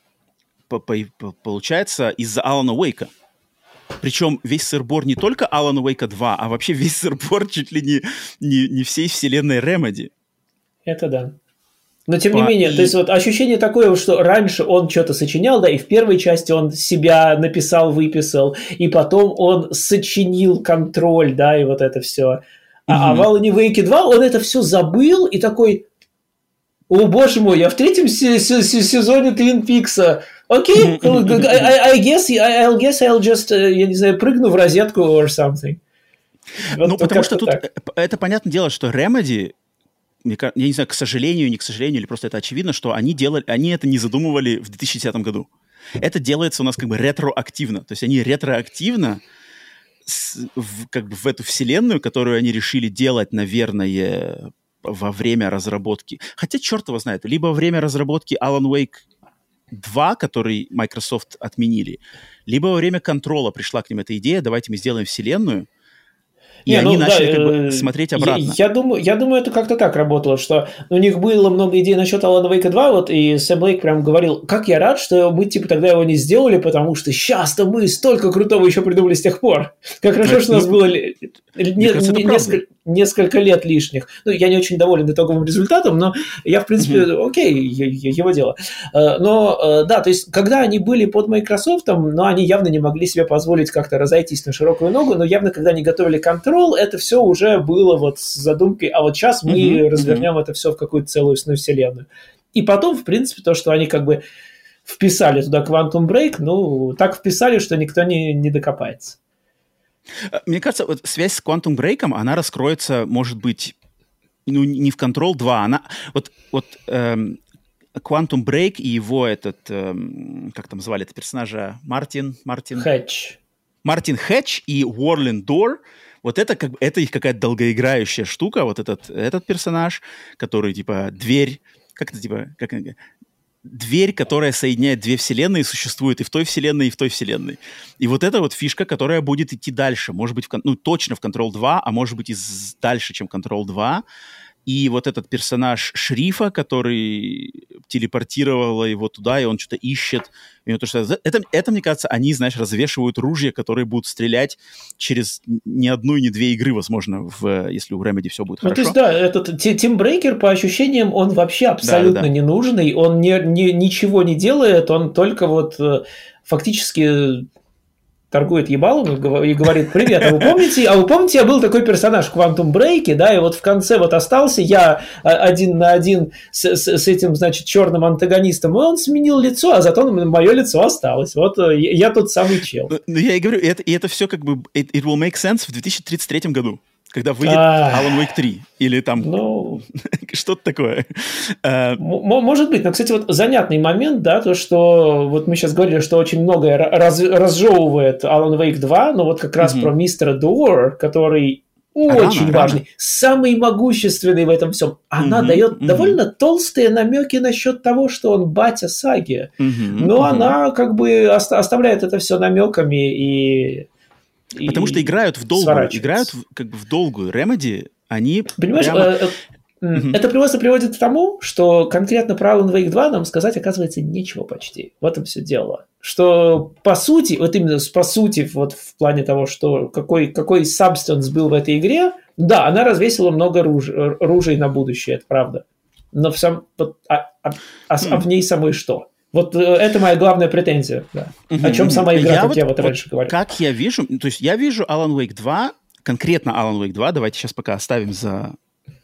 Speaker 1: получается из-за Алана Уэйка. Причем весь сыр-бор не только Алана Уэйка 2, а вообще весь сыр-бор чуть ли не всей вселенной Remedy.
Speaker 2: Это да. Но тем не менее, то есть вот ощущение такое, что раньше он что-то сочинял, да, и в первой части он себя написал, выписал, и потом он сочинил контроль, да, и вот это все. А в Alan Wake 2 он это все забыл и такой: о боже мой, я в третьем сезоне Твин Пикса. Окей, I guess I'll just, я не знаю, прыгну в розетку or something.
Speaker 1: Вот, ну, потому что тут это понятное дело, что Remedy, я не знаю, к сожалению, не к сожалению, или просто это очевидно, что они это не задумывали в 2010 году. Это делается у нас как бы ретроактивно. То есть они ретроактивно как бы в эту вселенную, которую они решили делать, наверное, во время разработки. Хотя черт его знает. Либо во время разработки Alan Wake 2, который Microsoft отменили, либо во время контрола пришла к ним эта идея: давайте мы сделаем вселенную. И они начали как бы смотреть обратно.
Speaker 2: Я думаю, это как-то так работало, что у них было много идей насчет Alan Wake 2, вот, и Сэм Лейк прям говорил: как я рад, что мы типа тогда его не сделали, потому что сейчас-то мы столько крутого еще придумали с тех пор. Как хорошо, что у нас было несколько лет лишних. Ну, я не очень доволен итоговым результатом, но я, в принципе, окей, его дело. Но, да, то есть, когда они были под Microsoft, но они явно не могли себе позволить как-то разойтись на широкую ногу, но явно, когда они готовили контроль, это все уже было вот с задумкой: а вот сейчас мы развернем это все в какую-то целостную вселенную. И потом, в принципе, то, что они как бы вписали туда Quantum Break, ну, так вписали, что никто не докопается.
Speaker 1: Мне кажется, вот связь с Quantum Break'ом, она раскроется, может быть, ну, не в Control 2, она... Вот Quantum Break и его этот... как там звали это персонажа? Мартин
Speaker 2: Хэтч.
Speaker 1: Мартин Хэтч и Уорлен Дор. Вот это как бы это их какая-то долгоиграющая штука. Вот этот персонаж, который типа дверь... Как это типа... Дверь, которая соединяет две вселенные, существует и в той вселенной, и в той вселенной. И вот эта вот фишка, которая будет идти дальше. Может быть, точно в Control 2, а может быть и дальше, чем Control 2. И вот этот персонаж Шрифа, который телепортировал его туда, и он что-то ищет. И это, мне кажется, они, знаешь, развешивают ружья, которые будут стрелять через не одну и не две игры, возможно, если у Remedy все будет хорошо.
Speaker 2: То есть, да, этот Тимбрейкер, по ощущениям, он вообще абсолютно ненужный, он ничего не делает, он только вот фактически торгует ебалом и говорит: привет, а вы помните, я был такой персонаж в Quantum Break, да, и вот в конце вот остался я один на один с этим, значит, черным антагонистом, и он сменил лицо, а зато мое лицо осталось. Вот я тот самый чел.
Speaker 1: Ну, я и говорю, и это все как бы it will make sense в 2033 году, когда выйдет Alan Wake 3 или там что-то такое.
Speaker 2: Может быть, но, кстати, вот занятный момент, да, то, что вот мы сейчас говорили, что очень многое разжевывает Alan Wake 2, но вот как раз про мистера Дор, который очень важный, самый могущественный в этом всем. Она дает довольно толстые намеки насчет того, что он батя саги, но она как бы оставляет это все намеками и...
Speaker 1: Потому что играют в долгую. Remedy, они...
Speaker 2: Понимаешь, это просто приводит к тому, что конкретно про Alan Wake 2 нам сказать, оказывается, нечего почти. В этом все дело. Что по сути, вот именно по сути, вот в плане того, что какой substance был в этой игре, да, она развесила много ружей на будущее, это правда. Но в ней самой что? Вот это моя главная претензия. Да. О чем сама игра, как я вот раньше говорил.
Speaker 1: Как я вижу, то есть я вижу Alan Wake 2, конкретно Alan Wake 2, давайте сейчас пока оставим за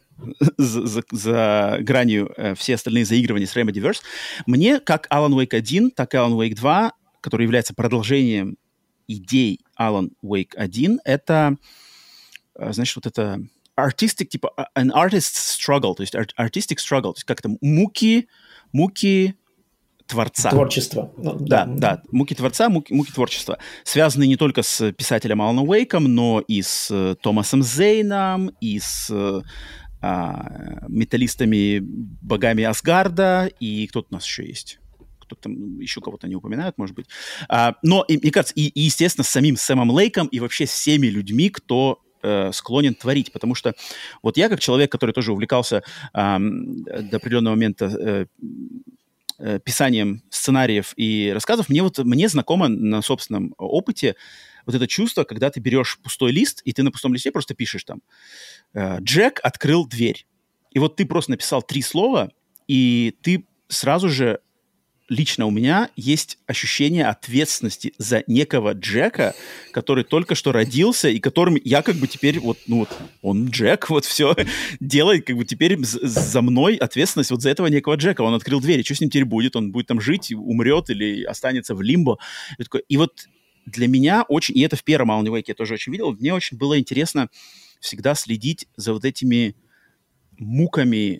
Speaker 1: гранью все остальные заигрывания с Remedyverse. Мне как Alan Wake 1, так и Alan Wake 2, который является продолжением идей Alan Wake 1, это, значит, вот это artistic, типа an artist's struggle, то есть artistic struggle, то есть как это муки творца.
Speaker 2: Творчество.
Speaker 1: Да, муки творца, муки творчества. Связанные не только с писателем Аланом Уэйком, но и с Томасом Зейном, и с металлистами, богами Асгарда, и кто-то у нас еще есть. кто-то там еще кого-то не упоминают, может быть. Но, мне кажется, и, естественно, с самим Сэмом Лейком и вообще с всеми людьми, кто склонен творить, потому что вот я как человек, который тоже увлекался до определенного момента писанием сценариев и рассказов, мне знакомо на собственном опыте вот это чувство, когда ты берешь пустой лист, и ты на пустом листе просто пишешь там «Джек открыл дверь». И вот ты просто написал 3 слова, и ты сразу же, лично у меня есть ощущение ответственности за некого Джека, который только что родился, и которым я как бы теперь он Джек, вот все делает, как бы теперь за мной ответственность вот за этого некого Джека. Он открыл дверь, и что с ним теперь будет? Он будет там жить, умрет или останется в лимбо? И вот для меня очень, и это в первом Alan Wake я тоже очень видел, мне очень было интересно всегда следить за вот этими муками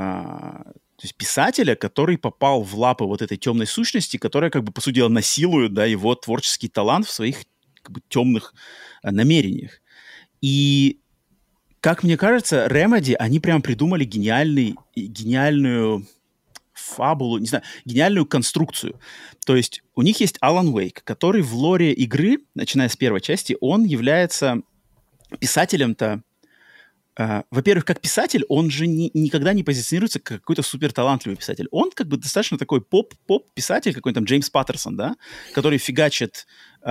Speaker 1: то есть писателя, который попал в лапы вот этой темной сущности, которая, как бы, по сути дела, насилует, да, его творческий талант в своих, как бы, темных намерениях. И, как мне кажется, Remedy, они прям придумали гениальную фабулу, не знаю, гениальную конструкцию. То есть у них есть Alan Wake, который в лоре игры, начиная с первой части, он является писателем-то. Во-первых, как писатель, он же никогда не позиционируется как какой-то суперталантливый писатель. Он как бы достаточно такой поп-писатель, какой-то там Джеймс Паттерсон, да, который фигачит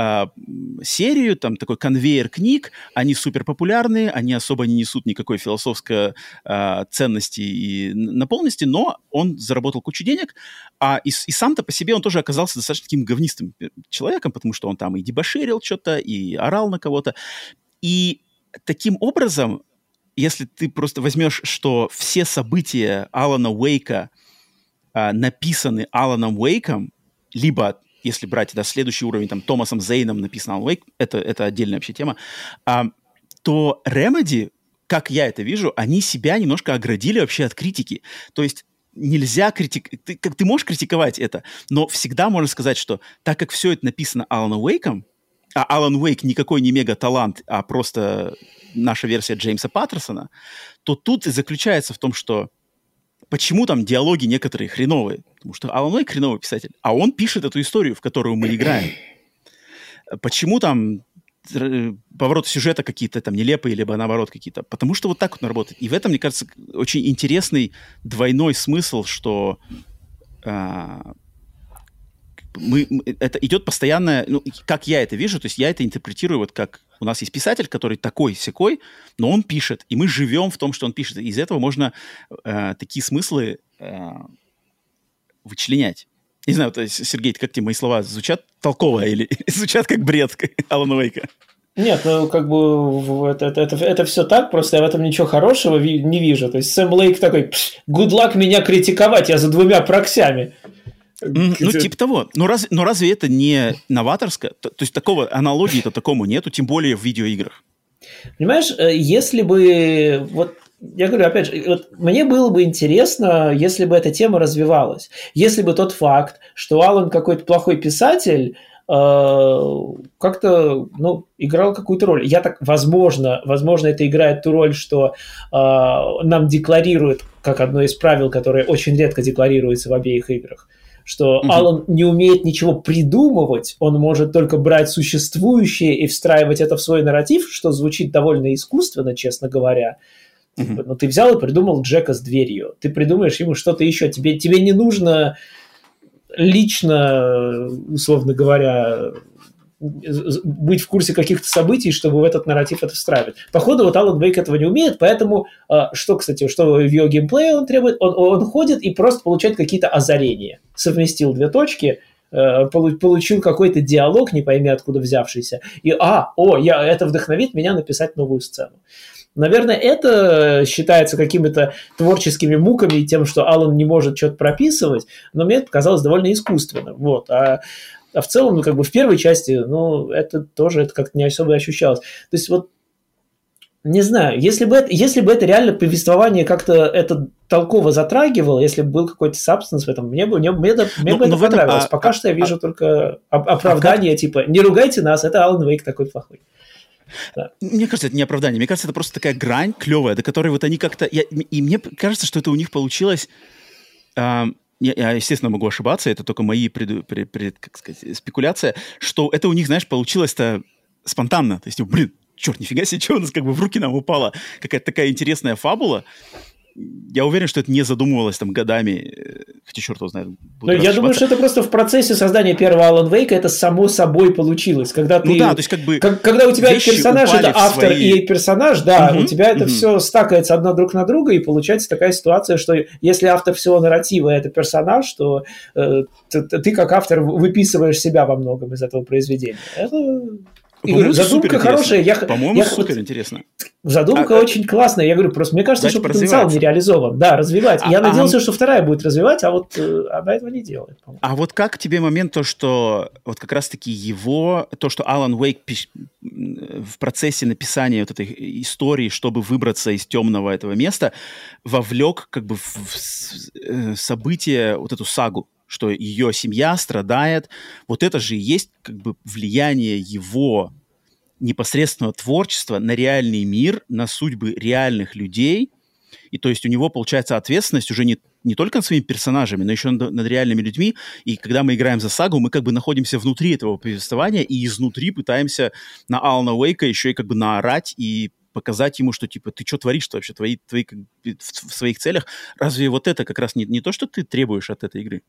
Speaker 1: серию, там такой конвейер книг, они суперпопулярные, они особо не несут никакой философской ценности и наполненности, но он заработал кучу денег, и сам-то по себе он тоже оказался достаточно таким говнистым человеком, потому что он там и дебоширил что-то, и орал на кого-то. И таким образом, если ты просто возьмешь, что все события Алана Уэйка написаны Аланом Уэйком, либо, если брать следующий уровень, там, Томасом Зейном написан Алан Уэйк, это отдельная вообще тема, то Remedy, как я это вижу, они себя немножко оградили вообще от критики. То есть нельзя ты можешь критиковать это, но всегда можно сказать, что так как все это написано Аланом Уэйком, а Алан Уэйк никакой не мега-талант, а просто наша версия Джеймса Паттерсона, то тут и заключается в том, что почему там диалоги некоторые хреновые. Потому что Алан Уэйк хреновый писатель, а он пишет эту историю, в которую мы играем. Почему там повороты сюжета какие-то там нелепые, либо наоборот какие-то? Потому что вот так вот он работает. И в этом, мне кажется, очень интересный двойной смысл, что это идет постоянное, как я это вижу, то есть я это интерпретирую вот как у нас есть писатель, который такой-сякой, но он пишет, и мы живем в том, что он пишет. И из этого можно такие смыслы вычленять. Не знаю, то есть, Сергей, как тебе мои слова звучат толково или звучат как бред Алана Уэйка?
Speaker 2: Нет, как бы это все так, просто я в этом ничего хорошего не вижу. То есть Сэм Лейк такой, good luck меня критиковать, я за 2 проксями.
Speaker 1: Типа того. Но разве это не новаторское? То есть аналогии-то такому нету, тем более в видеоиграх.
Speaker 2: Понимаешь, если бы... Вот я говорю, опять же, вот мне было бы интересно, если бы эта тема развивалась. Если бы тот факт, что Алан какой-то плохой писатель, как-то, играл какую-то роль. Возможно, это играет ту роль, что нам декларирует, как одно из правил, которое очень редко декларируется в обеих играх, что Алан не умеет ничего придумывать, он может только брать существующее и встраивать это в свой нарратив, что звучит довольно искусственно, честно говоря. Ты взял и придумал Джека с дверью, ты придумаешь ему что-то еще, тебе не нужно лично, условно говоря, быть в курсе каких-то событий, чтобы в этот нарратив это встраивать. Походу, вот Алан Вейк этого не умеет, поэтому, что в его геймплее он требует, он ходит и просто получает какие-то озарения. Совместил 2 точки, получил какой-то диалог, не пойми откуда взявшийся, и это вдохновит меня написать новую сцену. Наверное, это считается какими-то творческими муками и тем, что Алан не может что-то прописывать, но мне это показалось довольно искусственным. Вот. А в целом, как бы в первой части, это как-то не особо ощущалось. То есть вот, не знаю, если бы это реально повествование как-то это толково затрагивало, если бы был какой-то сабстанс в этом, мне бы это понравилось. Пока что я вижу только оправдание, типа, не ругайте нас, это Алан Вейк такой плохой.
Speaker 1: Да. Мне кажется, это не оправдание. Мне кажется, это просто такая грань клевая, до которой вот они как-то... И мне кажется, что это у них получилось... я, естественно, могу ошибаться, это только мои как сказать, спекуляции, что это у них, знаешь, получилось-то спонтанно. То есть, блин, черт, нифига себе, что у нас как бы в руки нам упала какая-то такая интересная фабула. Я уверен, что это не задумывалось там годами, хотя черт его знает.
Speaker 2: Я думаю, что это просто в процессе создания первого Alan Wake это само собой получилось. Когда ты,
Speaker 1: то есть как бы
Speaker 2: когда у тебя персонаж, это автор и персонаж, да, у тебя это все стакается одно друг на друга, и получается такая ситуация, что если автор всего нарратива это персонаж, то ты как автор выписываешь себя во многом из этого произведения. Это... И говорю, задумка хорошая.
Speaker 1: По-моему, супер интересно.
Speaker 2: Задумка очень классная. Я говорю, просто мне кажется, что потенциал не реализован. Да, развивать. Я надеялся, что вторая будет развивать, а вот она этого не делает. По-моему.
Speaker 1: А вот как тебе момент то, что вот как раз-таки то, что Алан Уэйк в процессе написания вот этой истории, чтобы выбраться из темного этого места, вовлек как бы в события, вот эту сагу, что ее семья страдает. Вот это же и есть как бы влияние его непосредственного творчества на реальный мир, на судьбы реальных людей. И то есть у него получается ответственность уже не только над своими персонажами, но еще над реальными людьми. И когда мы играем за сагу, мы как бы находимся внутри этого повествования и изнутри пытаемся на Алана Уэйка еще и как бы наорать и показать ему, что типа ты что творишь-то вообще твои в своих целях. Разве вот это как раз не то, что ты требуешь от этой игры?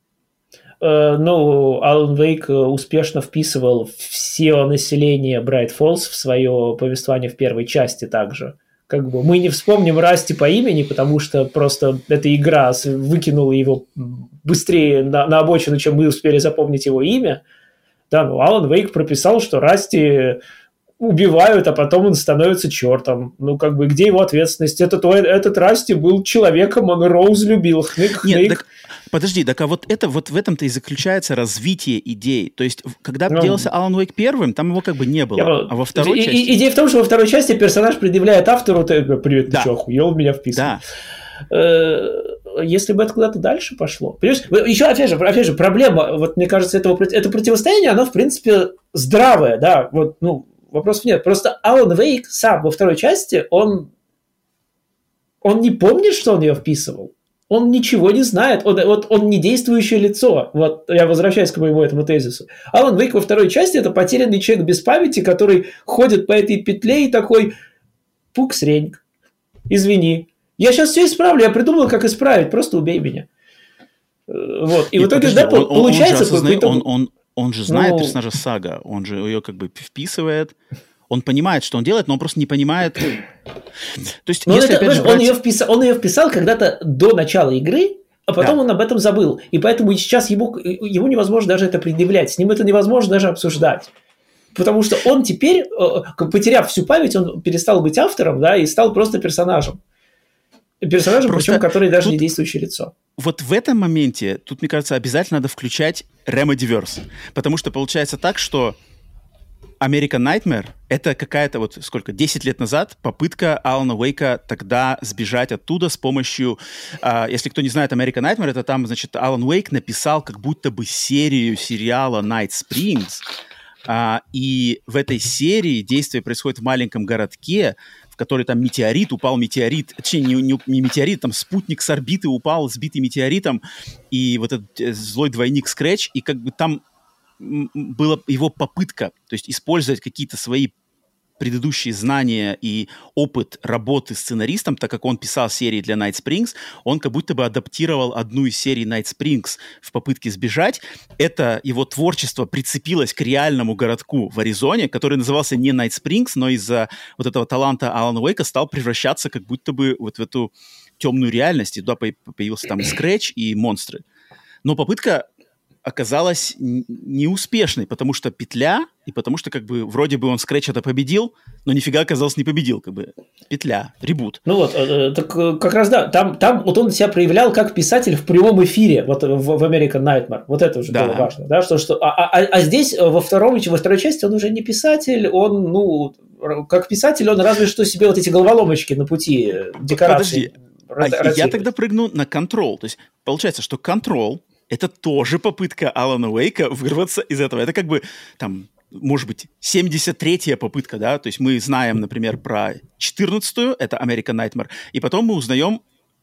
Speaker 2: Ну, Алан Вейк успешно вписывал все население Брайт Фоллс в свое повествование в первой части также. Как бы мы не вспомним Расти по имени, потому что просто эта игра выкинула его быстрее на обочину, чем мы успели запомнить его имя. Да, но Алан Вейк прописал, что Расти убивают, а потом он становится чертом. Ну, как бы, где его ответственность? Этот Расти был человеком, он Роуз любил. Хнык.
Speaker 1: Нет, так, подожди, так а вот в этом-то и заключается развитие идей. То есть, когда делался Алан Уэйк первым, там его как бы не было. А во второй части...
Speaker 2: Идея в том, что во второй части персонаж предъявляет автору, привет, ты что, охуел, меня вписывал. Да. Если бы это куда-то дальше пошло. Понимаешь, еще, опять же, проблема, вот мне кажется, это противостояние, оно, в принципе, здравое, да, вот, ну, вопросов нет. Просто Алан Вейк сам во второй части, он не помнит, что он ее вписывал. Он ничего не знает. Он не действующее лицо. Вот я возвращаюсь к моему этому тезису. Алан Вейк во второй части это потерянный человек без памяти, который ходит по этой петле и такой: пукс-реньк, извини. Я сейчас все исправлю, я придумал, как исправить, просто убей меня. Вот. И в итоге, да, получается...
Speaker 1: Он же знает персонажа Сага, он же ее как бы вписывает, он понимает, что он делает, но он просто не понимает. То есть, если опять же брать...
Speaker 2: он ее вписал когда-то до начала игры, а потом он об этом забыл. И поэтому сейчас ему невозможно даже это предъявлять, с ним это невозможно даже обсуждать. Потому что он теперь, потеряв всю память, он перестал быть автором, да, и стал просто персонажем. Персонажем, причем, который даже не действующее лицо.
Speaker 1: Вот в этом моменте, тут, мне кажется, обязательно надо включать Remediverse. Потому что получается так, что American Nightmare — это какая-то 10 лет назад попытка Алана Уэйка тогда сбежать оттуда с помощью... если кто не знает American Nightmare, это там, значит, Алан Уэйк написал как будто бы серию сериала Night Springs, и в этой серии действие происходит в маленьком городке, в который там упал метеорит, точнее, не метеорит, там спутник с орбиты упал, сбитый метеоритом, и вот этот злой двойник Scratch, и как бы там была его попытка, то есть использовать какие-то свои предыдущие знания и опыт работы сценаристом, так как он писал серии для Night Springs, он как будто бы адаптировал одну из серий Night Springs в попытке сбежать. Это его творчество прицепилось к реальному городку в Аризоне, который назывался не Night Springs, но из-за вот этого таланта Алана Уэйка стал превращаться как будто бы вот в эту темную реальность. И туда появился там и Scratch, и монстры. Но попытка оказалась неуспешной, потому что петля, и потому что как бы вроде бы он Scratch это победил, но нифига оказалось не победил, как бы петля, ребут.
Speaker 2: Ну вот, так как раз да, там вот он себя проявлял как писатель в прямом эфире, вот в American Nightmare, вот это уже было важно, да, а здесь во второй части он уже не писатель, он, ну, как писатель он разве что себе вот эти головоломочки на пути декорации.
Speaker 1: Подожди, я тогда прыгну на Control, то есть получается, что Control это тоже попытка Алана Уэйка вырваться из этого. Это как бы, там, может быть, 73-я попытка, да? То есть мы знаем, например, про 14-ю, это American Nightmare, и потом мы узнаем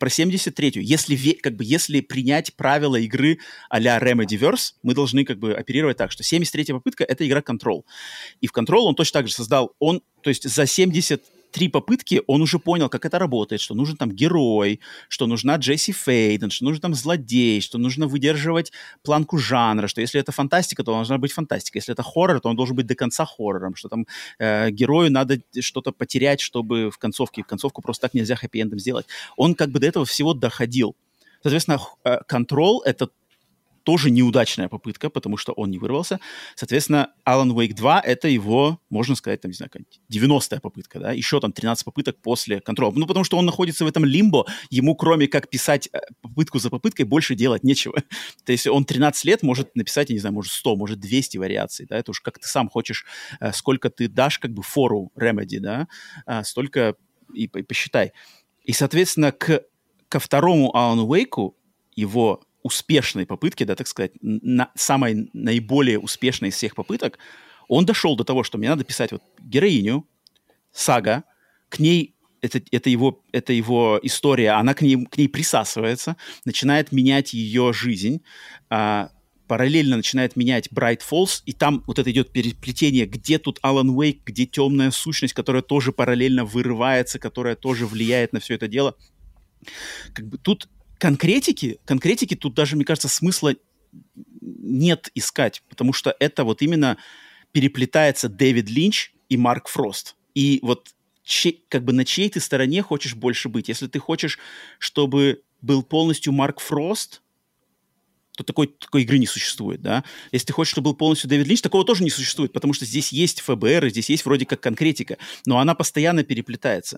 Speaker 1: про 73-ю. Если принять правила игры а-ля Remedyverse, мы должны как бы оперировать так, что 73-я попытка — это игра Control. И в Control он точно так же создал, то есть за 73 попытки он уже понял, как это работает, что нужен там герой, что нужна Джесси Фейден, что нужен там злодей, что нужно выдерживать планку жанра, что если это фантастика, то должна быть фантастика, если это хоррор, то он должен быть до конца хоррором, что там герою надо что-то потерять, чтобы концовку просто так нельзя хэппи-эндом сделать. Он как бы до этого всего доходил. Соответственно, Control — это тоже неудачная попытка, потому что он не вырвался. Соответственно, Alan Wake 2 — это его, можно сказать, там, не знаю, 90-я попытка, да, еще там 13 попыток после Control. Ну, потому что он находится в этом лимбо, ему кроме как писать попытку за попыткой больше делать нечего. То есть он 13 лет может написать, я не знаю, может 100, может 200 вариаций, да, это уж как ты сам хочешь, сколько ты дашь как бы фору Remedy, да, столько и посчитай. И, соответственно, ко второму Alan Wake'у его успешной попытки, да, так сказать, самой наиболее успешной из всех попыток, он дошел до того, что мне надо писать вот героиню, Сага, к ней, это его история, она к ней присасывается, начинает менять ее жизнь, параллельно начинает менять Bright Falls, и там вот это идет переплетение, где тут Alan Wake, где темная сущность, которая тоже параллельно вырывается, которая тоже влияет на все это дело. Как бы тут конкретики тут даже, мне кажется, смысла нет искать, потому что это вот именно переплетается Дэвид Линч и Марк Фрост. И вот как бы на чьей ты стороне хочешь больше быть? Если ты хочешь, чтобы был полностью Марк Фрост, то такой игры не существует, да? Если ты хочешь, чтобы был полностью Дэвид Линч, такого тоже не существует, потому что здесь есть ФБР, и здесь есть вроде как конкретика, но она постоянно переплетается.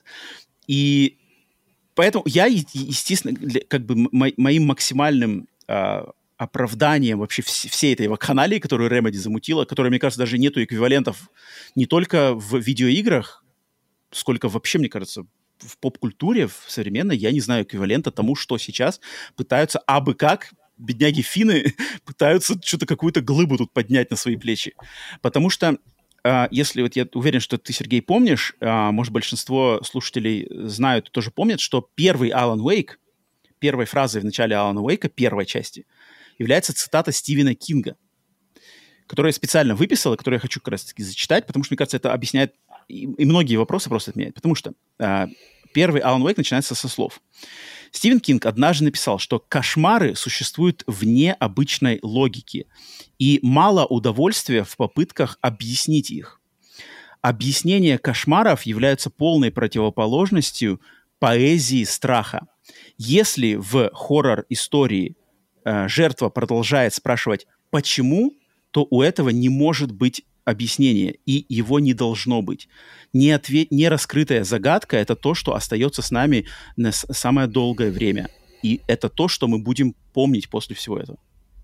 Speaker 1: И поэтому я, естественно, как бы моим максимальным оправданием вообще всей этой вакханалии, которую Remedy замутила, которой, мне кажется, даже нету эквивалентов не только в видеоиграх, сколько вообще, мне кажется, в поп-культуре, в современной, я не знаю эквивалента тому, что сейчас пытаются абы как бедняги финны пытаются что-то, какую-то глыбу тут поднять на свои плечи. Потому что если вот я уверен, что ты, Сергей, помнишь, может, большинство слушателей знают и тоже помнят, что первый Alan Wake, первой фразой в начале Alan Wake'а, первой части, является цитата Стивена Кинга, которую я специально выписал, и которую я хочу как раз-таки зачитать, потому что, мне кажется, это объясняет и многие вопросы просто отменяет. Потому что первый Alan Wake начинается со слов. Стивен Кинг однажды написал, что кошмары существуют вне обычной логики, и мало удовольствия в попытках объяснить их. Объяснения кошмаров являются полной противоположностью поэзии страха. Если в хоррор-истории жертва продолжает спрашивать «почему?», то у этого не может быть объяснения, и его не должно быть. Нераскрытая загадка — это то, что остается с нами на самое долгое время. И это то, что мы будем помнить после всего этого.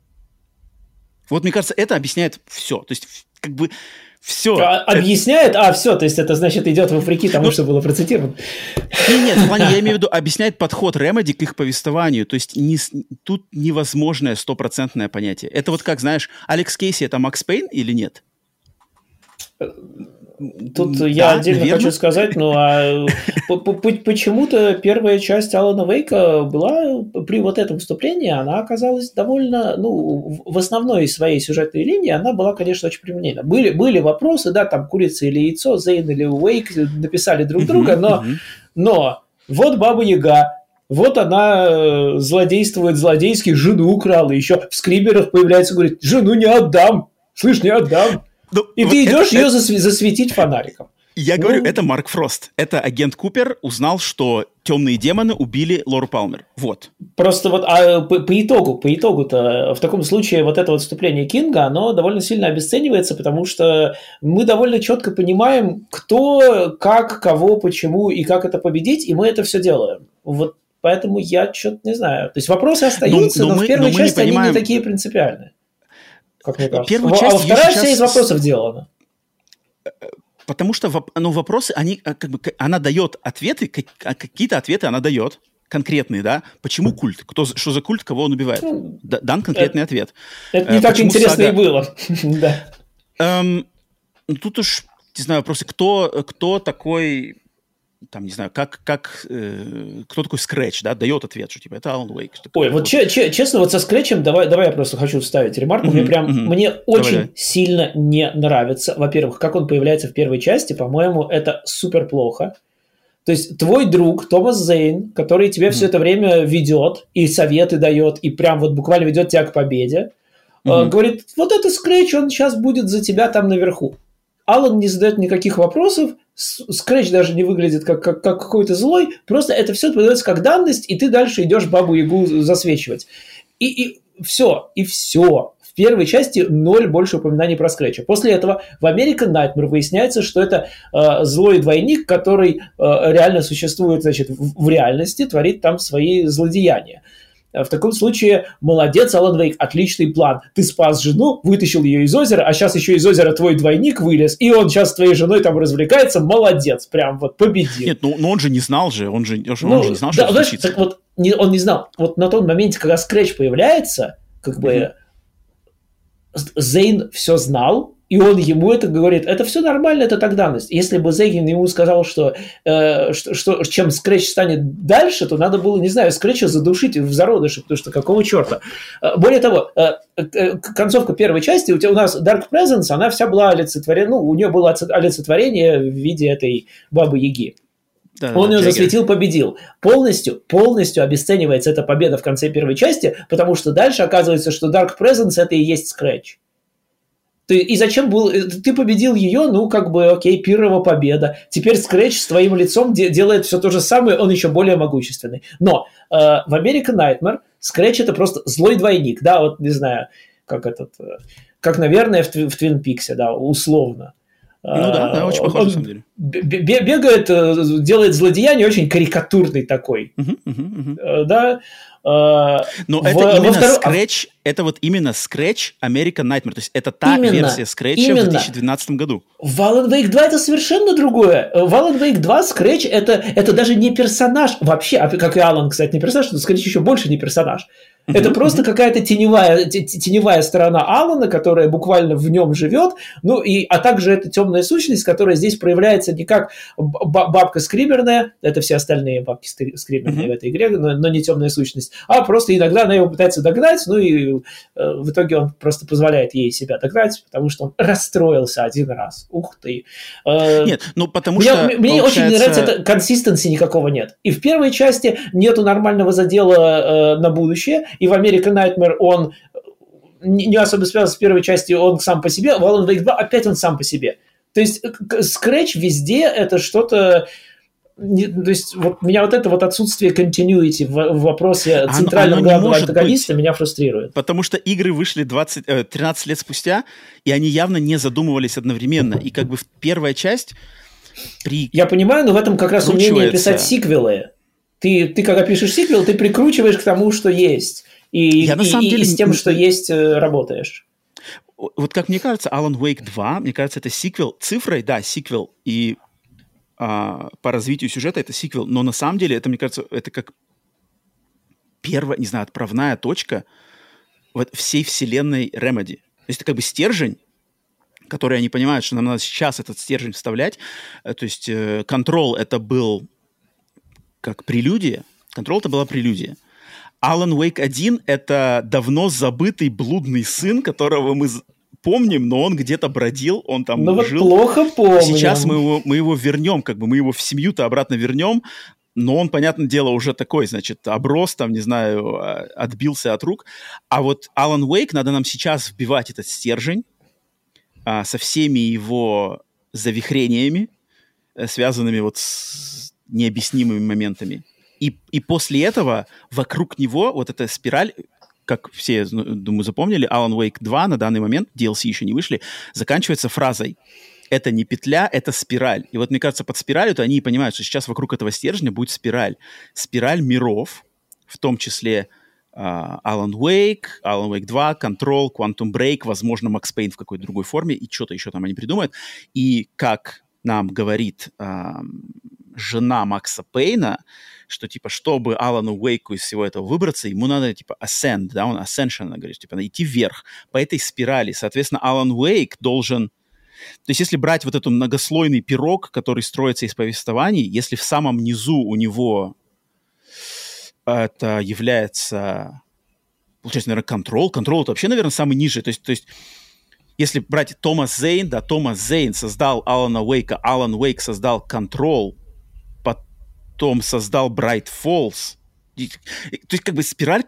Speaker 1: Вот, мне кажется, это объясняет все. То есть, как бы, все.
Speaker 2: Объясняет? Все, то есть это, значит, идет вопреки тому, что было процитировано.
Speaker 1: Нет, в плане, я имею в виду, объясняет подход Remedy к их повествованию. То есть тут невозможное стопроцентное понятие. Это вот как, знаешь, Алекс Кейси — это Макс Пейн или нет?
Speaker 2: Тут я отдельно хочу сказать, почему-то первая часть Алана Вейка была, при вот этом вступлении, она оказалась довольно, в основной своей сюжетной линии, она была, конечно, очень прямолинейна. Были вопросы, да, там, курица или яйцо, Зейн или Уэйк написали друг друга, но вот Баба Яга, вот она злодействует злодейски, жену украла, еще в скриберах появляется, говорит, жену не отдам, слышь, не отдам. И вот ты идешь ее засветить фонариком.
Speaker 1: Я говорю, это Марк Фрост. Это агент Купер узнал, что темные демоны убили Лору Палмер. Вот.
Speaker 2: Просто вот по итогу-то в таком случае вот это вот вступление Кинга, оно довольно сильно обесценивается, потому что мы довольно четко понимаем, кто, как, кого, почему и как это победить, и мы это все делаем. Вот поэтому я что-то не знаю. То есть вопросы остаются, но в первой части они не такие принципиальные. Как мне кажется. Вторая часть из вопросов сделана.
Speaker 1: Потому что вопросы, она дает ответы, какие-то ответы она дает, конкретные, да? Почему культ? Что за культ, кого он убивает? Дан конкретный ответ.
Speaker 2: Это не так интересно и было.
Speaker 1: Тут уж, не знаю, вопросы, кто такой там, не знаю, кто такой Scratch, да, дает ответ, что типа это Alan Wake.
Speaker 2: Ой, вот честно, вот со Scratch'ем давай я просто хочу вставить ремарку. Мне очень сильно не нравится. Во-первых, как он появляется в первой части, по-моему, это супер плохо. То есть твой друг Томас Зейн, который тебя все это время ведет и советы дает, и прям вот буквально ведет тебя к победе, говорит, вот это Scratch, он сейчас будет за тебя там наверху. Алан не задает никаких вопросов, Scratch даже не выглядит как какой-то злой, просто это все подается как данность, и ты дальше идешь Бабу-Ягу засвечивать. И все. В первой части 0 больше упоминаний про Scratch. После этого в American Nightmare выясняется, что это злой двойник, который реально существует, значит, в реальности, творит там свои злодеяния. В таком случае, молодец, Алан Вейк, отличный план. Ты спас жену, вытащил ее из озера, а сейчас еще из озера твой двойник вылез, и он сейчас с твоей женой там развлекается, молодец, прям вот победил.
Speaker 1: Нет, ну он же не знал же, он же не знал, что
Speaker 2: да, случится. Так вот, он не знал. Вот на том моменте, когда Scratch появляется, как бы Зейн все знал, и он ему это говорит, это все нормально, это так данность. Если бы Зейн ему сказал, что чем Scratch станет дальше, то надо было, не знаю, Scratch'а задушить в зародыше, потому что какого черта. Более того, концовка первой части, у нас Dark Presence, она вся была олицетворена, у нее было олицетворение в виде этой Бабы-Яги. Он ее засветил, победил. Полностью обесценивается эта победа в конце первой части, потому что дальше оказывается, что Dark Presence это и есть Scratch. И зачем был... Ты победил ее, ну, как бы, окей, пиррова победа. Теперь Scratch с твоим лицом делает все то же самое, он еще более могущественный. Но в American Nightmare Scratch это просто злой двойник, да, вот, не знаю, как, наверное, в Twin Peaks, да, условно.
Speaker 1: Ну да, очень похоже, на самом деле.
Speaker 2: Бегает, делает злодеяние очень карикатурный такой. Да.
Speaker 1: Но это именно Scratch, это вот именно Scratch American Nightmare, то есть это та версия Scratch в 2012 году.
Speaker 2: В Alan Wake 2 это совершенно другое. В Alan Wake 2 Scratch это даже не персонаж вообще, как и Alan, кстати, не персонаж, но Scratch еще больше не персонаж. Это просто какая-то теневая сторона Алана, которая буквально в нем живет, а также это темная сущность, которая здесь проявляется не как бабка скримерная, это все остальные бабки скримерные в этой игре, но не темная сущность, а просто иногда она его пытается догнать, и в итоге он просто позволяет ей себя догнать, потому что он расстроился один раз. Ух ты.
Speaker 1: Нет, потому что...
Speaker 2: Мне очень не нравится, это консистенции никакого нет. И в первой части нету нормального задела на будущее, и в American Nightmare он не особо связан с первой частью, он сам по себе, в Alan Wake 2 опять он сам по себе. То есть Scratch везде это что-то... То есть вот меня вот это вот отсутствие continuity в вопросе центрального главного антагониста меня фрустрирует.
Speaker 1: Потому что игры вышли 13 лет спустя, и они явно не задумывались одновременно. И как бы первая часть...
Speaker 2: Я понимаю, но в этом как раз умение писать сиквелы. Ты когда пишешь сиквел, ты прикручиваешь к тому, что есть. И с тем, что есть, работаешь.
Speaker 1: Вот как мне кажется, Alan Wake 2, мне кажется, это сиквел. Цифрой, да, сиквел. И по развитию сюжета это сиквел. Но на самом деле, это, мне кажется, это как первая, не знаю, отправная точка всей вселенной Remedy. То есть это как бы стержень, который они понимают, что нам надо сейчас этот стержень вставлять. То есть Control это был как прелюдия. Control это была прелюдия. Alan Wake 1 — это давно забытый блудный сын, которого мы помним, но он где-то бродил, он там жил.
Speaker 2: Плохо помним.
Speaker 1: Сейчас мы его вернем, как бы мы его в семью-то обратно вернем, но он, понятное дело, уже такой, значит, оброс, там, не знаю, отбился от рук. А вот Alan Wake надо нам сейчас вбивать этот стержень со всеми его завихрениями, связанными вот с необъяснимыми моментами. И после этого вокруг него вот эта спираль, как все, думаю, запомнили, Alan Wake 2 на данный момент, DLC еще не вышли, заканчивается фразой «это не петля, это спираль». И вот, мне кажется, под спиралью-то они понимают, что сейчас вокруг этого стержня будет спираль. Спираль миров, в том числе Alan Wake 2, Control, Quantum Break, возможно, Max Payne в какой-то другой форме, и что-то еще там они придумают. И как нам говорит жена Макса Пейна, что, типа, чтобы Алану Уэйку из всего этого выбраться, ему надо, типа, ascend, да, он ascension, она говорит, типа, идти вверх по этой спирали. Соответственно, Алан Уэйк должен То есть если брать вот этот многослойный пирог, который строится из повествований, если в самом низу у него это является, получается, наверное, Control. Control — это вообще, наверное, самый низший. То есть если брать Томас Зейн, да, Томас Зейн создал Алана Уэйка, Алан Уэйк создал Control, потом создал Bright Falls. То есть как бы спираль,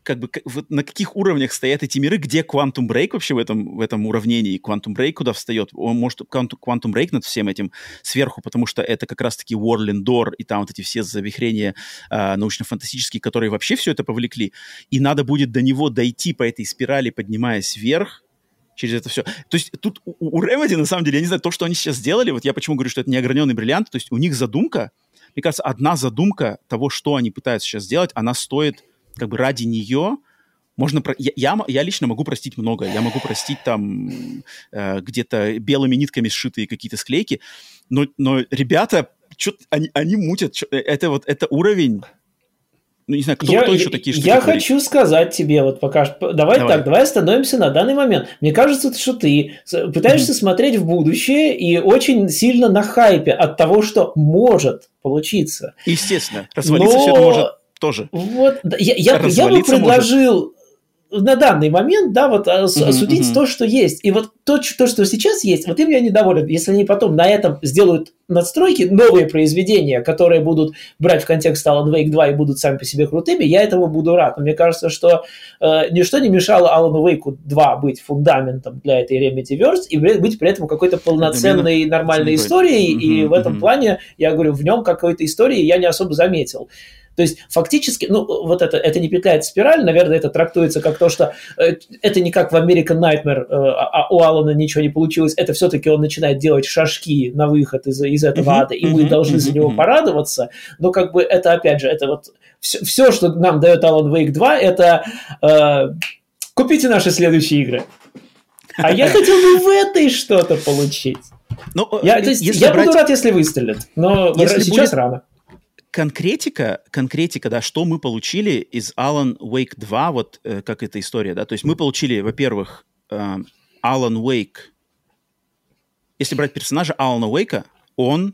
Speaker 1: на каких уровнях стоят эти миры, где Quantum Break вообще в этом уравнении, Quantum Break куда встает, он может Quantum Break над всем этим сверху, потому что это как раз-таки War Lindor и там вот эти все завихрения научно-фантастические, которые вообще все это повлекли, и надо будет до него дойти по этой спирали, поднимаясь вверх, через это все. То есть тут у Remedy, на самом деле, я не знаю, то, что они сейчас сделали, вот я почему говорю, что это неограненный бриллиант, то есть у них задумка, мне кажется, одна задумка того, что они пытаются сейчас сделать, она стоит, как бы ради нее, можно... Я лично могу простить многое. Я могу простить там где-то белыми нитками сшитые какие-то склейки, но ребята, они мутят. Это уровень... Ну, не знаю, кто еще такие штуки
Speaker 2: Я
Speaker 1: творит?
Speaker 2: хочу сказать тебе, вот пока... Давай остановимся на данный момент. Мне кажется, что ты пытаешься смотреть в будущее и очень сильно на хайпе от того, что может получиться.
Speaker 1: Естественно. Развалиться все это может тоже.
Speaker 2: Вот, я бы предложил... На данный момент, да, вот осудить то, что есть. И вот то, что сейчас есть, вот им я недоволен. Если они потом на этом сделают надстройки, новые произведения, которые будут брать в контекст Alan Wake 2 и будут сами по себе крутыми, я этому буду рад. Но мне кажется, что ничто не мешало Alan Wake 2 быть фундаментом для этой Remedyverse и быть при этом какой-то полноценной, нормальной историей. И в этом плане, я говорю, в нем какой-то истории я не особо заметил. То есть фактически, ну, вот это не петляет спираль, наверное, это трактуется как то, что это не как в American Nightmare, а у Алана ничего не получилось, это все-таки он начинает делать шажки на выход из этого ада, и мы должны за него порадоваться, но как бы это, опять же, это вот все, что нам дает Alan Wake 2, это купите наши следующие игры. А я хотел бы в этой что-то получить. Я буду рад, если выстрелит, но сейчас рано.
Speaker 1: Конкретика, да, что мы получили из Alan Wake 2, вот как эта история, да, то есть мы получили, во-первых, Alan Wake, если брать персонажа Алана Уэйка, он,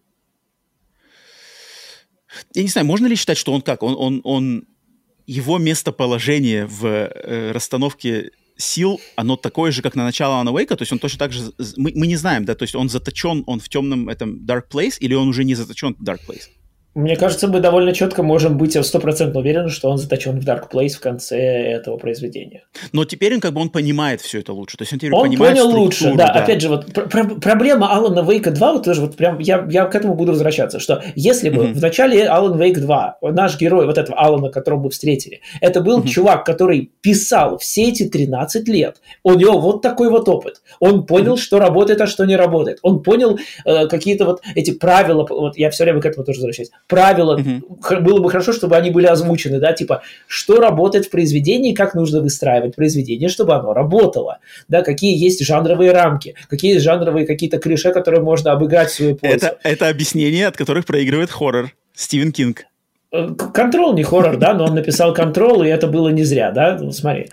Speaker 1: я не знаю, можно ли считать, что он его местоположение в расстановке сил, оно такое же, как на начало Алана Уэйка, то есть он точно так же, мы не знаем, да, то есть он заточен, он в темном этом Dark Place, или он уже не заточен в Dark Place?
Speaker 2: Мне кажется, мы довольно четко можем быть 100% уверены, что он заточен в Dark Place в конце этого произведения.
Speaker 1: Но теперь он понимает все это лучше. То есть он теперь
Speaker 2: понимает понял
Speaker 1: лучше,
Speaker 2: да. Опять же, вот проблема Алана Вейка 2, вот тоже вот прям я к этому буду возвращаться, что если бы в начале Alan Wake 2 наш герой, вот этого Алана, которого мы встретили, это был чувак, который писал все эти 13 лет, у него вот такой вот опыт. Он понял, что работает, а что не работает. Он понял какие-то вот эти правила, вот я все время к этому тоже возвращаюсь. Правила, было бы хорошо, чтобы они были озвучены, да, типа, что работает в произведении, как нужно выстраивать произведение, чтобы оно работало, да, какие есть жанровые рамки, какие есть жанровые какие-то клише, которые можно обыграть в свою пользу.
Speaker 1: Это объяснение, от которых проигрывает хоррор. Стивен Кинг.
Speaker 2: Control не хоррор, да, но он написал Control, и это было не зря, да, ну, смотри.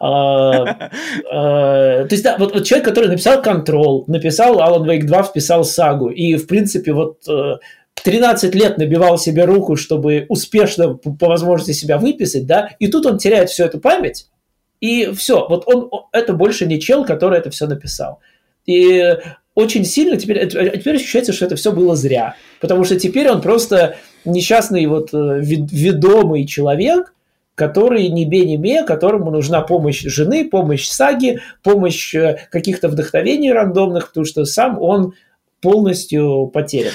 Speaker 2: То есть, да, вот человек, который написал Control, написал Alan Wake 2, вписал сагу, и, в принципе, вот 13 лет набивал себе руку, чтобы успешно, по возможности, себя выписать, да, и тут он теряет всю эту память, и все, вот это больше не чел, который это все написал. И очень сильно теперь ощущается, что это все было зря, потому что теперь он просто несчастный вот ведомый человек, который ни бе ни ме, которому нужна помощь жены, помощь саги, помощь каких-то вдохновений рандомных, потому что сам он полностью потерян.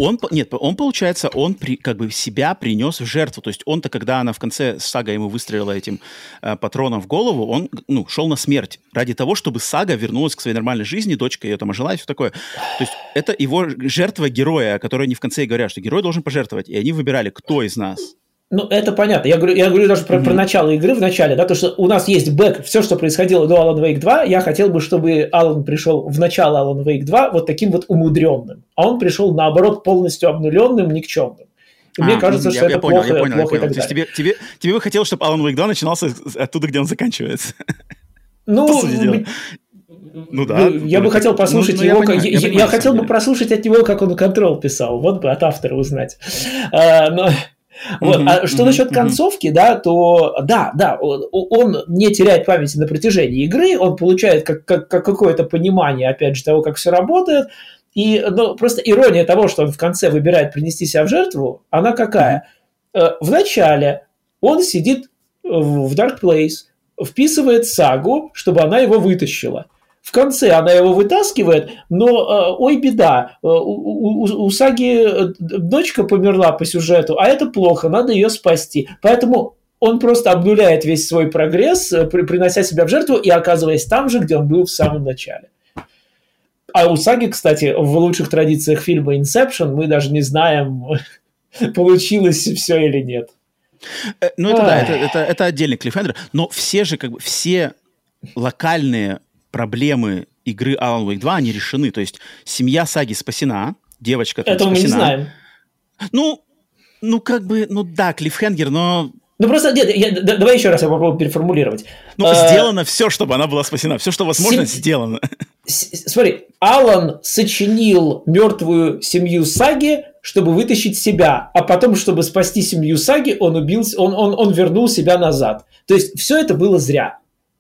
Speaker 1: Он получается, как бы себя принес в жертву. То есть он-то, когда она в конце сага ему выстрелила этим патроном в голову, он шел на смерть ради того, чтобы сага вернулась к своей нормальной жизни, дочка ее там ожила и все такое. То есть это его жертва героя, о которой они в конце и говорят, что герой должен пожертвовать. И они выбирали, кто из нас.
Speaker 2: Ну, это понятно. Я говорю даже про начало игры в начале, да, то, что у нас есть бэк, все, что происходило до Alan Wake 2, я хотел бы, чтобы Алан пришел в начало Alan Wake 2 вот таким вот умудренным, а он пришел, наоборот, полностью обнуленным, никчемным. И мне кажется, что это плохо и так далее.
Speaker 1: Тебе бы хотелось, чтобы Alan Wake 2 начинался оттуда, где он заканчивается?
Speaker 2: Ну,
Speaker 1: Ну да.
Speaker 2: Я бы хотел послушать его. Я хотел бы прослушать от него, как он Control писал. Вот бы от автора узнать. Вот. А что насчет концовки, да, то да, он не теряет памяти на протяжении игры, он получает как какое-то понимание, опять же, того, как все работает. И просто ирония того, что он в конце выбирает принести себя в жертву, она какая? В начале он сидит в Dark Place, вписывает Сагу, чтобы она его вытащила. В конце она его вытаскивает, но, ой, беда, у Саги дочка померла по сюжету, а это плохо, надо ее спасти. Поэтому он просто обнуляет весь свой прогресс, принося себя в жертву и оказываясь там же, где он был в самом начале. А у Саги, кстати, в лучших традициях фильма Inception мы даже не знаем, получилось все или нет.
Speaker 1: Ну, это да, это отдельный клиффхенгер, но все же, как бы, все локальные проблемы игры Alan Wake 2, они решены. То есть семья Саги спасена, девочка там
Speaker 2: этого
Speaker 1: спасена.
Speaker 2: Мы не знаем.
Speaker 1: Ну, как бы, ну да, клиффхенгер, но...
Speaker 2: Ну, просто, нет, давай еще раз я попробую переформулировать.
Speaker 1: Сделано все, чтобы она была спасена. Все, что возможно, сделано.
Speaker 2: Смотри, Алан сочинил мертвую семью Саги, чтобы вытащить себя, а потом, чтобы спасти семью Саги, он вернул себя назад. То есть все это было зря.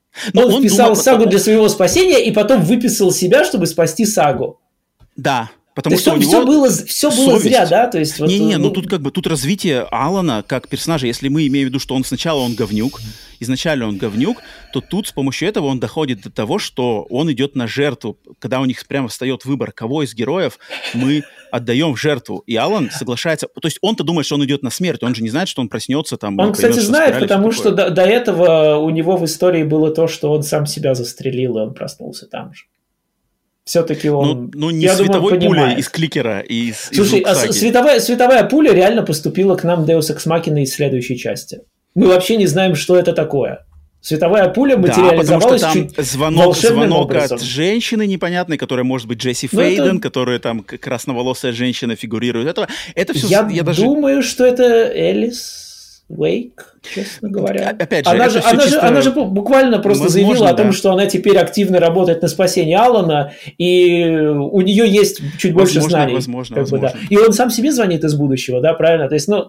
Speaker 2: Он вписал Сагу для своего спасения и потом выписал себя, чтобы спасти Сагу.
Speaker 1: Да, потому что у него
Speaker 2: все было зря, да? То есть,
Speaker 1: тут развитие Алана как персонажа, если мы имеем в виду, что сначала он говнюк, изначально он говнюк, то тут с помощью этого он доходит до того, что он идет на жертву, когда у них прямо встает выбор, кого из героев мы отдаем в жертву. И Алан соглашается, то есть он-то думает, что он идет на смерть, он же не знает, что он проснется там.
Speaker 2: Он, кстати, знает, потому что до этого у него в истории было то, что он сам себя застрелил, и он проснулся там же. Все-таки он...
Speaker 1: Ну, не световой пулей из кликера и из
Speaker 2: Слушай, световая пуля реально поступила к нам Deus Ex Machina из следующей части. Мы вообще не знаем, что это такое. Световая пуля материализовалась чуть волшебным образом.
Speaker 1: От женщины непонятной, которая может быть Джесси Фейден, которая там красноволосая женщина фигурирует. Это все...
Speaker 2: Я думаю, что это Элис Уэйк, честно говоря.
Speaker 1: Опять же,
Speaker 2: она же буквально просто заявила о том, что она теперь активно работает на спасение Алана, и у нее есть чуть больше знаний.
Speaker 1: Возможно.
Speaker 2: Да. И он сам себе звонит из будущего, да, правильно? То есть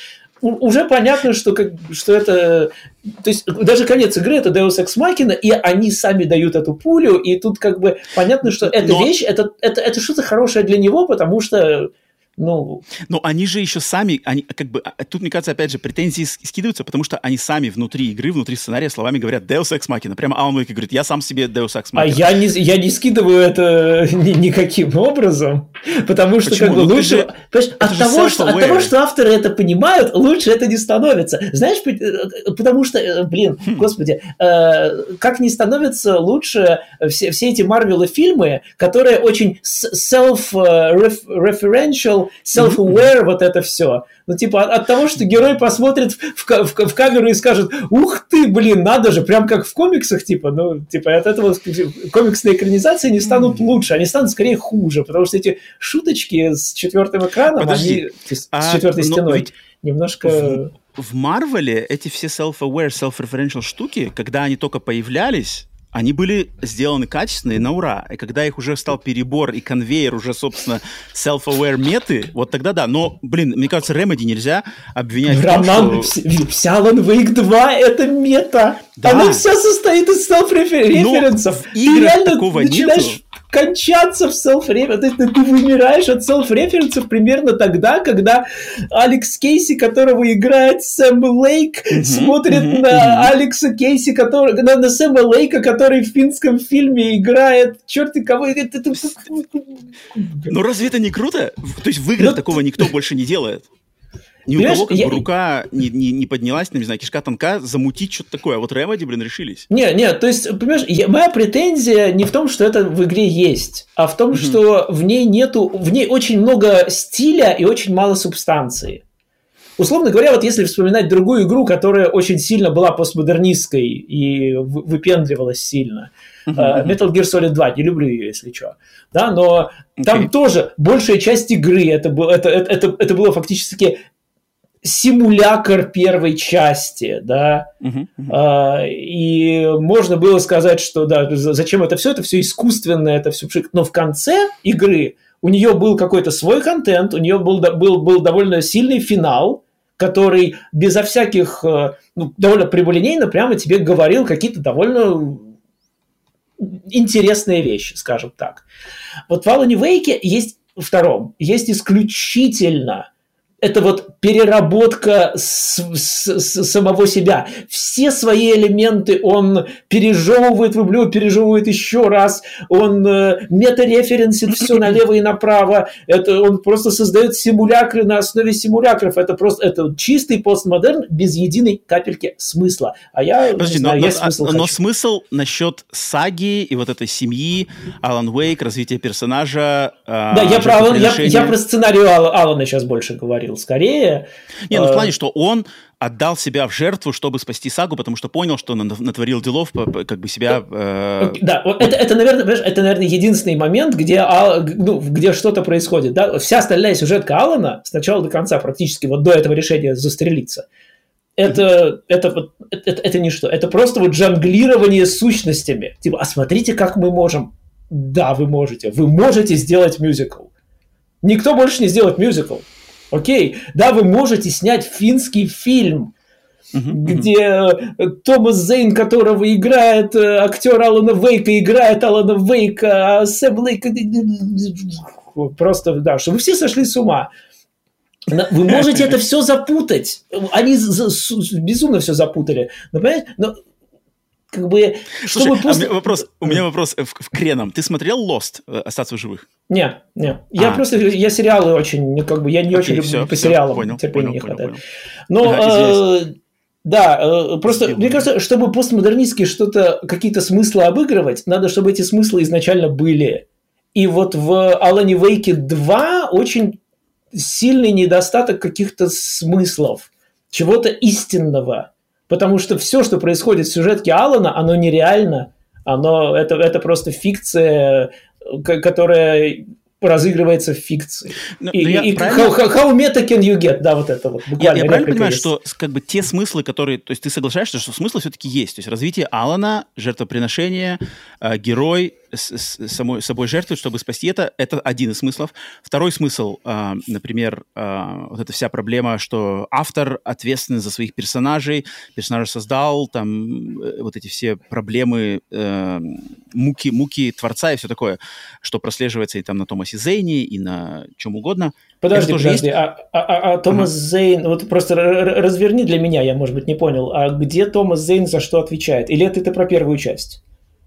Speaker 2: уже понятно, что это... То есть даже конец игры — это Deus Ex Machina, и они сами дают эту пулю, и тут как бы понятно, что эта вещь, это что-то хорошее для него, потому что... Но
Speaker 1: они же еще сами, тут, мне кажется, опять же, претензии скидываются, потому что они сами внутри игры, внутри сценария словами говорят Deus Ex Machina. Прямо Alan Wake говорит, я сам себе Deus Ex Machina.
Speaker 2: А я не скидываю это никаким образом, потому что как бы лучше... От того, что авторы это понимают, лучше это не становится. Знаешь, потому что, господи, как не становится лучше все эти Марвелы фильмы, которые очень self-referential, self-aware, вот это все. Ну, типа, от того, что герой посмотрит в камеру и скажет, ух ты, надо же, прям как в комиксах, типа, от этого комиксные экранизации не станут лучше, они станут скорее хуже, потому что эти шуточки с четвертым экраном, с четвертой стеной, немножко...
Speaker 1: В Марвеле эти все self-aware, self-referential штуки, когда они только появлялись, они были сделаны качественно и на ура. И когда их уже стал перебор и конвейер уже, собственно, self-aware меты, вот тогда да. Но, мне кажется, Remedy нельзя обвинять в том, что...
Speaker 2: Вся Alan Wake 2 — это мета. Да. Она вся состоит из self-референсов.
Speaker 1: Ты реально такого
Speaker 2: начинаешь
Speaker 1: нету.
Speaker 2: Кончаться в self-референсах. Ты вымираешь от self-референсов примерно тогда, когда Алекс Кейси, которого играет Сэм Лейк, смотрит на Алекса Кейси, на Сэма Лейка, который в финском фильме играет черти кого.
Speaker 1: Но разве это не круто? То есть в играх такого никто больше не делает. Ни у кого рука не поднялась, не знаю, кишка тонка, замутить что-то такое. А вот Remedy, решились.
Speaker 2: Не, то есть, понимаешь, моя претензия не в том, что это в игре есть, а в том, что в ней очень много стиля и очень мало субстанции. Условно говоря, вот если вспоминать другую игру, которая очень сильно была постмодернистской и выпендривалась сильно, Metal Gear Solid 2, не люблю ее, если что, да, но там тоже большая часть игры, это было фактически симулятор первой части, да, и можно было сказать, что да, зачем это все искусственное, это все пшик, но в конце игры у нее был какой-то свой контент, у нее был довольно сильный финал, который безо всяких, довольно прямолинейно прямо тебе говорил какие-то довольно интересные вещи, скажем так. Вот в Alan Wake есть, втором, есть исключительно это вот переработка самого себя. Все свои элементы он пережевывает, пережевывает еще раз, он мета-референсит все налево и направо, это он просто создает симулякры на основе симулякров. Это чистый постмодерн без единой капельки смысла. А я
Speaker 1: Подожди,
Speaker 2: не знаю,
Speaker 1: но смысл насчет саги и вот этой семьи, Alan Wake, развития персонажа.
Speaker 2: Да, я про сценарий Алана сейчас больше говорил. Скорее.
Speaker 1: Не, в плане, что он отдал себя в жертву, чтобы спасти сагу, потому что понял, что он натворил делов, как бы себя...
Speaker 2: Да, это, наверное, единственный момент, где что-то происходит. Да? Вся остальная сюжетка Алана с начала до конца, практически вот до этого решения застрелиться, это ничто. Это просто вот жонглирование сущностями. Типа, а смотрите, как мы можем. Да, вы можете. Вы можете сделать мюзикл. Никто больше не сделает мюзикл. Окей, да, вы можете снять финский фильм, где Томас Зейн, которого играет актер Алана Вейка, играет Алана Вейка, а Сэм Лейк... Просто, да, чтобы все сошли с ума. Вы можете это все запутать. Они безумно все запутали. Но, понимаете, как бы...
Speaker 1: Слушай, после... у меня вопрос в креном. Ты смотрел Lost, «Остаться в живых»?
Speaker 2: Не. Я сериалы очень, как бы, я не очень люблю по сериалам, терпения не хватает. Но, да, просто, мне кажется, чтобы постмодернистски какие-то смыслы обыгрывать, надо, чтобы эти смыслы изначально были. И вот в Alan Wake 2 очень сильный недостаток каких-то смыслов, чего-то истинного. Потому что все, что происходит в сюжетке Алана, оно нереально. Это просто фикция, которая разыгрывается в фикции. How meta can you get? Да, вот это вот.
Speaker 1: Я правильно понимаю, что как бы те смыслы, которые... То есть ты соглашаешься, что смыслы все-таки есть. То есть развитие Алана, жертвоприношение, герой собой жертвует, чтобы спасти это один из смыслов. Второй смысл, например, вот эта вся проблема, что автор ответственен за своих персонажей, персонаж создал, там вот эти все проблемы, муки творца и все такое, что прослеживается и там на Томасе Зейне, и на чем угодно.
Speaker 2: Подожди, Томас Зейн, вот просто разверни для меня, я, может быть, не понял, а где Томас Зейн за что отвечает? Или это ты про первую часть?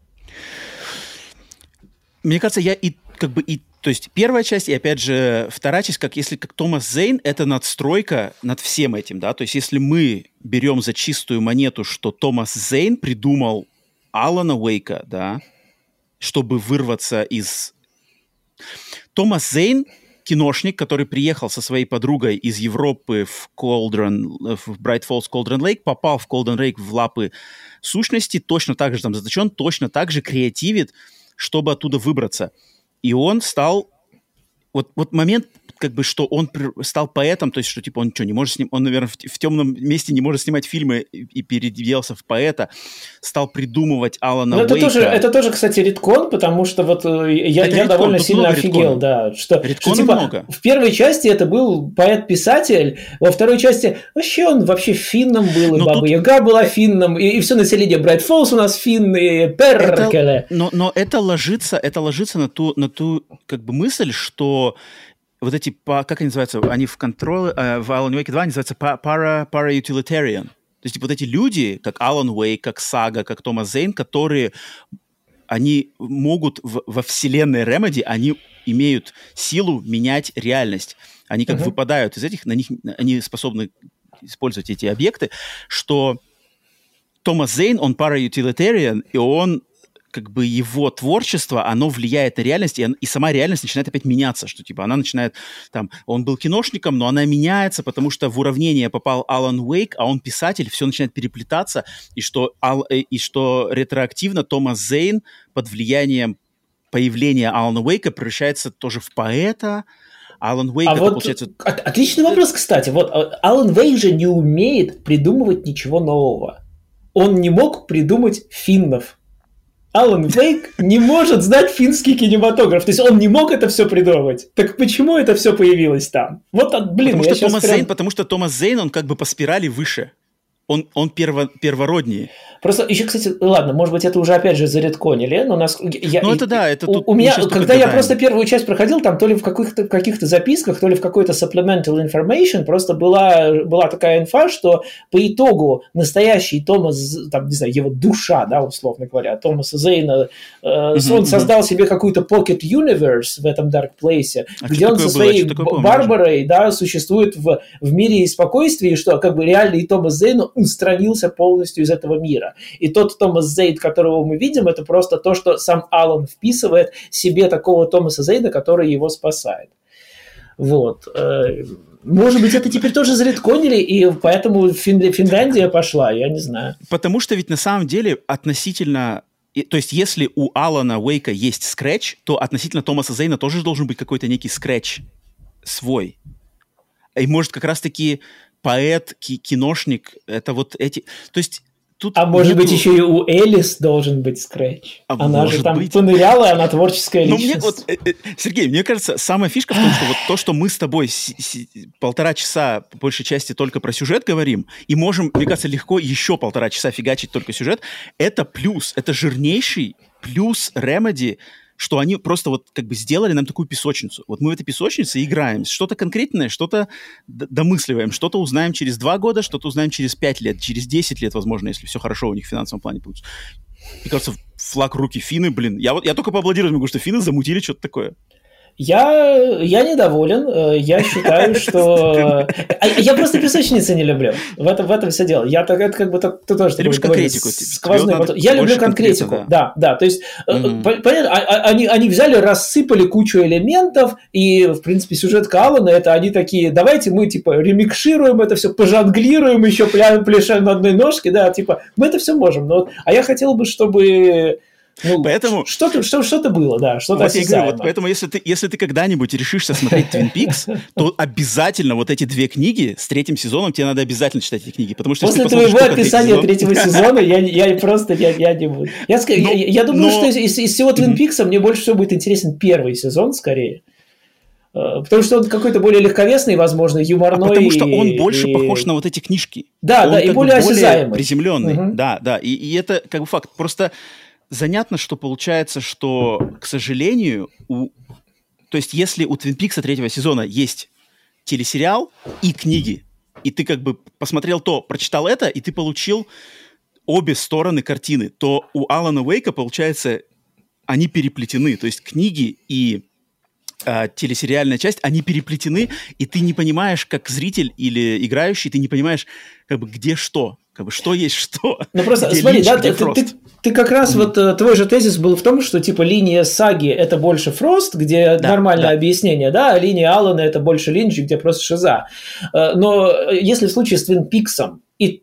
Speaker 1: Мне кажется, то есть первая часть и, опять же, вторая часть, как Томас Зейн, это надстройка над всем этим, да, то есть если мы берем за чистую монету, что Томас Зейн придумал Алана Уэйка, да, чтобы вырваться из... Томас Зейн, киношник, который приехал со своей подругой из Европы в Bright Falls, Cauldron Lake, попал в Cauldron Lake в лапы сущности, точно так же там заточен, точно так же креативит, чтобы оттуда выбраться. И он стал... Вот момент, как бы, что он стал поэтом, то есть, что, типа, он что, не может он, наверное, в темном месте не может снимать фильмы и переделался в поэта, стал придумывать Алана Уэйка.
Speaker 2: Это тоже, кстати, редкон, потому что вот я довольно сильно офигел, да, что типа, много. В первой части это был поэт-писатель, во второй части он вообще финном был, и Баба Яга была финном, и все население Bright Falls у нас финны, Перкеле.
Speaker 1: Но это ложится на ту как бы мысль, что вот эти, как они называются, они в Alan Wake 2 они называются para-utilitarian. То есть, типа, вот эти люди, как Alan Wake, как Сага, как Томас Зейн, которые, они могут во вселенной Remedy, они имеют силу менять реальность. Они как выпадают из этих, на них, они способны использовать эти объекты, что Томас Зейн, он para-utilitarian, и он как бы его творчество, оно влияет на реальность, и сама реальность начинает опять меняться, что типа она начинает, там, он был киношником, но она меняется, потому что в уравнение попал Алан Уэйк, а он писатель, все начинает переплетаться, и что ретроактивно Томас Зейн под влиянием появления Алана Уэйка превращается тоже в поэта, Alan Wake, это,
Speaker 2: вот
Speaker 1: получается...
Speaker 2: Отличный вопрос, кстати. Вот Alan Wake же не умеет придумывать ничего нового. Он не мог придумать финнов. Алан Вейк не может знать финский кинематограф. То есть он не мог это все придумывать. Так почему это все появилось там? Вот, блин,
Speaker 1: потому что Томас Зейн, он как бы по спирали выше. Он первороднее.
Speaker 2: Просто еще, кстати, ладно, может быть, это уже опять же заредконили, но у меня, когда я просто первую часть проходил, там то ли в каких-то записках, то ли в какой-то supplemental information просто была такая инфа, что по итогу настоящий Томас, там, не знаю, его душа, да, условно говоря, Томаса Зейна, он создал себе какую-то pocket universe в этом Dark Place, где он со своей Барбарой, да, существует в мире и спокойствии, и что как бы реальный Томас Зейн устранился полностью из этого мира. И тот Томас Зейн, которого мы видим, это просто то, что сам Алан вписывает себе такого Томаса Зейна, который его спасает. Вот. Может быть, это теперь тоже заредконили, и поэтому Финляндия пошла, я не знаю.
Speaker 1: Потому что ведь на самом деле относительно... То есть если у Алана Уэйка есть скретч, то относительно Томаса Зейна тоже должен быть какой-то некий скретч свой. И может как раз-таки поэт, киношник, это вот эти... То есть тут
Speaker 2: может быть, еще и у Элис должен быть скретч. Она же там поныряла, она творческая личность.
Speaker 1: Сергей, мне кажется, самая фишка в том, что вот то, что мы с тобой 1,5 часа, по большей части, только про сюжет говорим, и можем, мне кажется, легко еще 1,5 часа фигачить только сюжет, это плюс, это жирнейший плюс Remedy, что они просто вот как бы сделали нам такую песочницу. Вот мы в этой песочнице играем. Что-то конкретное, что-то домысливаем, что-то узнаем через 2 года, что-то узнаем через 5 лет, через 10 лет, возможно, если все хорошо у них в финансовом плане получится. Мне кажется, флаг руки финны, блин. Я только поаплодировать могу, что финны замутили что-то такое.
Speaker 2: Я недоволен. Я считаю, что... Я просто песочницы не люблю. В этом все дело. Это как бы ты тоже... Ты
Speaker 1: любишь конкретику.
Speaker 2: Я люблю конкретику, да. То есть, понятно, они взяли, рассыпали кучу элементов, и, в принципе, сюжетка Алана, это они такие, давайте мы, типа, ремикшируем это все, пожонглируем, еще пляшем на одной ножке, да, типа, мы это все можем. А я хотел бы, чтобы...
Speaker 1: поэтому...
Speaker 2: Что-то было, да, что-то осязаемое.
Speaker 1: Поэтому если ты когда-нибудь решишься смотреть Twin Peaks, то обязательно вот эти 2 книги с 3-м сезоном тебе надо обязательно читать эти книги, потому что
Speaker 2: после твоего описания 3-го сезона я просто не буду. Я думаю, что из всего Twin Peaks мне больше всего будет интересен 1-й сезон, скорее. Потому что он какой-то более легковесный, возможно, юморной.
Speaker 1: Потому что он больше похож на вот эти книжки.
Speaker 2: Да, и более осязаемый.
Speaker 1: Приземленный, да. И это как бы факт. Просто... Занятно, что получается, что, к сожалению, то есть если у Twin Peaks 3-го сезона есть телесериал и книги, и ты как бы посмотрел то, прочитал это, и ты получил обе стороны картины, то у Алана Уэйка, получается, они переплетены. То есть книги и телесериальная часть, они переплетены, и ты не понимаешь, как зритель или играющий, ты не понимаешь, как бы, где что. Как бы, что есть что.
Speaker 2: Ну, просто смотри, да, ты как раз вот твой же тезис был в том, что, типа, линия саги – это больше Фрост, где нормальное объяснение, да, а линия Алана – это больше Линч, где просто шиза. Но если в случае с Твин Пиксом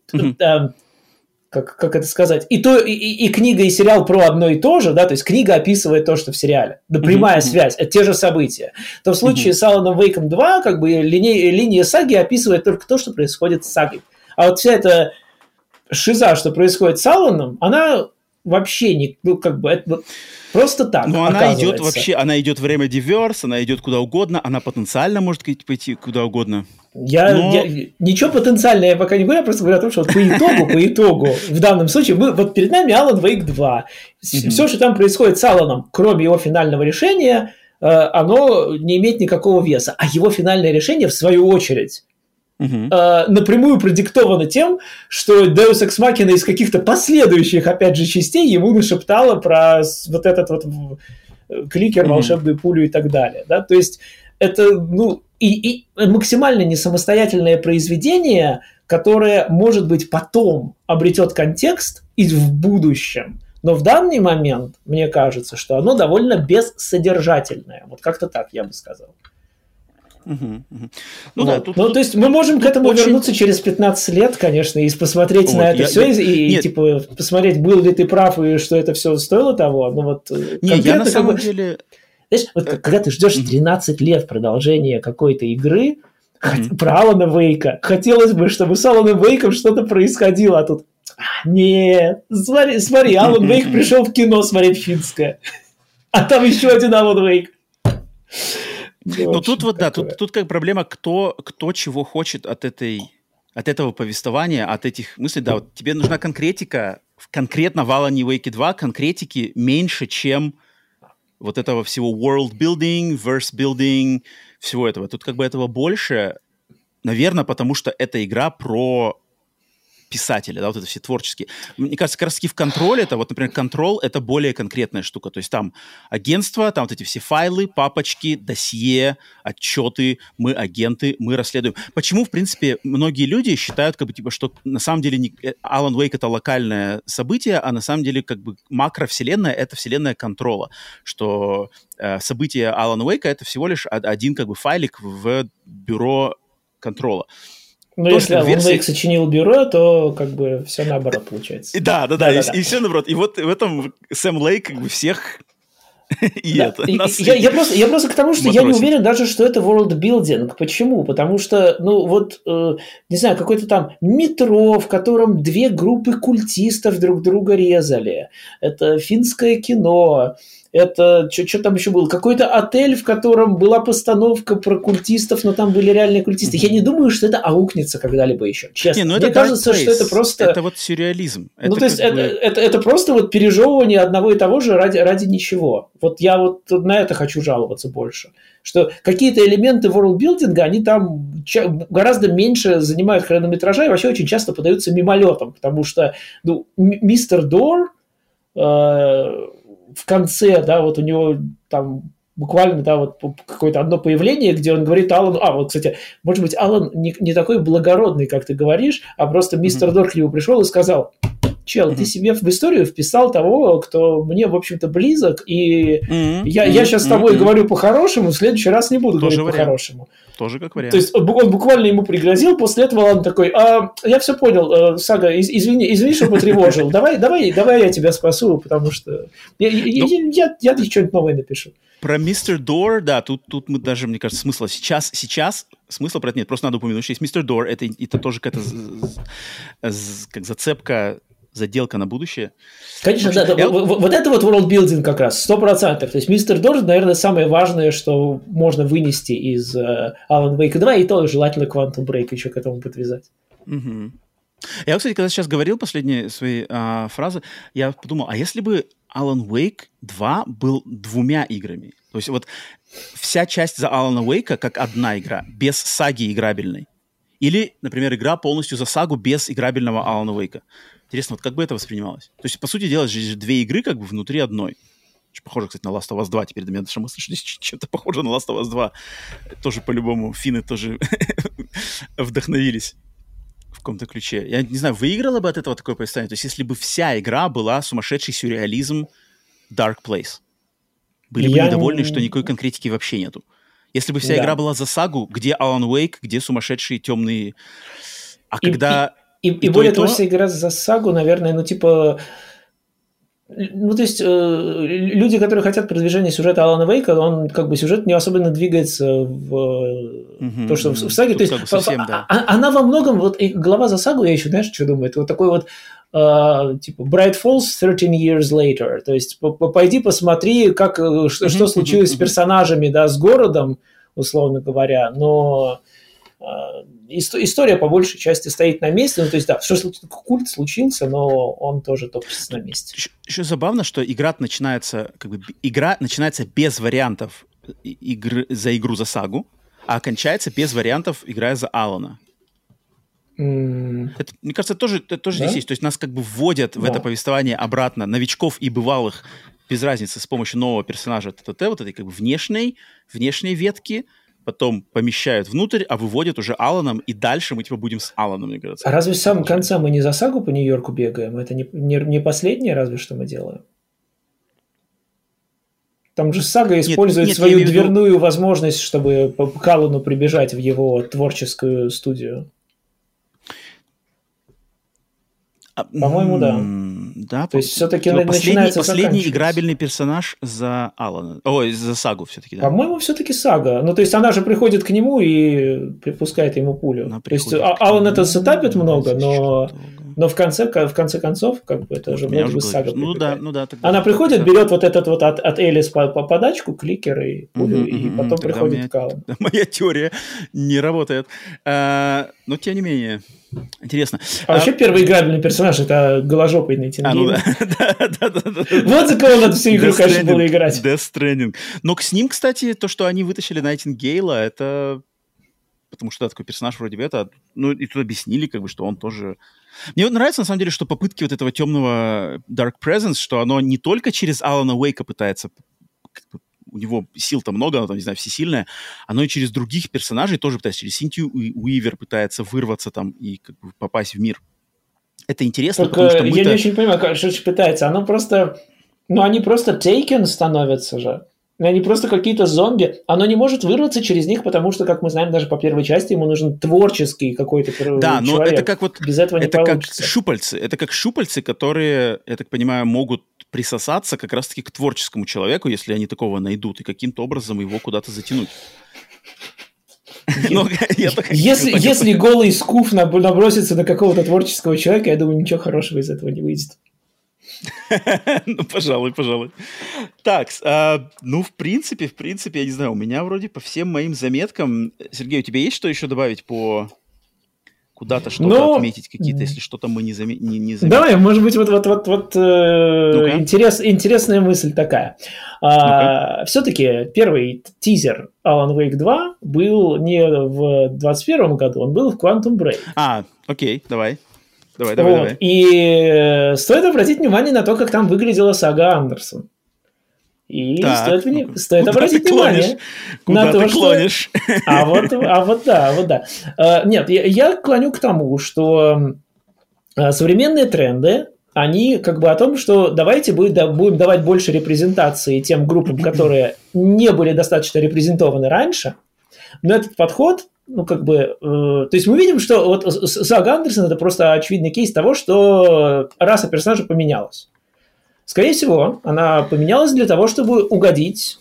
Speaker 2: как это сказать, и книга, и сериал про одно и то же, да, то есть книга описывает то, что в сериале, да, прямая связь, это те же события, то в случае с Аланом Вейком 2, как бы, линия саги описывает только то, что происходит с сагой. А вот вся эта шиза, что происходит с Аланом, она вообще не, это просто так.
Speaker 1: Но она идет вообще, она идет в Remedyverse, она идет куда угодно, она потенциально может пойти куда угодно.
Speaker 2: Ничего потенциального я пока не говорю, я просто говорю о том, что вот по итогу, в данном случае, вот перед нами Alan Wake 2. Все, что там происходит с Аланом, кроме его финального решения, оно не имеет никакого веса. А его финальное решение, в свою очередь, напрямую продиктовано тем, что Deus Ex Machina из каких-то последующих, опять же, частей ему нашептало про вот этот вот кликер, волшебную пулю и так далее. Да? То есть это, и максимально не самостоятельное произведение, которое, может быть, потом обретет контекст и в будущем. Но в данный момент, мне кажется, что оно довольно бессодержательное. Вот как-то так я бы сказал. То есть мы можем к этому вернуться через 15 лет, конечно, и посмотреть на это все, и типа посмотреть, был ли ты прав, и что это все стоило того.
Speaker 1: Я на самом деле...
Speaker 2: знаешь, вот когда ты ждешь 13 лет продолжения какой-то игры, про Алана Вейка, хотелось бы, чтобы с Аланом Вейком что-то происходило, а тут нет, смотри, Алан Вейк пришел в кино смотреть финское, а там еще один Алан Вейк.
Speaker 1: Ну тут вот, да, тут как проблема, кто чего хочет от этого повествования, от этих мыслей. Да, вот тебе нужна конкретика, конкретно в Alan Wake 2 конкретики меньше, чем вот этого всего world building, verse building, всего этого. Тут как бы этого больше, наверное, потому что эта игра про писателя, да, вот это все творческие. Мне кажется, как раз таки в контроле это, вот, например, контрол — это более конкретная штука. То есть там агентство, там вот эти все файлы, папочки, досье, отчеты, мы агенты, мы расследуем. Почему, в принципе, многие люди считают, как бы, типа, что на самом деле Alan Wake — это локальное событие, а на самом деле, как бы, макровселенная — это вселенная контрола, что событие Alan Wake — это всего лишь один, как бы, файлик в бюро контрола.
Speaker 2: Но если Alan Wake сочинил бюро, то как бы все наоборот получается.
Speaker 1: Да, и все наоборот. И вот в этом Сэм Лейк как бы всех и это.
Speaker 2: Я просто к тому, что я не уверен даже, что это world-building. Почему? Потому что, ну вот, не знаю, какое-то там метро, в котором две группы культистов друг друга резали. Это финское кино. Это, что там еще было? Какой-то отель, в котором была постановка про культистов, но там были реальные культисты. Я не думаю, что это аукнется когда-либо еще, честно.
Speaker 1: Не,
Speaker 2: Мне кажется, что это просто...
Speaker 1: Это вот сюрреализм.
Speaker 2: Ну, то есть, это просто вот пережевывание одного и того же ради ничего. Вот я вот на это хочу жаловаться больше. Что какие-то элементы ворлдбилдинга, они там гораздо меньше занимают хронометража и вообще очень часто подаются мимолетом, потому что, ну, мистер Дор... в конце, да, вот у него там буквально, да, вот какое-то одно появление, где он говорит Алану, вот, кстати, может быть, Алан не такой благородный, как ты говоришь, а просто мистер Дор к нему пришел и сказал: чел, ты себе в историю вписал того, кто мне, в общем-то, близок, и я сейчас с тобой говорю по-хорошему, в следующий раз не буду говорить по-хорошему.
Speaker 1: Тоже как вариант.
Speaker 2: То есть он буквально ему пригрозил, после этого он такой: я все понял, Сага, извини, что потревожил, давай я тебя спасу, потому что я что-нибудь новое напишу.
Speaker 1: Про Мистер Дор, да, тут мы даже, мне кажется, смысла сейчас смысла про это нет, просто надо упомянуть, что есть Мистер Дор, это тоже какая-то как зацепка, заделка на будущее.
Speaker 2: Конечно, да. Вот это вот worldbuilding как раз, 100%. То есть Мистер Дор, наверное, самое важное, что можно вынести из Alan Wake 2, и то желательно Quantum Break еще к этому подвязать.
Speaker 1: Угу. Я, кстати, когда сейчас говорил последние свои фразы, я подумал, а если бы Alan Wake 2 был двумя играми? То есть вот вся часть за Алана Уэйка как одна игра, без саги играбельной. Или, например, игра полностью за сагу без играбельного Алана Уэйка. Интересно, вот как бы это воспринималось? То есть, по сути дела, же две игры как бы внутри одной. Похоже, кстати, на Last of Us 2. Теперь до меня наша мысль, что здесь чем-то похоже на Last of Us 2. Тоже по-любому финны тоже вдохновились в каком-то ключе. Я не знаю, выиграла бы от этого такое повествование? То есть, если бы вся игра была сумасшедший сюрреализм Dark Place. Были бы недовольны, что никакой конкретики вообще нету. Если бы вся игра была за сагу, где Alan Wake, где сумасшедшие темные... А когда...
Speaker 2: И более того, вся игра за сагу, наверное, ну, типа... Ну, то есть, люди, которые хотят продвижения сюжета Алана Вейка, он как бы сюжет не особенно двигается в то, что в саге. То есть, совсем, да. Она во многом, вот и глава за сагу, я еще, знаешь, что думаю, это вот такой вот типа Bright Falls 13 years later. То есть, пойди посмотри, что случилось с персонажами, да, с городом, условно говоря, но... История по большей части стоит на месте. Ну, то есть, да, культ случился, но он тоже топчется на месте.
Speaker 1: Еще забавно, что игра начинается без вариантов за игру за сагу, а окончается без вариантов, играя за Алана. Это, мне кажется, тоже да? Здесь есть. То есть нас как бы вводят в это повествование обратно новичков и бывалых без разницы с помощью нового персонажа ТТТ, вот этой как бы внешней ветки, потом помещают внутрь, а выводят уже Аланом, и дальше мы типа будем с Аланом, мне кажется.
Speaker 2: А разве в самом конце мы не за сагу по Нью-Йорку бегаем? Это не последнее разве что мы делаем? Там же сага использует свою дверную возможность, чтобы к Алану прибежать в его творческую студию. По-моему, да.
Speaker 1: Да,
Speaker 2: то есть все-таки
Speaker 1: начинается последний играбельный персонаж за Алана. Ой, за Сагу все-таки, да.
Speaker 2: По-моему, все-таки Сага. Ну, то есть она же приходит к нему и припускает ему пулю. То есть Алан это сетапит много, но в конце концов, как бы это же вроде бы Сага.
Speaker 1: Ну да.
Speaker 2: Она приходит, берет вот этот вот от Элис подачку, кликер и пулю, и потом приходит к Алану.
Speaker 1: Моя теория не работает. Но тем не менее... Интересно.
Speaker 2: А вообще первый играбельный персонаж это голожопый Нейтан Гейл.
Speaker 1: Да.
Speaker 2: Вот за кого надо всю игру, конечно, было играть.
Speaker 1: Death Stranding. Но с ним, кстати, то, что они вытащили Найтингейла, это... Потому что такой персонаж вроде бы это... Ну, и тут объяснили, как бы, что он тоже... Мне нравится, на самом деле, что попытки вот этого темного Dark Presence, что оно не только через Алана Уэйка пытается... У него сил-то много, оно там, не знаю, всесильное, оно и через других персонажей тоже пытается, через Синтию Уивер пытается вырваться там и как бы попасть в мир. Это интересно,
Speaker 2: только потому что я не очень понимаю, как же пытается. Оно просто... Ну, они просто Taken становятся же. Они просто какие-то зомби. Оно не может вырваться через них, потому что, как мы знаем, даже по первой части ему нужен творческий какой-то человек.
Speaker 1: Да, но это как вот...
Speaker 2: Без этого не получится.
Speaker 1: Как шупальцы. Это как шупальцы, которые, я так понимаю, могут присосаться как раз-таки к творческому человеку, если они такого найдут, и каким-то образом его куда-то затянуть.
Speaker 2: Если голый скуф набросится на какого-то творческого человека, я думаю, ничего хорошего из этого не выйдет.
Speaker 1: Ну, пожалуй. Так, ну, в принципе, я не знаю, у меня вроде по всем моим заметкам... Сергей, у тебя есть что еще добавить по... Куда-то что-то отметить какие-то, если что-то мы не заметили?
Speaker 2: Давай, может быть, вот интересная мысль такая. Все-таки первый тизер Alan Wake 2 был не в 2021 году, он был в Quantum Break.
Speaker 1: Окей, давай.
Speaker 2: И стоит обратить внимание на то, как там выглядела сага Андерсон. И стоит обратить внимание на то, что... А вот да. Нет, я клоню к тому, что современные тренды, они как бы о том, что давайте будем давать больше репрезентации тем группам, которые не были достаточно репрезентованы раньше, но этот подход... Ну, как бы, то есть мы видим, что вот сага Андерсон это просто очевидный кейс того, что раса персонажа поменялась. Скорее всего, она поменялась для того, чтобы угодить,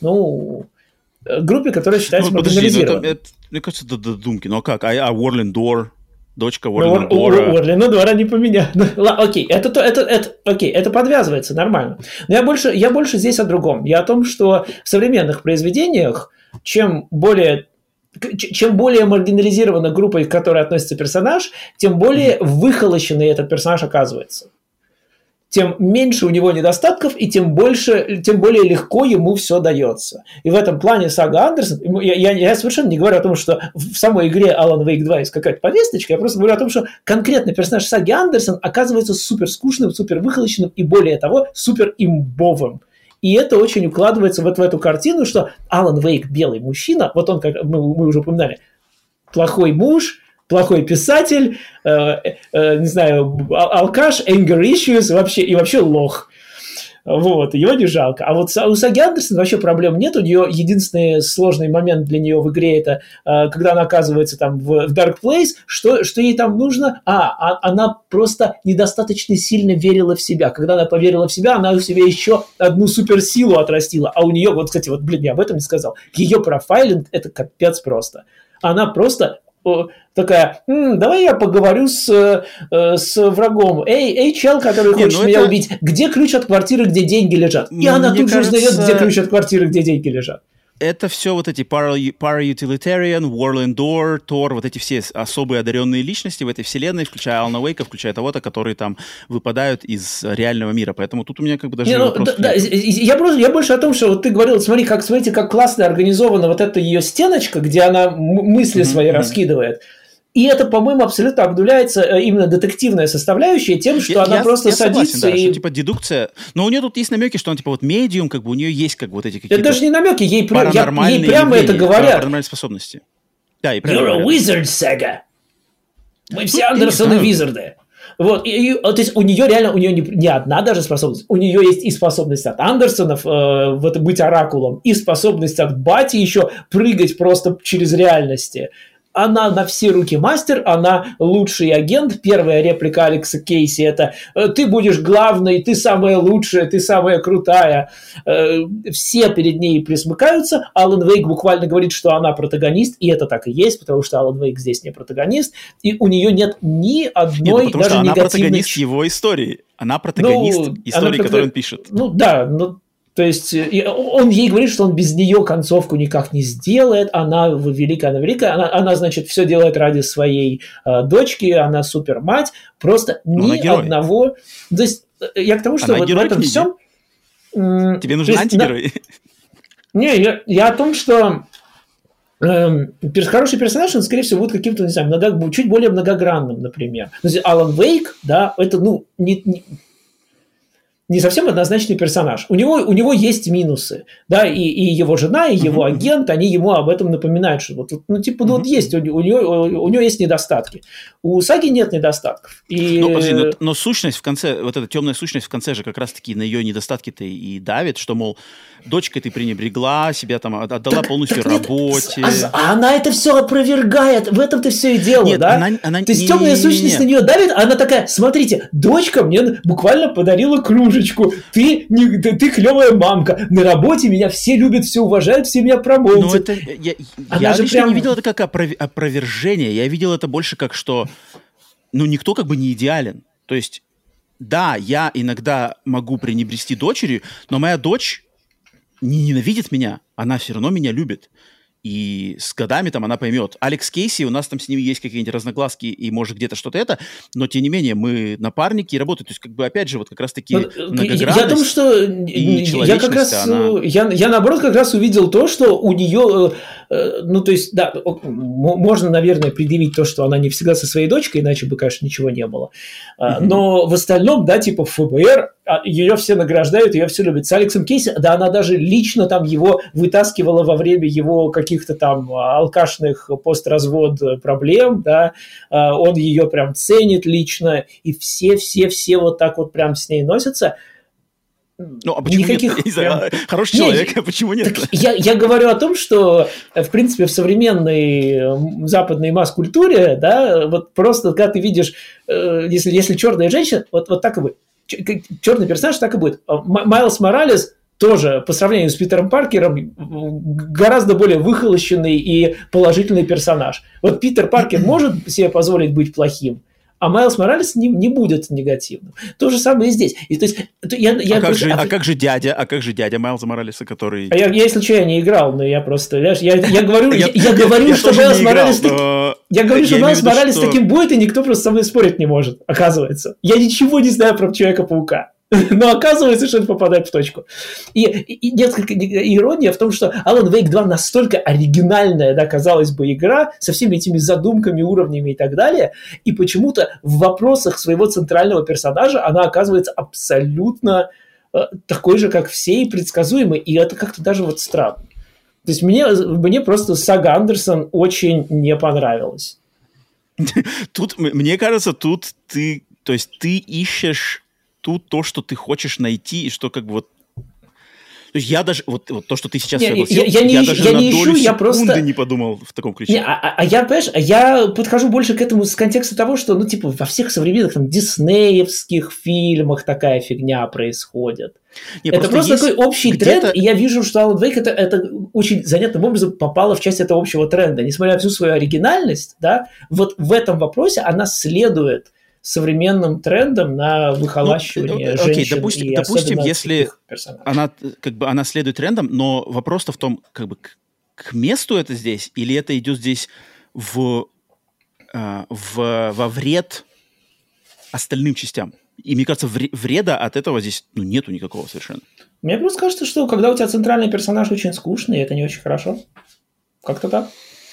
Speaker 2: группе, которая считается маргинализированной.
Speaker 1: Мне кажется, это додумки. Ну, а как? Уорлен Дор, дочка Уорлен Дора.
Speaker 2: Уорлена Дора не поменяла. Окей, это подвязывается нормально. Но я больше здесь о другом. Я о том, что в современных произведениях, чем более маргинализирована группа, к которой относится персонаж, тем более выхолощенный этот персонаж оказывается. Тем меньше у него недостатков, и тем более легко ему все дается. И в этом плане сага Андерсон... Я совершенно не говорю о том, что в самой игре Alan Wake 2 есть какая-то повесточка, я просто говорю о том, что конкретный персонаж саги Андерсон оказывается супер скучным, супер выхолощенным и, более того, супер имбовым. И это очень укладывается вот в эту картину, что Alan Wake – белый мужчина, вот он, как мы уже упоминали, плохой муж, плохой писатель, не знаю, алкаш, anger issues, вообще лох. Вот, его не жалко. А вот у Саги Андерсон вообще проблем нет. У нее единственный сложный момент для нее в игре это когда она оказывается там в Dark Place, что ей там нужно? Она просто недостаточно сильно верила в себя. Когда она поверила в себя, она у себя еще одну суперсилу отрастила. А у нее, вот, кстати, я об этом не сказал, ее профайлинг это капец просто. Она просто... такая, давай я поговорю с врагом. Эй, чел, который хочет меня убить, где ключ от квартиры, где деньги лежат? И она тут же узнает, где ключ от квартиры, где деньги лежат.
Speaker 1: Это все вот эти Para-Utilitarian, Warland Door, Тор, вот эти все особые одаренные личности в этой вселенной, включая Алана Уэйка, включая того-то, которые там выпадают из реального мира. Поэтому тут у меня как бы даже вопрос...
Speaker 2: Я больше о том, что вот ты говорил, смотрите, как классно организована вот эта ее стеночка, где она мысли свои раскидывает. И это, по-моему, абсолютно обнуляется именно детективная составляющая тем, что она просто садится
Speaker 1: согласен, да, что типа дедукция. Но у нее тут есть намеки, что она типа вот медиум, как бы у нее есть как бы вот эти какие-то...
Speaker 2: Это даже не намеки, ей прямо это говорят.
Speaker 1: Паранормальные способности. Да, и
Speaker 2: You're a wizard, Sega. Мы все Андерсоны-визарды. Вот, то есть у нее реально, не одна даже способность, у нее есть и способность от Андерсонов быть оракулом, и способность от Бати еще прыгать просто через реальности. она на все руки мастер, она лучший агент. Первая реплика Алекса Кейси – это «ты будешь главной, ты самая лучшая, ты самая крутая». Все перед ней присмыкаются. Алан Вейк буквально говорит, что она протагонист, и это так и есть, потому что Алан Вейк здесь не протагонист, и у нее нет ни одной
Speaker 1: потому
Speaker 2: даже
Speaker 1: что она
Speaker 2: негативной...
Speaker 1: протагонист его истории. Она протагонист истории, которую он пишет.
Speaker 2: Ну да, то есть он ей говорит, что он без нее концовку никак не сделает, она великая, она, значит, все делает ради своей дочки, она супер мать, просто ни одного... То есть я к тому, что в этом всем...
Speaker 1: Тебе нужен антигерой?
Speaker 2: Не, я о том, что хороший персонаж, он, скорее всего, будет каким-то, не знаю, чуть более многогранным, например. Алан Вейк, да, это, не совсем однозначный персонаж. У него есть минусы, да, и его жена, и его агент, они ему об этом напоминают, что вот есть, у него есть недостатки. У Саги нет недостатков.
Speaker 1: Подожди, но сущность в конце, вот эта темная сущность в конце же как раз-таки на ее недостатки-то и давит, что, мол, дочка ты пренебрегла, себя там отдала полностью работе.
Speaker 2: А она это все опровергает, в этом-то все и дело,
Speaker 1: нет,
Speaker 2: да?
Speaker 1: Она
Speaker 2: То есть темная сущность на нее давит, а она такая, смотрите, дочка мне буквально подарила кружечку, ты клевая мамка, на работе меня все любят, все уважают, все меня промоутят.
Speaker 1: Я лично не видел это как опровержение, я видел это больше как что, никто как бы не идеален. То есть, да, я иногда могу пренебрести дочерью, но моя дочь не ненавидит меня, она все равно меня любит. И с годами там она поймет. Алекс Кейси, у нас там с ним есть какие-нибудь разногласки и может где-то что-то это, но тем не менее мы напарники и работаем. То есть как бы опять же вот как раз-таки многогранность.
Speaker 2: Я думаю, что я как раз, я наоборот как раз увидел то, что у нее, то есть, да, можно, наверное, предъявить то, что она не всегда со своей дочкой, иначе бы, конечно, ничего не было. Но в остальном, да, типа ФБР, ее все награждают, ее все любят. С Алексом Кейси, да, она даже лично там его вытаскивала во время его каких-то там алкашных постразвод проблем, да, он ее прям ценит лично, и все вот так вот прям с ней носятся.
Speaker 1: А почему никаких нет? Хороший человек, а почему нет?
Speaker 2: Я говорю о том, что, в принципе, в современной западной масс-культуре, да, вот просто, когда ты видишь, если черная женщина, вот так и будет. Черный персонаж так и будет. Майлз Моралес тоже, по сравнению с Питером Паркером, гораздо более выхолощенный и положительный персонаж. Вот Питер Паркер может себе позволить быть плохим, а Майлз Моралес не будет негативным. То же самое и здесь. И, то есть,
Speaker 1: как же дядя Майлза Моралеса, который...
Speaker 2: Я, если что, я не играл, но я просто... Я говорю, что Майлз Моралес... Я говорю, что Майлз Моралес таким будет, и никто просто со мной спорить не может, оказывается. Я ничего не знаю про Человека-паука. Но оказывается, что это попадает в точку. И несколько ирония в том, что Alan Wake 2 настолько оригинальная, да, казалось бы, игра со всеми этими задумками, уровнями и так далее, и почему-то в вопросах своего центрального персонажа она оказывается абсолютно такой же, как все, и предсказуемой, и это как-то даже вот странно. То есть мне просто сага Андерсон очень не понравилась.
Speaker 1: Тут, мне кажется, ты ищешь тут то, что ты хочешь найти, и что как бы вот... То есть я даже... Вот то, что ты сейчас согласил, я даже на долю секунды не подумал в таком ключе.
Speaker 2: Я подхожу больше к этому с контекста того, что, во всех современных там диснеевских фильмах такая фигня происходит. Это просто такой общий тренд, и я вижу, что Alan Wake это очень занятным образом попало в часть этого общего тренда. Несмотря на всю свою оригинальность, да, вот в этом вопросе она следует современным трендом на выхолащивание женщин.
Speaker 1: Допустим, если она следует трендам, но вопрос-то в том, как бы к месту это здесь, или это идет здесь во вред остальным частям. И мне кажется, вреда от этого здесь нету никакого совершенно.
Speaker 2: Мне просто кажется, что когда у тебя центральный персонаж очень скучный, это не очень хорошо. Как-то так.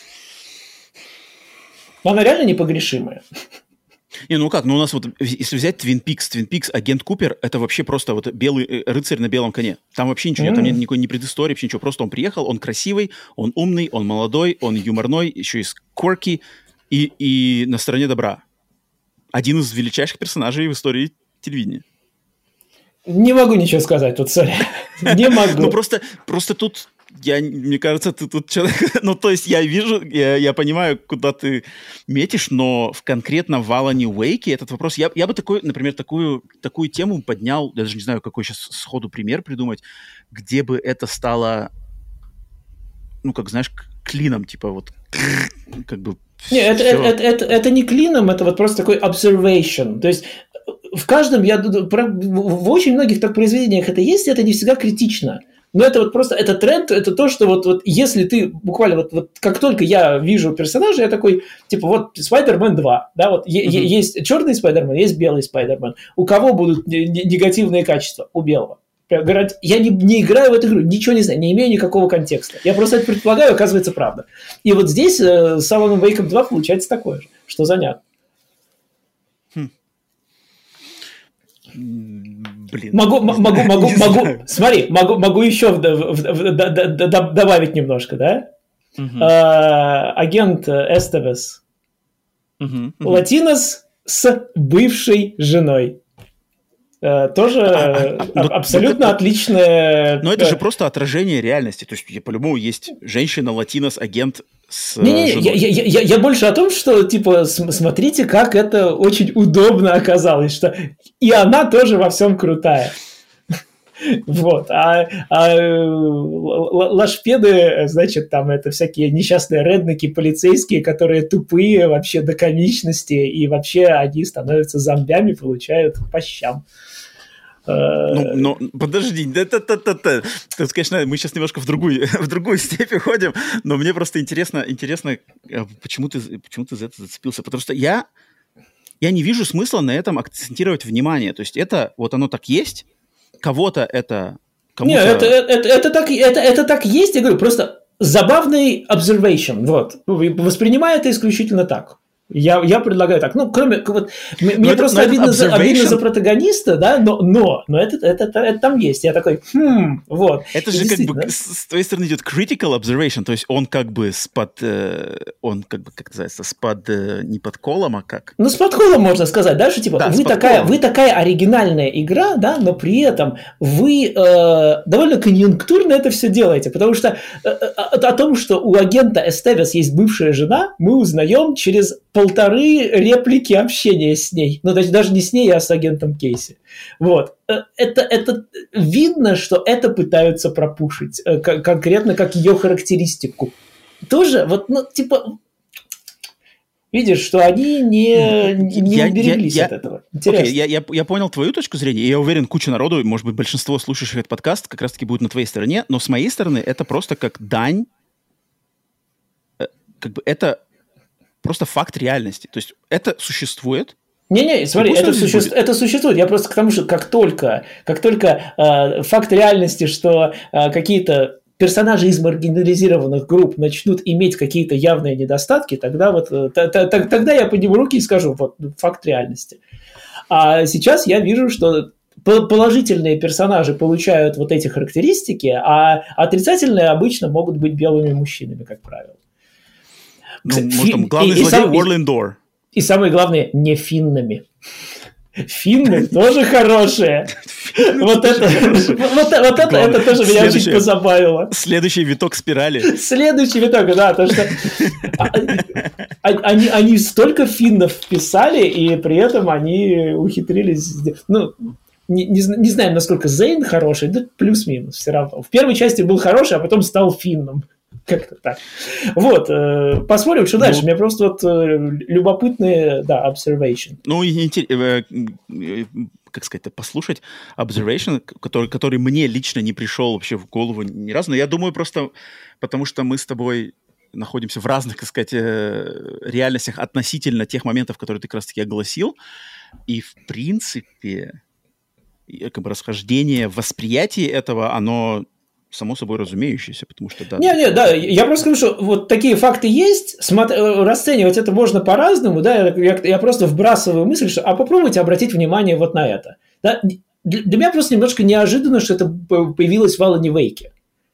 Speaker 2: Но она реально непогрешимая.
Speaker 1: У нас вот, если взять Twin Peaks, агент Купер, это вообще просто вот белый рыцарь на белом коне. Там вообще ничего нет, там нет никакой ни предыстории, вообще ничего. Просто он приехал, он красивый, он умный, он молодой, он юморной, еще и quirky и на стороне добра. Один из величайших персонажей в истории телевидения.
Speaker 2: Не могу ничего сказать тут, сори. Не могу.
Speaker 1: Просто тут мне кажется, ты тут человек... Ну, то есть я вижу, я понимаю, куда ты метишь, но конкретно в Alan Wake этот вопрос... Я бы такой, например, такую тему поднял, я даже не знаю, какой сейчас сходу пример придумать, где бы это стало, ну, как, знаешь, клином, типа вот, как бы...
Speaker 2: Нет, это не клином, это вот просто такой observation. То есть в каждом, в очень многих так произведениях это есть, это не всегда критично. Но это вот просто, это тренд, это то, что вот если ты буквально вот как только я вижу персонажа, я такой, типа, вот Spider-Man 2, да, вот есть черный Spider-Man, есть белый Spider-Man. У кого будут негативные качества? У белого. Я не играю в эту игру, ничего не знаю, не имею никакого контекста. Я просто это предполагаю, оказывается, правда. И вот здесь с Alan Wake 2 получается такое же, что занятно.
Speaker 1: Блин.
Speaker 2: Смотри, могу еще добавить немножко, да? Агент Эстевес. Латинос с бывшей женой. Тоже абсолютно отличное...
Speaker 1: Но это же просто отражение реальности. То есть, по-любому, есть женщина-латинос-агент с
Speaker 2: женой. Я больше о том, что, типа, смотрите, как это очень удобно оказалось, что и она тоже во всем крутая. Вот. Лашпеды, значит, там это всякие несчастные реднеки, полицейские, которые тупые вообще до комичности, и вообще они становятся зомбями, получают по щам.
Speaker 1: Ну, подожди, тут, конечно, мы сейчас немножко в другую степь уходим, но мне просто интересно, почему ты за это зацепился, потому что я не вижу смысла на этом акцентировать внимание, то есть это, вот оно так есть, кого-то это...
Speaker 2: Нет, это так есть, я говорю, просто забавный observation, вот, воспринимаю это исключительно так. Я предлагаю так. Ну, кроме... Вот, мне просто обидно за протагониста, да, но это там есть. Я такой, вот.
Speaker 1: Это же как бы с твоей стороны идет critical observation, то есть он как бы он как бы, как называется, не под колом, а как?
Speaker 2: Ну, с подколом можно сказать, да, что типа да, вы такая оригинальная игра, да, но при этом вы довольно конъюнктурно это все делаете, потому что о том, что у агента Эстевес есть бывшая жена, мы узнаем через 1,5 реплики общения с ней. Ну, то есть даже не с ней, а с агентом Кейси. Вот. Это видно, что это пытаются пропушить, конкретно как ее характеристику. Тоже, вот, ну, типа... Видишь, что они не убереглись от этого. Интересно.
Speaker 1: Я понял твою точку зрения, и я уверен, куча народу, может быть, большинство слушающих этот подкаст как раз-таки будет на твоей стороне, но с моей стороны это просто как дань, как бы это просто факт реальности. То есть это существует.
Speaker 2: Не-не, смотри, это существует. Я просто к тому, что как только факт реальности, что какие-то персонажи из маргинализированных групп начнут иметь какие-то явные недостатки, тогда я подниму руки и скажу, вот, факт реальности. А сейчас я вижу, что положительные персонажи получают вот эти характеристики, а отрицательные обычно могут быть белыми мужчинами, как правило.
Speaker 1: Ну, главный злодей Уорлендор.
Speaker 2: И самое главное, не финнами. Финны тоже хорошие. Вот это тоже меня очень позабавило.
Speaker 1: Следующий виток спирали.
Speaker 2: Следующий виток, да, то что они столько финнов вписали, и при этом они ухитрились... Ну, не знаем, насколько Зейн хороший, да плюс-минус все равно. В первой части был хороший, а потом стал финном. Как-то так. Вот, посмотрим, что дальше. Мне просто вот любопытные, да, observation.
Speaker 1: Ну, как сказать, послушать observation, который мне лично не пришел вообще в голову ни разу. Но я думаю просто, потому что мы с тобой находимся в разных, так сказать, реальностях относительно тех моментов, которые ты как раз-таки огласил. И, в принципе, как бы расхождение в восприятии этого, оно... само собой разумеющееся, потому что да.
Speaker 2: Да, я просто скажу, что вот такие факты есть, расценивать это можно по-разному, да, я просто вбрасываю мысль, что, попробуйте обратить внимание вот на это. Да? Для меня просто немножко неожиданно, что это появилось в Alan Wake.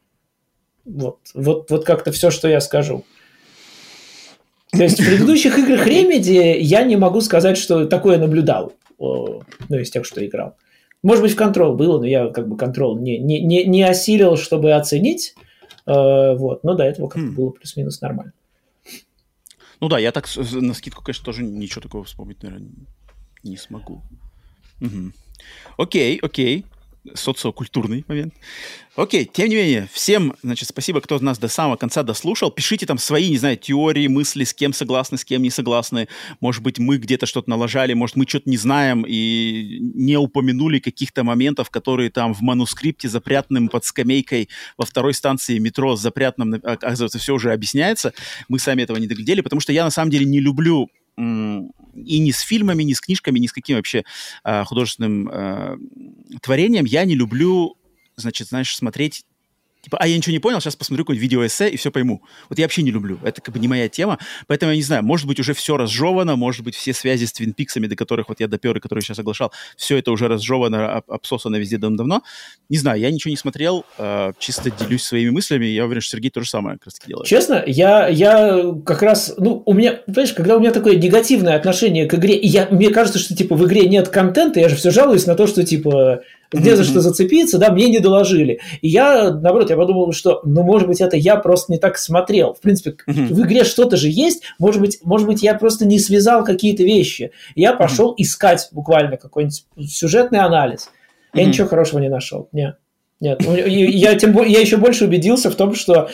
Speaker 2: Вот как-то все, что я скажу. То есть в предыдущих играх Remedy я не могу сказать, что такое наблюдал, из тех, что играл. Может быть, в Control было, но я как бы Control не осилил, чтобы оценить. Вот. Но до этого как-то было плюс-минус нормально.
Speaker 1: Ну да, я так на скидку, конечно, тоже ничего такого вспомнить, наверное, не смогу. Угу. Окей. Социокультурный момент. Окей, тем не менее, всем, значит, спасибо, кто нас до самого конца дослушал. Пишите там свои, не знаю, теории, мысли, с кем согласны, с кем не согласны. Может быть, мы где-то что-то налажали, может, мы что-то не знаем и не упомянули каких-то моментов, которые там в манускрипте, запрятанным под скамейкой во второй станции метро, запрятанным, оказывается, все уже объясняется. Мы сами этого не доглядели, потому что я, на самом деле, не люблю и ни с фильмами, ни с книжками, ни с каким вообще художественным творением я не люблю, значит, знаешь, смотреть типа, я ничего не понял, сейчас посмотрю какое-нибудь видеоэссе и все пойму. Вот я вообще не люблю. Это как бы не моя тема. Поэтому я не знаю, может быть, уже все разжевано, может быть, все связи с Твин Пиксами, до которых вот я допер и которые сейчас оглашал, все это уже разжевано, обсосано везде давно. Не знаю, я ничего не смотрел, чисто делюсь своими мыслями. Я уверен, что Сергей то же самое как раз таки делает.
Speaker 2: Честно, я как раз, у меня, понимаешь, когда у меня такое негативное отношение к игре, и мне кажется, что, типа, в игре нет контента, я же все жалуюсь на то, что, типа, где за что зацепиться, да, мне не доложили. И я, наоборот, я подумал, что, может быть, это я просто не так смотрел. В принципе, в игре что-то же есть, может быть, я просто не связал какие-то вещи. И я пошел искать буквально какой-нибудь сюжетный анализ. Я ничего хорошего не нашел. Нет. Я еще больше убедился в том, что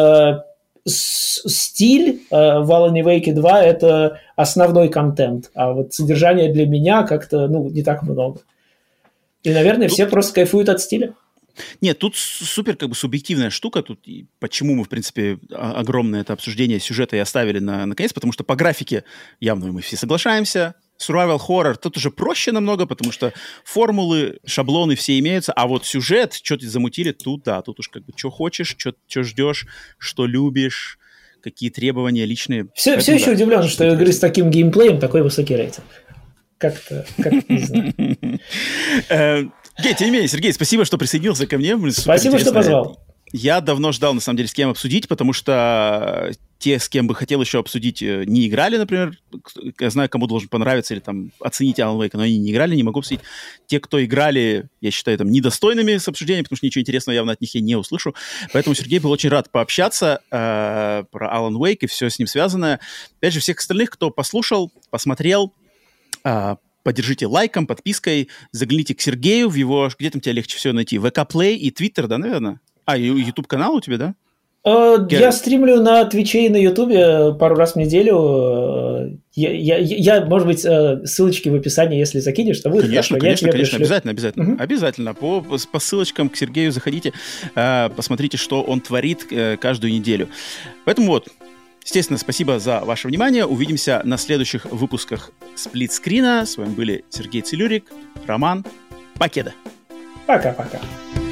Speaker 2: стиль в Alan Wake 2 – это основной контент, а вот содержание для меня как-то, не так много. И, наверное, все просто кайфуют от стиля.
Speaker 1: Нет, тут супер как бы субъективная штука. Тут почему мы, в принципе, огромное это обсуждение сюжета и оставили на конец, потому что по графике явно мы все соглашаемся. Survival horror тут уже проще намного, потому что формулы, шаблоны все имеются, а вот сюжет, что-то замутили, тут уж как бы что хочешь, что ждешь, что любишь, какие требования личные.
Speaker 2: Все еще удивлен, что игры с таким геймплеем такой высокий рейтинг. Как-то не знаю.
Speaker 1: Тем не менее, Сергей, спасибо, что присоединился ко мне.
Speaker 2: Спасибо, что позвал.
Speaker 1: Я давно ждал, на самом деле, с кем обсудить, потому что те, с кем бы хотел еще обсудить, не играли, например. Я знаю, кому должен понравиться или там оценить Alan Wake, но они не играли, не могу обсудить. Те, кто играли, я считаю, там, недостойными с обсуждением, потому что ничего интересного явно от них я не услышу. Поэтому Сергей был очень рад пообщаться про Alan Wake и все с ним связанное. Опять же, всех остальных, кто послушал, посмотрел, поддержите лайком, подпиской, загляните к Сергею в его... Где там тебя легче всего найти? ВК Play и Twitter, да, наверное? И YouTube-канал у тебя, да?
Speaker 2: Я стримлю на Твиче и на Ютубе пару раз в неделю. Я, может быть, ссылочки в описании, если закинешь, то будет
Speaker 1: конечно,
Speaker 2: хорошо.
Speaker 1: Конечно, обязательно. Обязательно. По ссылочкам к Сергею заходите, посмотрите, что он творит каждую неделю. Поэтому вот, естественно, спасибо за ваше внимание. Увидимся на следующих выпусках Сплитскрина. С вами были Сергей Целюрик, Роман. Покеда.
Speaker 2: Пока-пока.